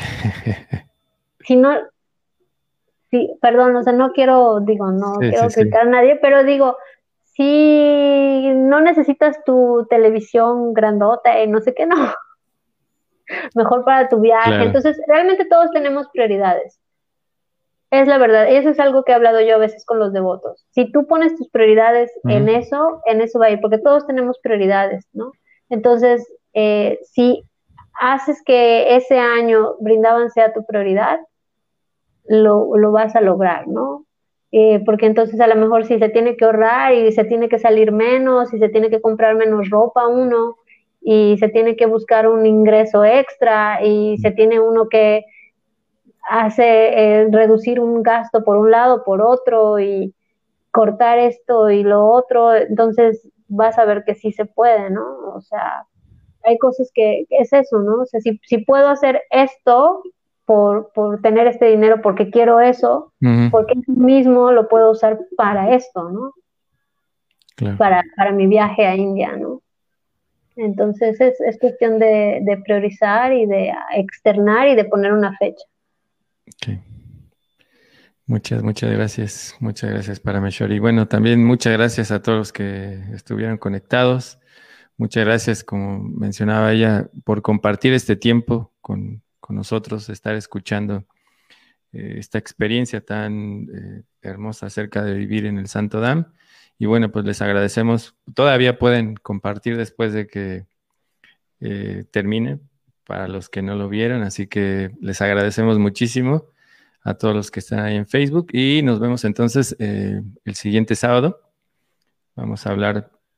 si no, sí, perdón, o sea, no quiero, digo, no Sí, sí, quiero sí. criticar a nadie, pero digo, si no necesitas tu televisión grandota y no sé qué, no, mejor para tu viaje. Claro. Entonces, realmente todos tenemos prioridades. Es la verdad, y eso es algo que he hablado yo a veces con los devotos. Si tú pones tus prioridades en Ujú. eso, en eso va a ir, porque todos tenemos prioridades, ¿no? Entonces, eh, si haces que ese año Brindavan sea tu prioridad, lo, lo vas a lograr, ¿no? Eh, porque entonces a lo mejor si se tiene que ahorrar y se tiene que salir menos, y se tiene que comprar menos ropa uno, y se tiene que buscar un ingreso extra, y se tiene uno que hace eh, reducir un gasto por un lado, por otro, y cortar esto y lo otro, entonces vas a ver que sí se puede, ¿no? O sea, hay cosas que es eso, ¿no? O sea, si, si puedo hacer esto por, por tener este dinero, porque quiero eso, Ujú. porque mismo lo puedo usar para esto, ¿no? Claro. Para, para mi viaje a India, ¿no? Entonces es, es cuestión de, de priorizar y de externar y de poner una fecha. Ok. Muchas, muchas gracias. Muchas gracias, Parameshwari. Y bueno, también muchas gracias a todos los que estuvieron conectados. Muchas gracias, como mencionaba ella, por compartir este tiempo con, con nosotros, estar escuchando eh, esta experiencia tan eh, hermosa acerca de vivir en el Santo Dam. Y bueno, pues les agradecemos. Todavía pueden compartir después de que eh, termine, para los que no lo vieron. Así que les agradecemos muchísimo a todos los que están ahí en Facebook y nos vemos entonces eh, el siguiente sábado. Vamos a hablar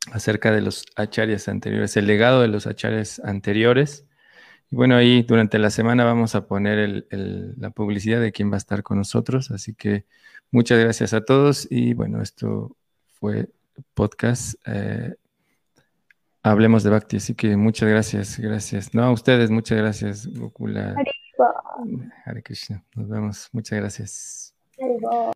acerca de los acharyas anteriores, el legado de los acharyas anteriores. Y bueno, ahí durante la semana vamos a poner el, el, la publicidad de quién va a estar con nosotros. Así que muchas gracias a todos. Y bueno, esto fue podcast. Eh, Hablemos de Bhakti. Así que muchas gracias. Gracias. No, a ustedes, muchas gracias, Gokula. Haribo, Hare Krishna. Nos vemos. Muchas gracias. Haribo.